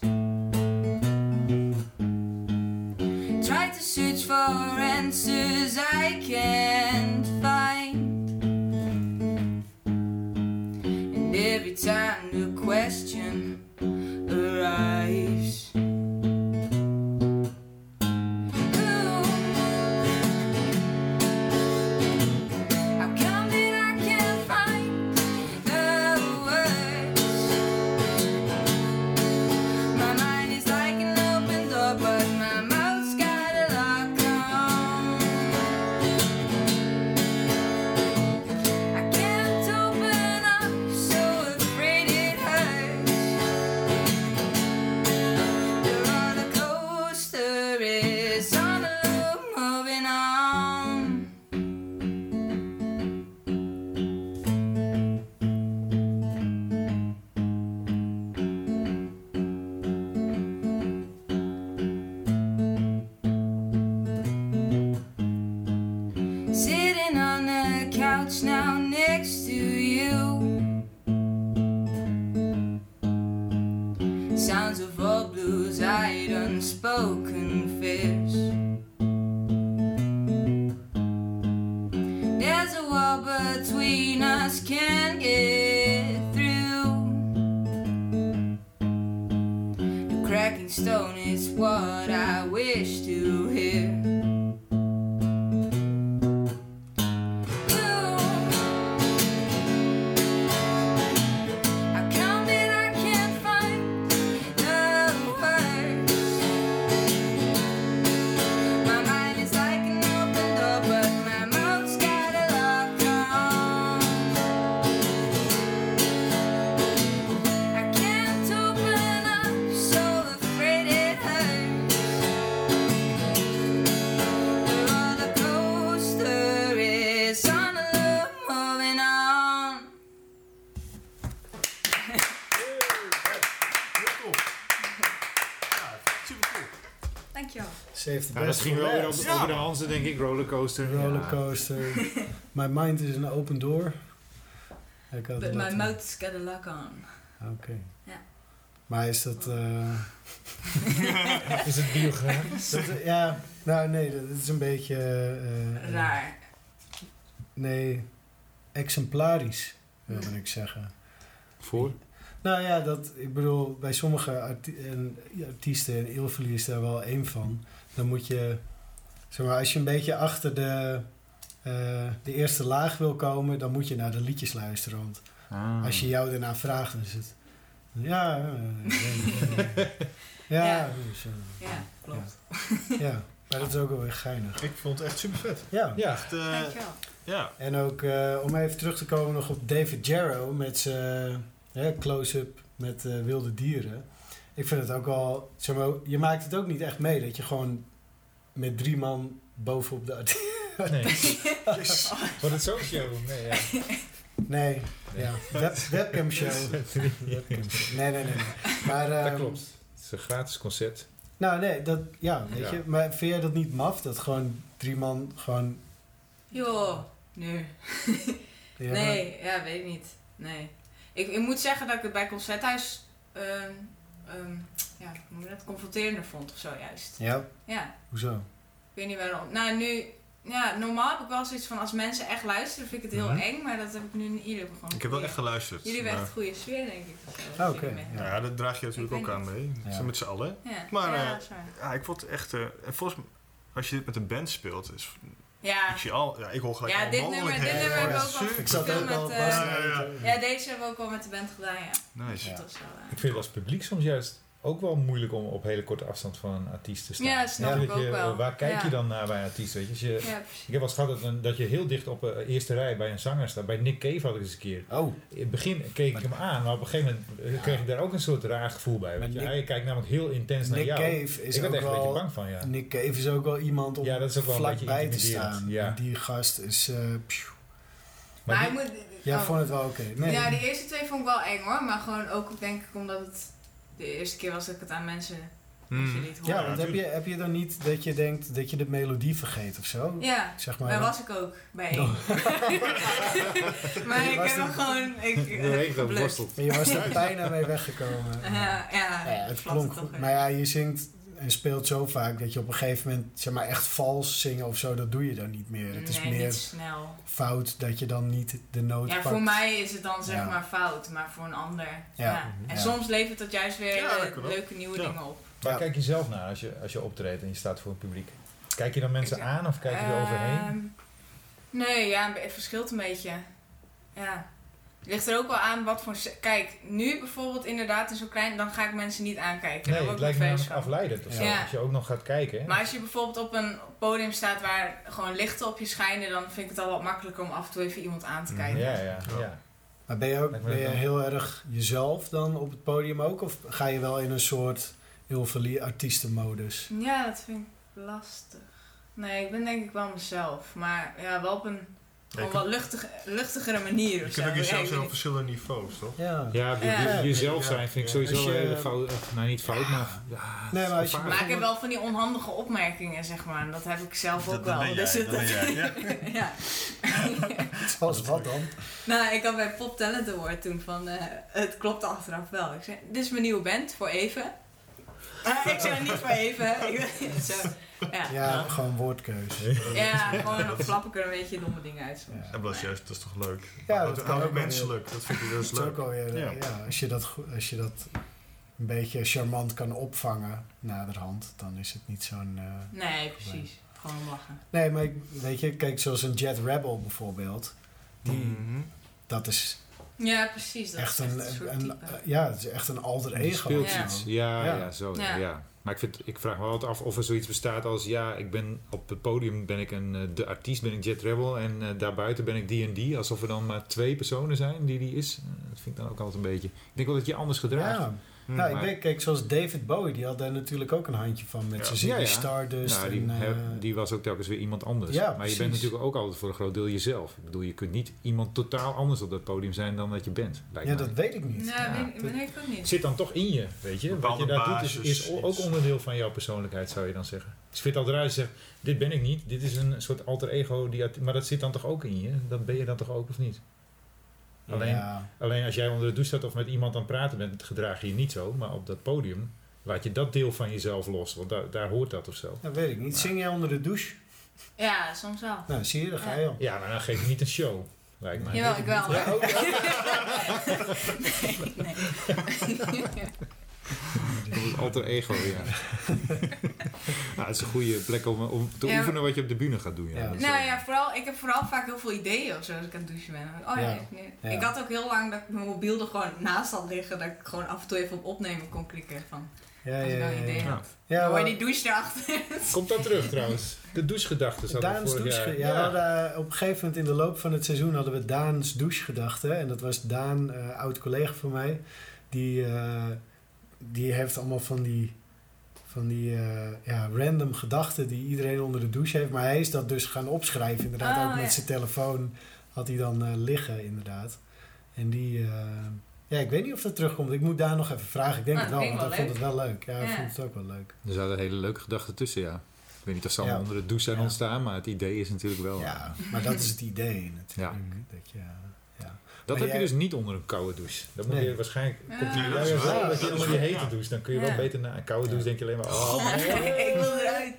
Try to search for answers I can't find. And every time the question arrives, couch now next to you. Sounds of all blues-eyed unspoken fears. There's a wall between us, can't get through. The cracking stone is what I wish to hear. Dat ging wel weer over de Hansen, denk ik. Rollercoaster. Rollercoaster. My mind is an open door. But my mouth's got a lock on. Oké. Ja. Maar is dat... Is het biografisch? Ja, nou nee, dat is een beetje... raar. Nee, exemplarisch, wilde ik zeggen. Voor? Nou ja, ik bedoel, bij sommige artiesten, en Ilfely is daar wel één van, dan moet je, zeg maar, als je een beetje achter de eerste laag wil komen, dan moet je naar de liedjes luisteren. Want als je jou daarna vraagt, dan is het, ja, klopt. Ja, maar dat is ook wel weer geinig. Ik vond het echt super vet. Ja. Echt, ja. En ook, om even terug te komen nog op David Jarrow met zijn close-up met wilde dieren. Ik vind het ook wel, zeg maar, je maakt het ook niet echt mee dat je gewoon met 3 man bovenop de artiest... Nee. Wordt het zo'n show? Nee, ja. Nee, ja. Webcam show. Nee. Maar, dat klopt. Het is een gratis concert. Nou nee, weet je. Maar vind jij dat niet maf? Dat gewoon 3 man gewoon... Joh, nee. Ja, nee, ja, weet ik niet. Nee. Ik moet zeggen dat ik het bij Concerthuis hoe noem je dat, confronterender vond of zo juist. Ja? Ja. Hoezo? Ik weet niet waarom. Nou, nu... Ja, normaal heb ik wel zoiets van als mensen echt luisteren, vind ik het heel eng, maar dat heb ik nu niet. Jullie hebben gewoon. Ik heb wel echt geluisterd. Jullie hebben echt goede sfeer, denk ik. Oké. Ja, dat draag je natuurlijk ook aan mee. Ja. Met z'n allen. Ja. Maar ja, ik vond echt... en volgens mij, als je dit met een band speelt, is... Ja. Ik hoor gelijk dit nummer heb ik ook al ik zat ook al Ja, deze hebben we ook al met de band gedaan, ja. Nice. Ja. Ik vind het als publiek soms juist ook wel moeilijk om op hele korte afstand van een artiest te staan. Ja, snap ik ook wel. Waar kijk je dan naar bij een artiest? Weet je? Ik heb wel eens gehad dat je heel dicht op de eerste rij bij een zanger staat. Bij Nick Cave had ik eens een keer. Oh. In het begin keek ik hem aan, maar op een gegeven moment kreeg ik daar ook een soort raar gevoel bij. Weet je? Hij kijkt namelijk heel intens naar jou. Cave is ik ben ook echt een wel, beetje bang van, ja. Nick Cave is ook wel iemand om vlakbij te staan. Ja. Die gast is... maar vond het wel oké. Nee. Ja, die eerste 2 vond ik wel eng hoor, maar gewoon ook denk ik omdat het de eerste keer was dat ik het aan mensen liet horen. Ja, want heb je dan niet dat je denkt dat je de melodie vergeet of zo? Ja, zeg maar, daar was ik ook bij 1. Maar ik heb hem gewoon... Je was er bijna mee weggekomen. Ja, het klonk goed. Maar ja, je zingt en speelt zo vaak dat je op een gegeven moment, zeg maar, echt vals zingen of zo, dat doe je dan niet meer. Het is meer niet snel. Fout dat je dan niet de noot pakt. Voor mij is het dan zeg maar fout, maar voor een ander. Ja. En soms levert dat juist weer leuke nieuwe dingen op. Waar kijk je zelf naar als je optreedt en je staat voor een publiek? Kijk je dan mensen aan of kijk je er overheen? Nee, het verschilt een beetje. Ja. Het ligt er ook wel aan wat voor... Kijk, nu bijvoorbeeld inderdaad in zo'n klein... Dan ga ik mensen niet aankijken. Nee, het lijkt me namelijk afleidend of zo. Ja. Als je ook nog gaat kijken. Hè? Maar als je bijvoorbeeld op een podium staat waar gewoon lichten op je schijnen... Dan vind ik het al wat makkelijker om af en toe even iemand aan te kijken. Ja. Maar ben je heel erg jezelf dan op het podium ook? Of ga je wel in een soort Ilfely artiestenmodus? Ja, dat vind ik lastig. Nee, ik ben denk ik wel mezelf. Maar ja, wel op een... Op wat luchtigere manier. Je kunt ook jezelf zijn op verschillende niveaus, toch? Ja, jezelf zijn vind ik sowieso heel fout. Nou, niet fout, maar... Nee, maar ik heb wel van die onhandige opmerkingen, zeg maar. En dat heb ik zelf ook wel. Ja. Zoals wat dan? Nou, ik had bij Pop Talent Award toen van... het klopt achteraf wel. Ik zei, dit is mijn nieuwe band, voor even. Ik zei niet voor even. Zo, ja, gewoon woordkeuze. Ja, gewoon op flappen kunnen een beetje domme dingen uitzoeken. Ja, dat is toch leuk? Ja, dat is ook menselijk. Dat vind ik dus leuk. Ook alweer, ja, als je dat een beetje charmant kan opvangen naderhand, dan is het niet zo'n... nee, precies. Gewoon om lachen. Nee, maar weet je, kijk, zoals een Jet Rebel bijvoorbeeld. Dat is... Ja, precies. Dat echt is een soort type. Het is echt een alter ego. Speelt Ja. iets. Ja. Maar ik vraag me altijd af of er zoiets bestaat als... Ja, ik ben op het podium ben ik de artiest, ben ik Jet Rebel. En daarbuiten ben ik die en die. Alsof er dan maar 2 personen zijn die is. Dat vind ik dan ook altijd een beetje... Ik denk wel dat je anders gedraagt. Ja. Nou, ik weet, kijk, zoals David Bowie, die had daar natuurlijk ook een handje van met zijn Ziggy Stardust. Die was ook telkens weer iemand anders. Ja, maar precies. je bent natuurlijk ook altijd voor een groot deel jezelf. Ik bedoel, je kunt niet iemand totaal anders op dat podium zijn dan dat je bent. Dat weet ik niet. weet ik ook niet. Zit dan toch in je, weet je. Wat je daar doet is ook onderdeel van jouw persoonlijkheid, zou je dan zeggen. Dus ik vind het altijd raar als je zegt, dit ben ik niet. Dit is een soort alter ego. Maar dat zit dan toch ook in je? Dat ben je dan toch ook, of niet? Alleen als jij onder de douche staat of met iemand aan het praten bent, gedraag je je niet zo. Maar op dat podium laat je dat deel van jezelf los. Want daar hoort dat of zo. Dat weet ik niet. Zing jij onder de douche? Ja, soms wel. Nou, zie je, daar ga je al. Ja, maar dan geef je niet een show. Lijkt mij. Jawel, ik wel. Ja, ook. Nee. Alter ego, ja. Het is een goede plek om te oefenen wat je op de bühne gaat doen. Ja. Ja. Nou ja, ik heb vooral vaak heel veel ideeën of zo als ik aan het douchen ben. Ja. Ik had ook heel lang dat ik mijn mobiel er gewoon naast had liggen. Dat ik gewoon af en toe even op opnemen kon klikken. Als ik nou een idee had. Ja, dan hoor je die douche erachter. Komt dat terug trouwens? De douchegedachten. Daans douche. Ja, we hadden, op een gegeven moment in de loop van het seizoen hadden we Daans douchegedachten. En dat was Daan, oud collega van mij. Die heeft allemaal van die random gedachten die iedereen onder de douche heeft. Maar hij is dat dus gaan opschrijven inderdaad. Ook met zijn telefoon had hij dan liggen inderdaad. En ik weet niet of dat terugkomt. Ik moet daar nog even vragen. Ik denk het wel, want hij vond het wel leuk. Ja, hij vond het ook wel leuk. Er zaten hele leuke gedachten tussen, ja. Ik weet niet of ze allemaal onder de douche zijn ontstaan, maar het idee is natuurlijk wel... Ja, maar dat is het idee natuurlijk. Dat heb je dus niet onder een koude douche. Dat moet je waarschijnlijk... Komt dat je onder die hete douche. Dan kun je wel beter naar een koude douche denk je alleen maar... Ik wil eruit.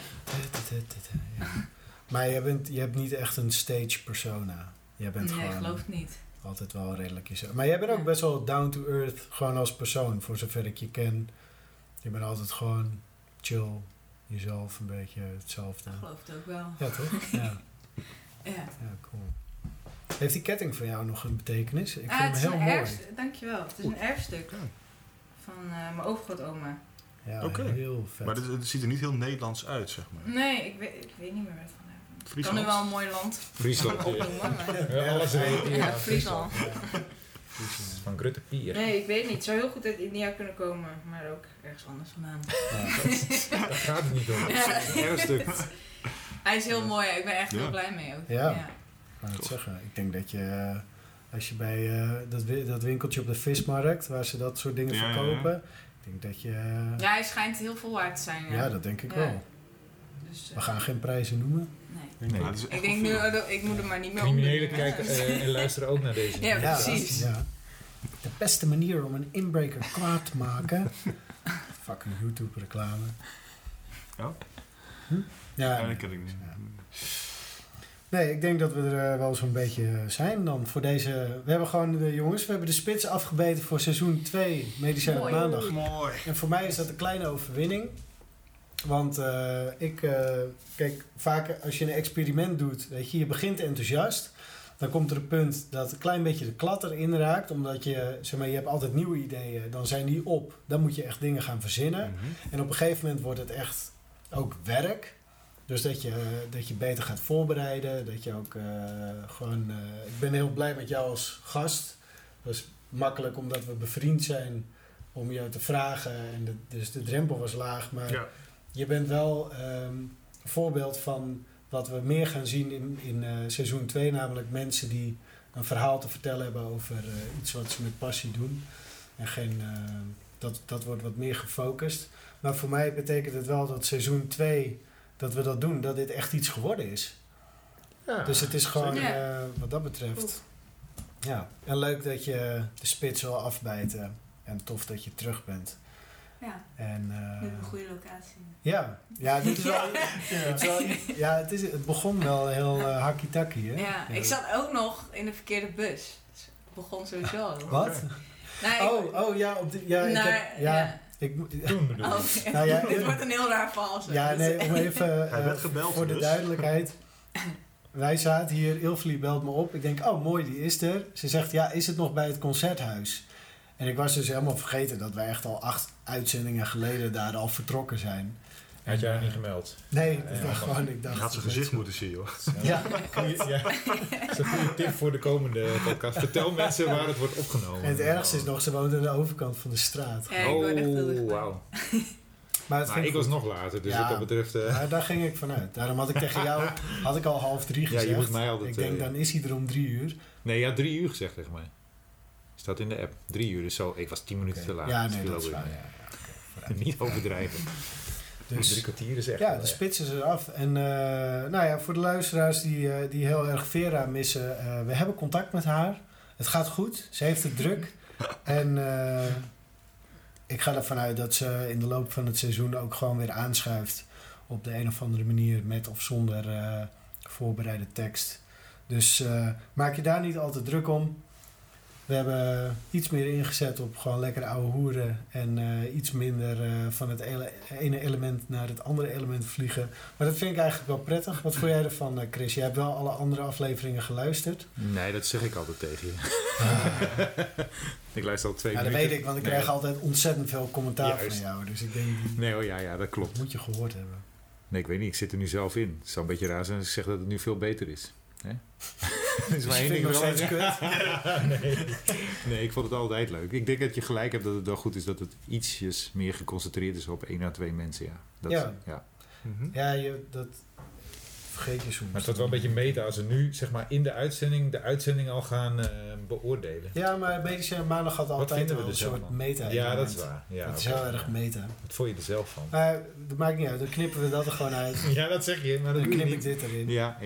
Ja. Maar je hebt niet echt een stage persona. Jij bent gewoon... Nee, geloof het niet. Altijd wel redelijk jezelf. Maar jij bent ook best wel down to earth, gewoon als persoon, voor zover ik je ken. Je bent altijd gewoon chill, jezelf, een beetje hetzelfde. Ik geloof het ook wel. Ja, toch? Ja, cool. Heeft die ketting van jou nog een betekenis? Ik vind hem heel mooi. Dankjewel. Het is een erfstuk van mijn overgrootoma. Ja, heel vet. Maar het ziet er niet heel Nederlands uit, zeg maar. Nee, ik weet niet meer wat van heb. Friesland? Kan nu wel een mooi land Friesland. opnoemen. Alles Ja, Friesland. Van Grutte Pier. Nee, ik weet niet. Het zou heel goed uit India kunnen komen, maar ook ergens anders vandaan. Daar gaat het niet om. Het erfstuk. Hij is heel mooi. Ik ben echt heel blij mee ook. Ja. Ik wou het zeggen. Ik denk dat je, als je bij dat winkeltje op de vismarkt, waar ze dat soort dingen verkopen, ik denk dat je... Ja, hij schijnt heel veel waard te zijn. Ja, dat denk ik wel. Dus, we gaan geen prijzen noemen. Nee. Ik denk nu, ik moet er maar niet meer criminelen kijken en luisteren ook naar deze. Ja, precies. Ja. De beste manier om een inbreker kwaad te maken. Fucking YouTube reclame. Ja? Ja, dat ken ik niet. Nee, ik denk dat we er wel zo'n beetje zijn dan voor deze... We hebben gewoon, jongens, we hebben de spits afgebeten voor seizoen 2, Medicijn op maandag. Mooi. En voor mij is dat een kleine overwinning. Want kijk, vaak als je een experiment doet, weet je begint enthousiast. Dan komt er een punt dat een klein beetje de klat erin raakt. Omdat je hebt altijd nieuwe ideeën. Dan zijn die op. Dan moet je echt dingen gaan verzinnen. En op een gegeven moment wordt het echt ook werk. Dus dat je beter gaat voorbereiden. Dat je ook gewoon... ik ben heel blij met jou als gast. Dat is makkelijk omdat we bevriend zijn om jou te vragen. En dus de drempel was laag. Maar je bent wel een voorbeeld van wat we meer gaan zien in seizoen 2. Namelijk mensen die een verhaal te vertellen hebben over iets wat ze met passie doen. En dat wordt wat meer gefocust. Maar voor mij betekent het wel dat seizoen 2... dat we dat doen, dat dit echt iets geworden is. Ja, dus het is gewoon, Ja. wat dat betreft... Ja, en leuk dat je de spits wil afbijten. En tof dat je terug bent. Ja, En, dit is een goede locatie. ja, dit is wel... het begon wel heel hakkie-takkie, hè? Ja, ik zat ook nog in de verkeerde bus. Dus het begon sowieso al. Wat? Nou, Ja, toen bedoel ik. Oh, Nou ja, dit wordt een heel raar verhaal. Zo. ja, nee, om even Hij werd gebeld, voor de dus. duidelijkheid. Wij zaten hier, Ilflie belt me op. Ik denk, oh mooi, die is er. Ze zegt, ja, is het nog bij het Concerthuis? En ik was dus helemaal vergeten dat wij echt al 8 uitzendingen geleden daar al vertrokken zijn. Had jij haar niet gemeld? Nee, Ja, ik dacht gewoon, Je had zijn gezicht moeten zien, joh. Ja, Dat is een goede tip voor de komende podcast. Vertel mensen waar het wordt opgenomen. en het ergste is nog, ze woont aan de overkant van de straat. Ja, ik word echt heel dichtbij. wauw. Maar, het Maar ging ik was goed. nog later, dus Ja. wat dat betreft... Maar daar ging ik vanuit. Daarom had ik tegen jou, had ik al 2:30 gezegd. Ja, je moet mij altijd... Ik denk, dan is hij er om 3:00. Nee, ja, 3 uur gezegd tegen mij. Staat in de app. 3 uur, dus zo. Ik was 10 minuten te laat. Ja, dus nee, viel dat is ook waar. weer Ja, mee. ja, oké, Niet overdrijven. Dus 3 kwartier is echt... ja, de spits is eraf. En nou ja, voor de luisteraars die heel erg Vera missen. We hebben contact met haar. Het gaat goed. Ze heeft het druk. En ik ga ervan uit dat ze in de loop van het seizoen ook gewoon weer aanschuift. Op de een of andere manier met of zonder voorbereide tekst. Dus maak je daar niet al te druk om. We hebben iets meer ingezet op gewoon lekker ouwe hoeren. En iets minder van het ene element naar het andere element vliegen. Maar dat vind ik eigenlijk wel prettig. Wat vond jij ervan, Chris? Je hebt wel alle andere afleveringen geluisterd. Nee, dat zeg ik altijd tegen je. Ik luister al 2 Ja, dat minuten. weet ik, want ik Nee. krijg altijd ontzettend veel commentaar Juist. van jou. Dus ik denk, Nee hoor, ja, dat klopt. dat moet je gehoord hebben. Nee, ik weet niet. Ik zit er nu zelf in. Het zou een beetje raar zijn als ik zeg dat het nu veel beter is. Hè? Dat is Dus maar je één ding vindt nog steeds veranderd. kut? Nee, ik vond het altijd leuk. Ik denk dat je gelijk hebt dat het wel goed is dat het ietsjes meer geconcentreerd is op 1 à 2 mensen. Ja. Dat Ja. ja. Ja, dat vergeet je soms. Maar het wordt wel een beetje meta als we nu zeg maar in de uitzending al gaan beoordelen. Ja, maar Medische Maandag had altijd vinden we wel er een zelf soort van? meta. Ja, dat is waar. Ja, Het is oké. heel erg meta. Wat vond je er zelf van? Maar dat maakt niet uit, dan knippen we dat er gewoon uit. Ja, dat zeg je, maar dat Dan doe je knip ik niet. dit erin. Ja.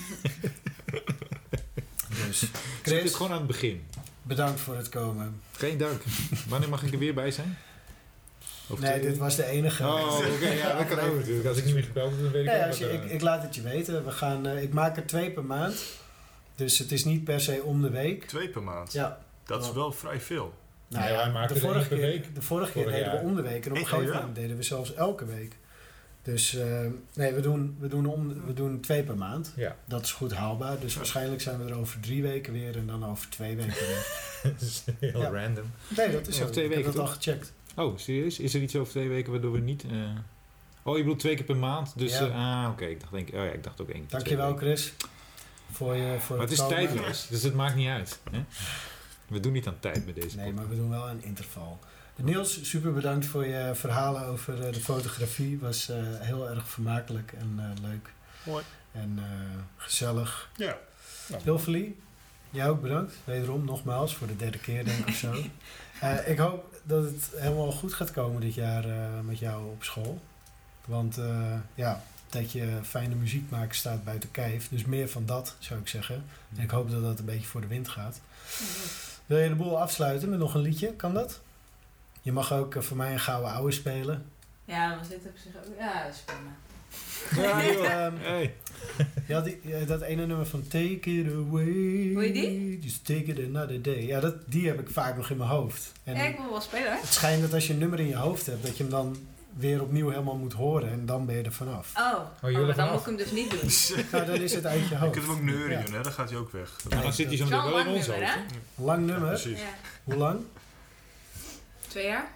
Dus Zit Chris, het gewoon aan het begin. bedankt voor het komen. Geen dank. Wanneer mag ik er weer bij zijn? Over Nee, 2 dit weken? was de enige. Oh, oké, ja, dat kan ook natuurlijk. Als ik niet meer gebeld heb, dan weet ik Nee, ook als wat je, ik laat het je weten. We gaan, ik maak er 2 per maand. Dus het is niet per se om de week. 2 per maand. Ja. Dat is wel vrij veel. Nou Nee, wij maken de er vorige één per keer, week. de vorige keer Vorig deden we jaar. om de week. En op een Oh, gegeven ja? moment deden we zelfs elke week. Dus nee, we doen 2 per maand. Ja. Dat is goed haalbaar. Dus waarschijnlijk zijn we er over 3 weken weer. En dan over 2 weken weer. Dat is heel Ja. random. Nee, dat is zo. Over 2 Ik heb weken, dat al toch? gecheckt. Oh, serieus? Is er iets over 2 weken waardoor we niet... Oh, je bedoelt 2 keer per maand? Dus, Ja. oké. Ik dacht ook 1 keer. Dankjewel, Chris. Voor Maar het is komen. tijdloos, dus het maakt niet uit. Hè? We doen niet aan tijd met deze Nee, podcast. maar we doen wel een interval. Niels, super bedankt voor je verhalen over de fotografie. Was heel erg vermakelijk en leuk. Mooi. En gezellig. Ja. Ilflie, jij ook bedankt. Wederom, nogmaals, voor de 3e keer denk ik of zo. Ik hoop dat het helemaal goed gaat komen dit jaar met jou op school. Want ja, dat je fijne muziek maken staat buiten kijf. Dus meer van dat, zou ik zeggen. En ik hoop dat dat een beetje voor de wind gaat. Wil je de boel afsluiten met nog een liedje? Kan dat? Je mag ook voor mij een gouden ouwe spelen. Ja, dan was dit op zich ook... Ja, dat is prima. Ja, joh, Hey. ja, dat ene nummer van Take It Away. Hoor je die? Just take it another day. Ja, die heb ik vaak nog in mijn hoofd. En Ja, ik wil wel spelen hoor. het schijnt dat als je een nummer in je hoofd hebt, dat je hem dan weer opnieuw helemaal moet horen. En dan ben je er vanaf. Oh, je wil er maar dan vanaf? moet ik hem dus niet doen. Nou, dan is het uit je Je hoofd. kunt hem ook neuren, Ja. hè? Dan gaat hij ook weg. Maar dan zit hij zo Het is meteen wel wel een in lang ons nummer, hoofd. hè? Lang Ja, nummer. precies. Ja. Hoe lang? 2 jaar?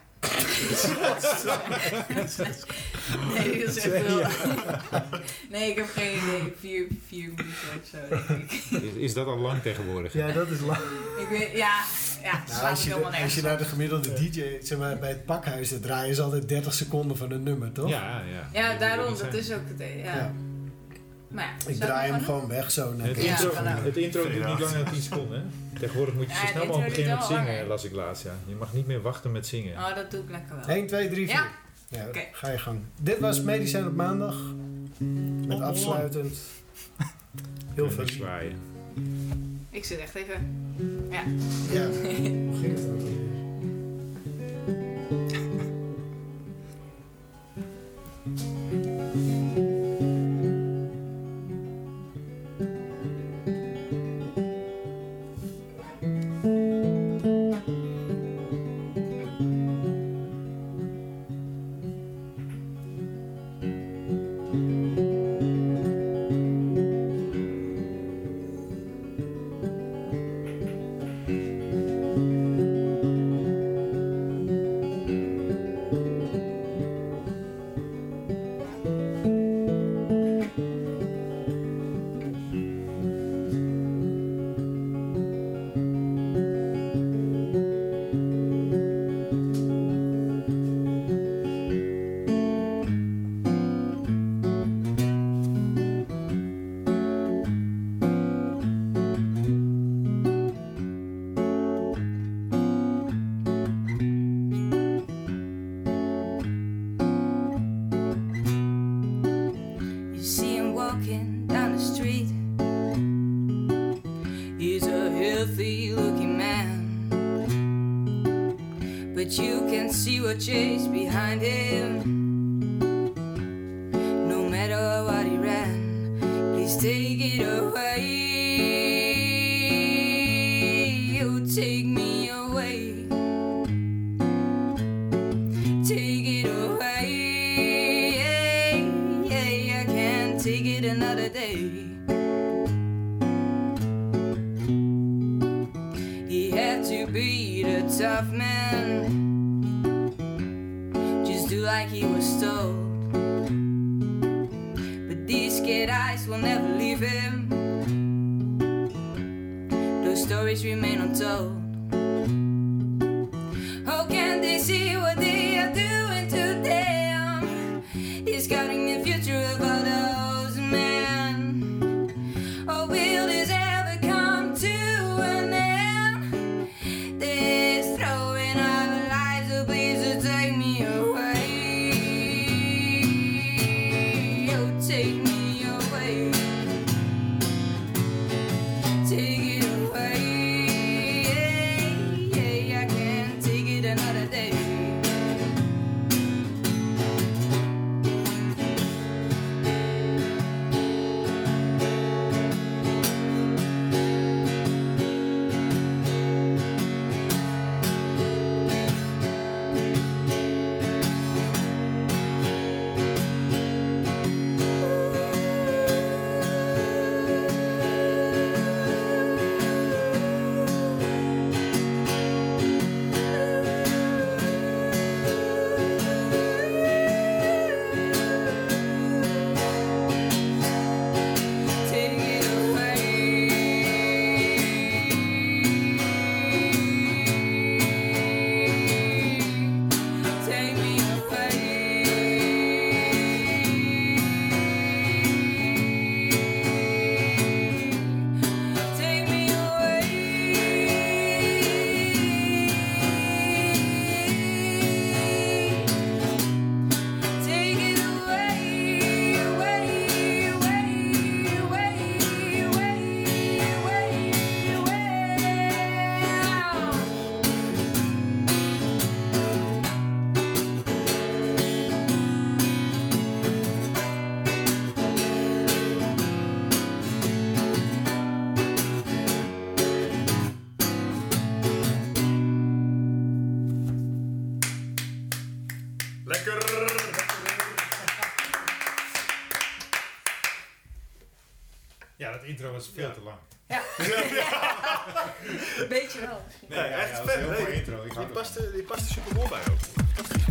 Nee, dat is echt 2 wel... jaar. Nee, ik heb geen idee. 4 minuten of zo, denk ik. Is dat al lang tegenwoordig? Ja, dat is lang. Ik weet... Ja, Nou, slaat als, ik helemaal als nergens je naar de op. gemiddelde DJ, zeg maar, bij het pakhuis, dan draaien ze altijd 30 seconden van een nummer, toch? Ja. Ja, daarom. moet Dat zijn. is ook het... Ja. Ja. Maar ja, Ik zou draai hem doen? gewoon weg zo. Het Ja, intro, kan ook. het intro duurt niet langer dan 10 seconden. Hè? Tegenwoordig moet je zo Ja, snel het mogelijk intro beginnen met duurt wel zingen, langer. las ik laatst. Ja. Je mag niet meer wachten met zingen. Oh, dat doe ik lekker wel. 1, 2, 3, 4. Ja. Ja, Oké. ga je gang. Dit was Medicijn op maandag. Met afsluitend. Heel veel zwaaien. Ik zit echt even... Ja. Ja, hoe ging het ook alweer? Chase behind him. No matter what he ran, please take it away. Oh, take me away. Take it away. I can't take it another day. He had to be the tough man, like he was told, but these scared eyes will never leave him. Those stories remain untold. Oh, can't they see what they are doing to them? He's scouting the future of all those men. Oh, will this ever come to an end? This throwing of our lives, oh please, oh, take me away. Take me away. Take it away. I can't take it another day. Ja, dat intro was veel te lang. Ja. Beetje wel. Nee, echt vet. Die past er super mooi bij ook.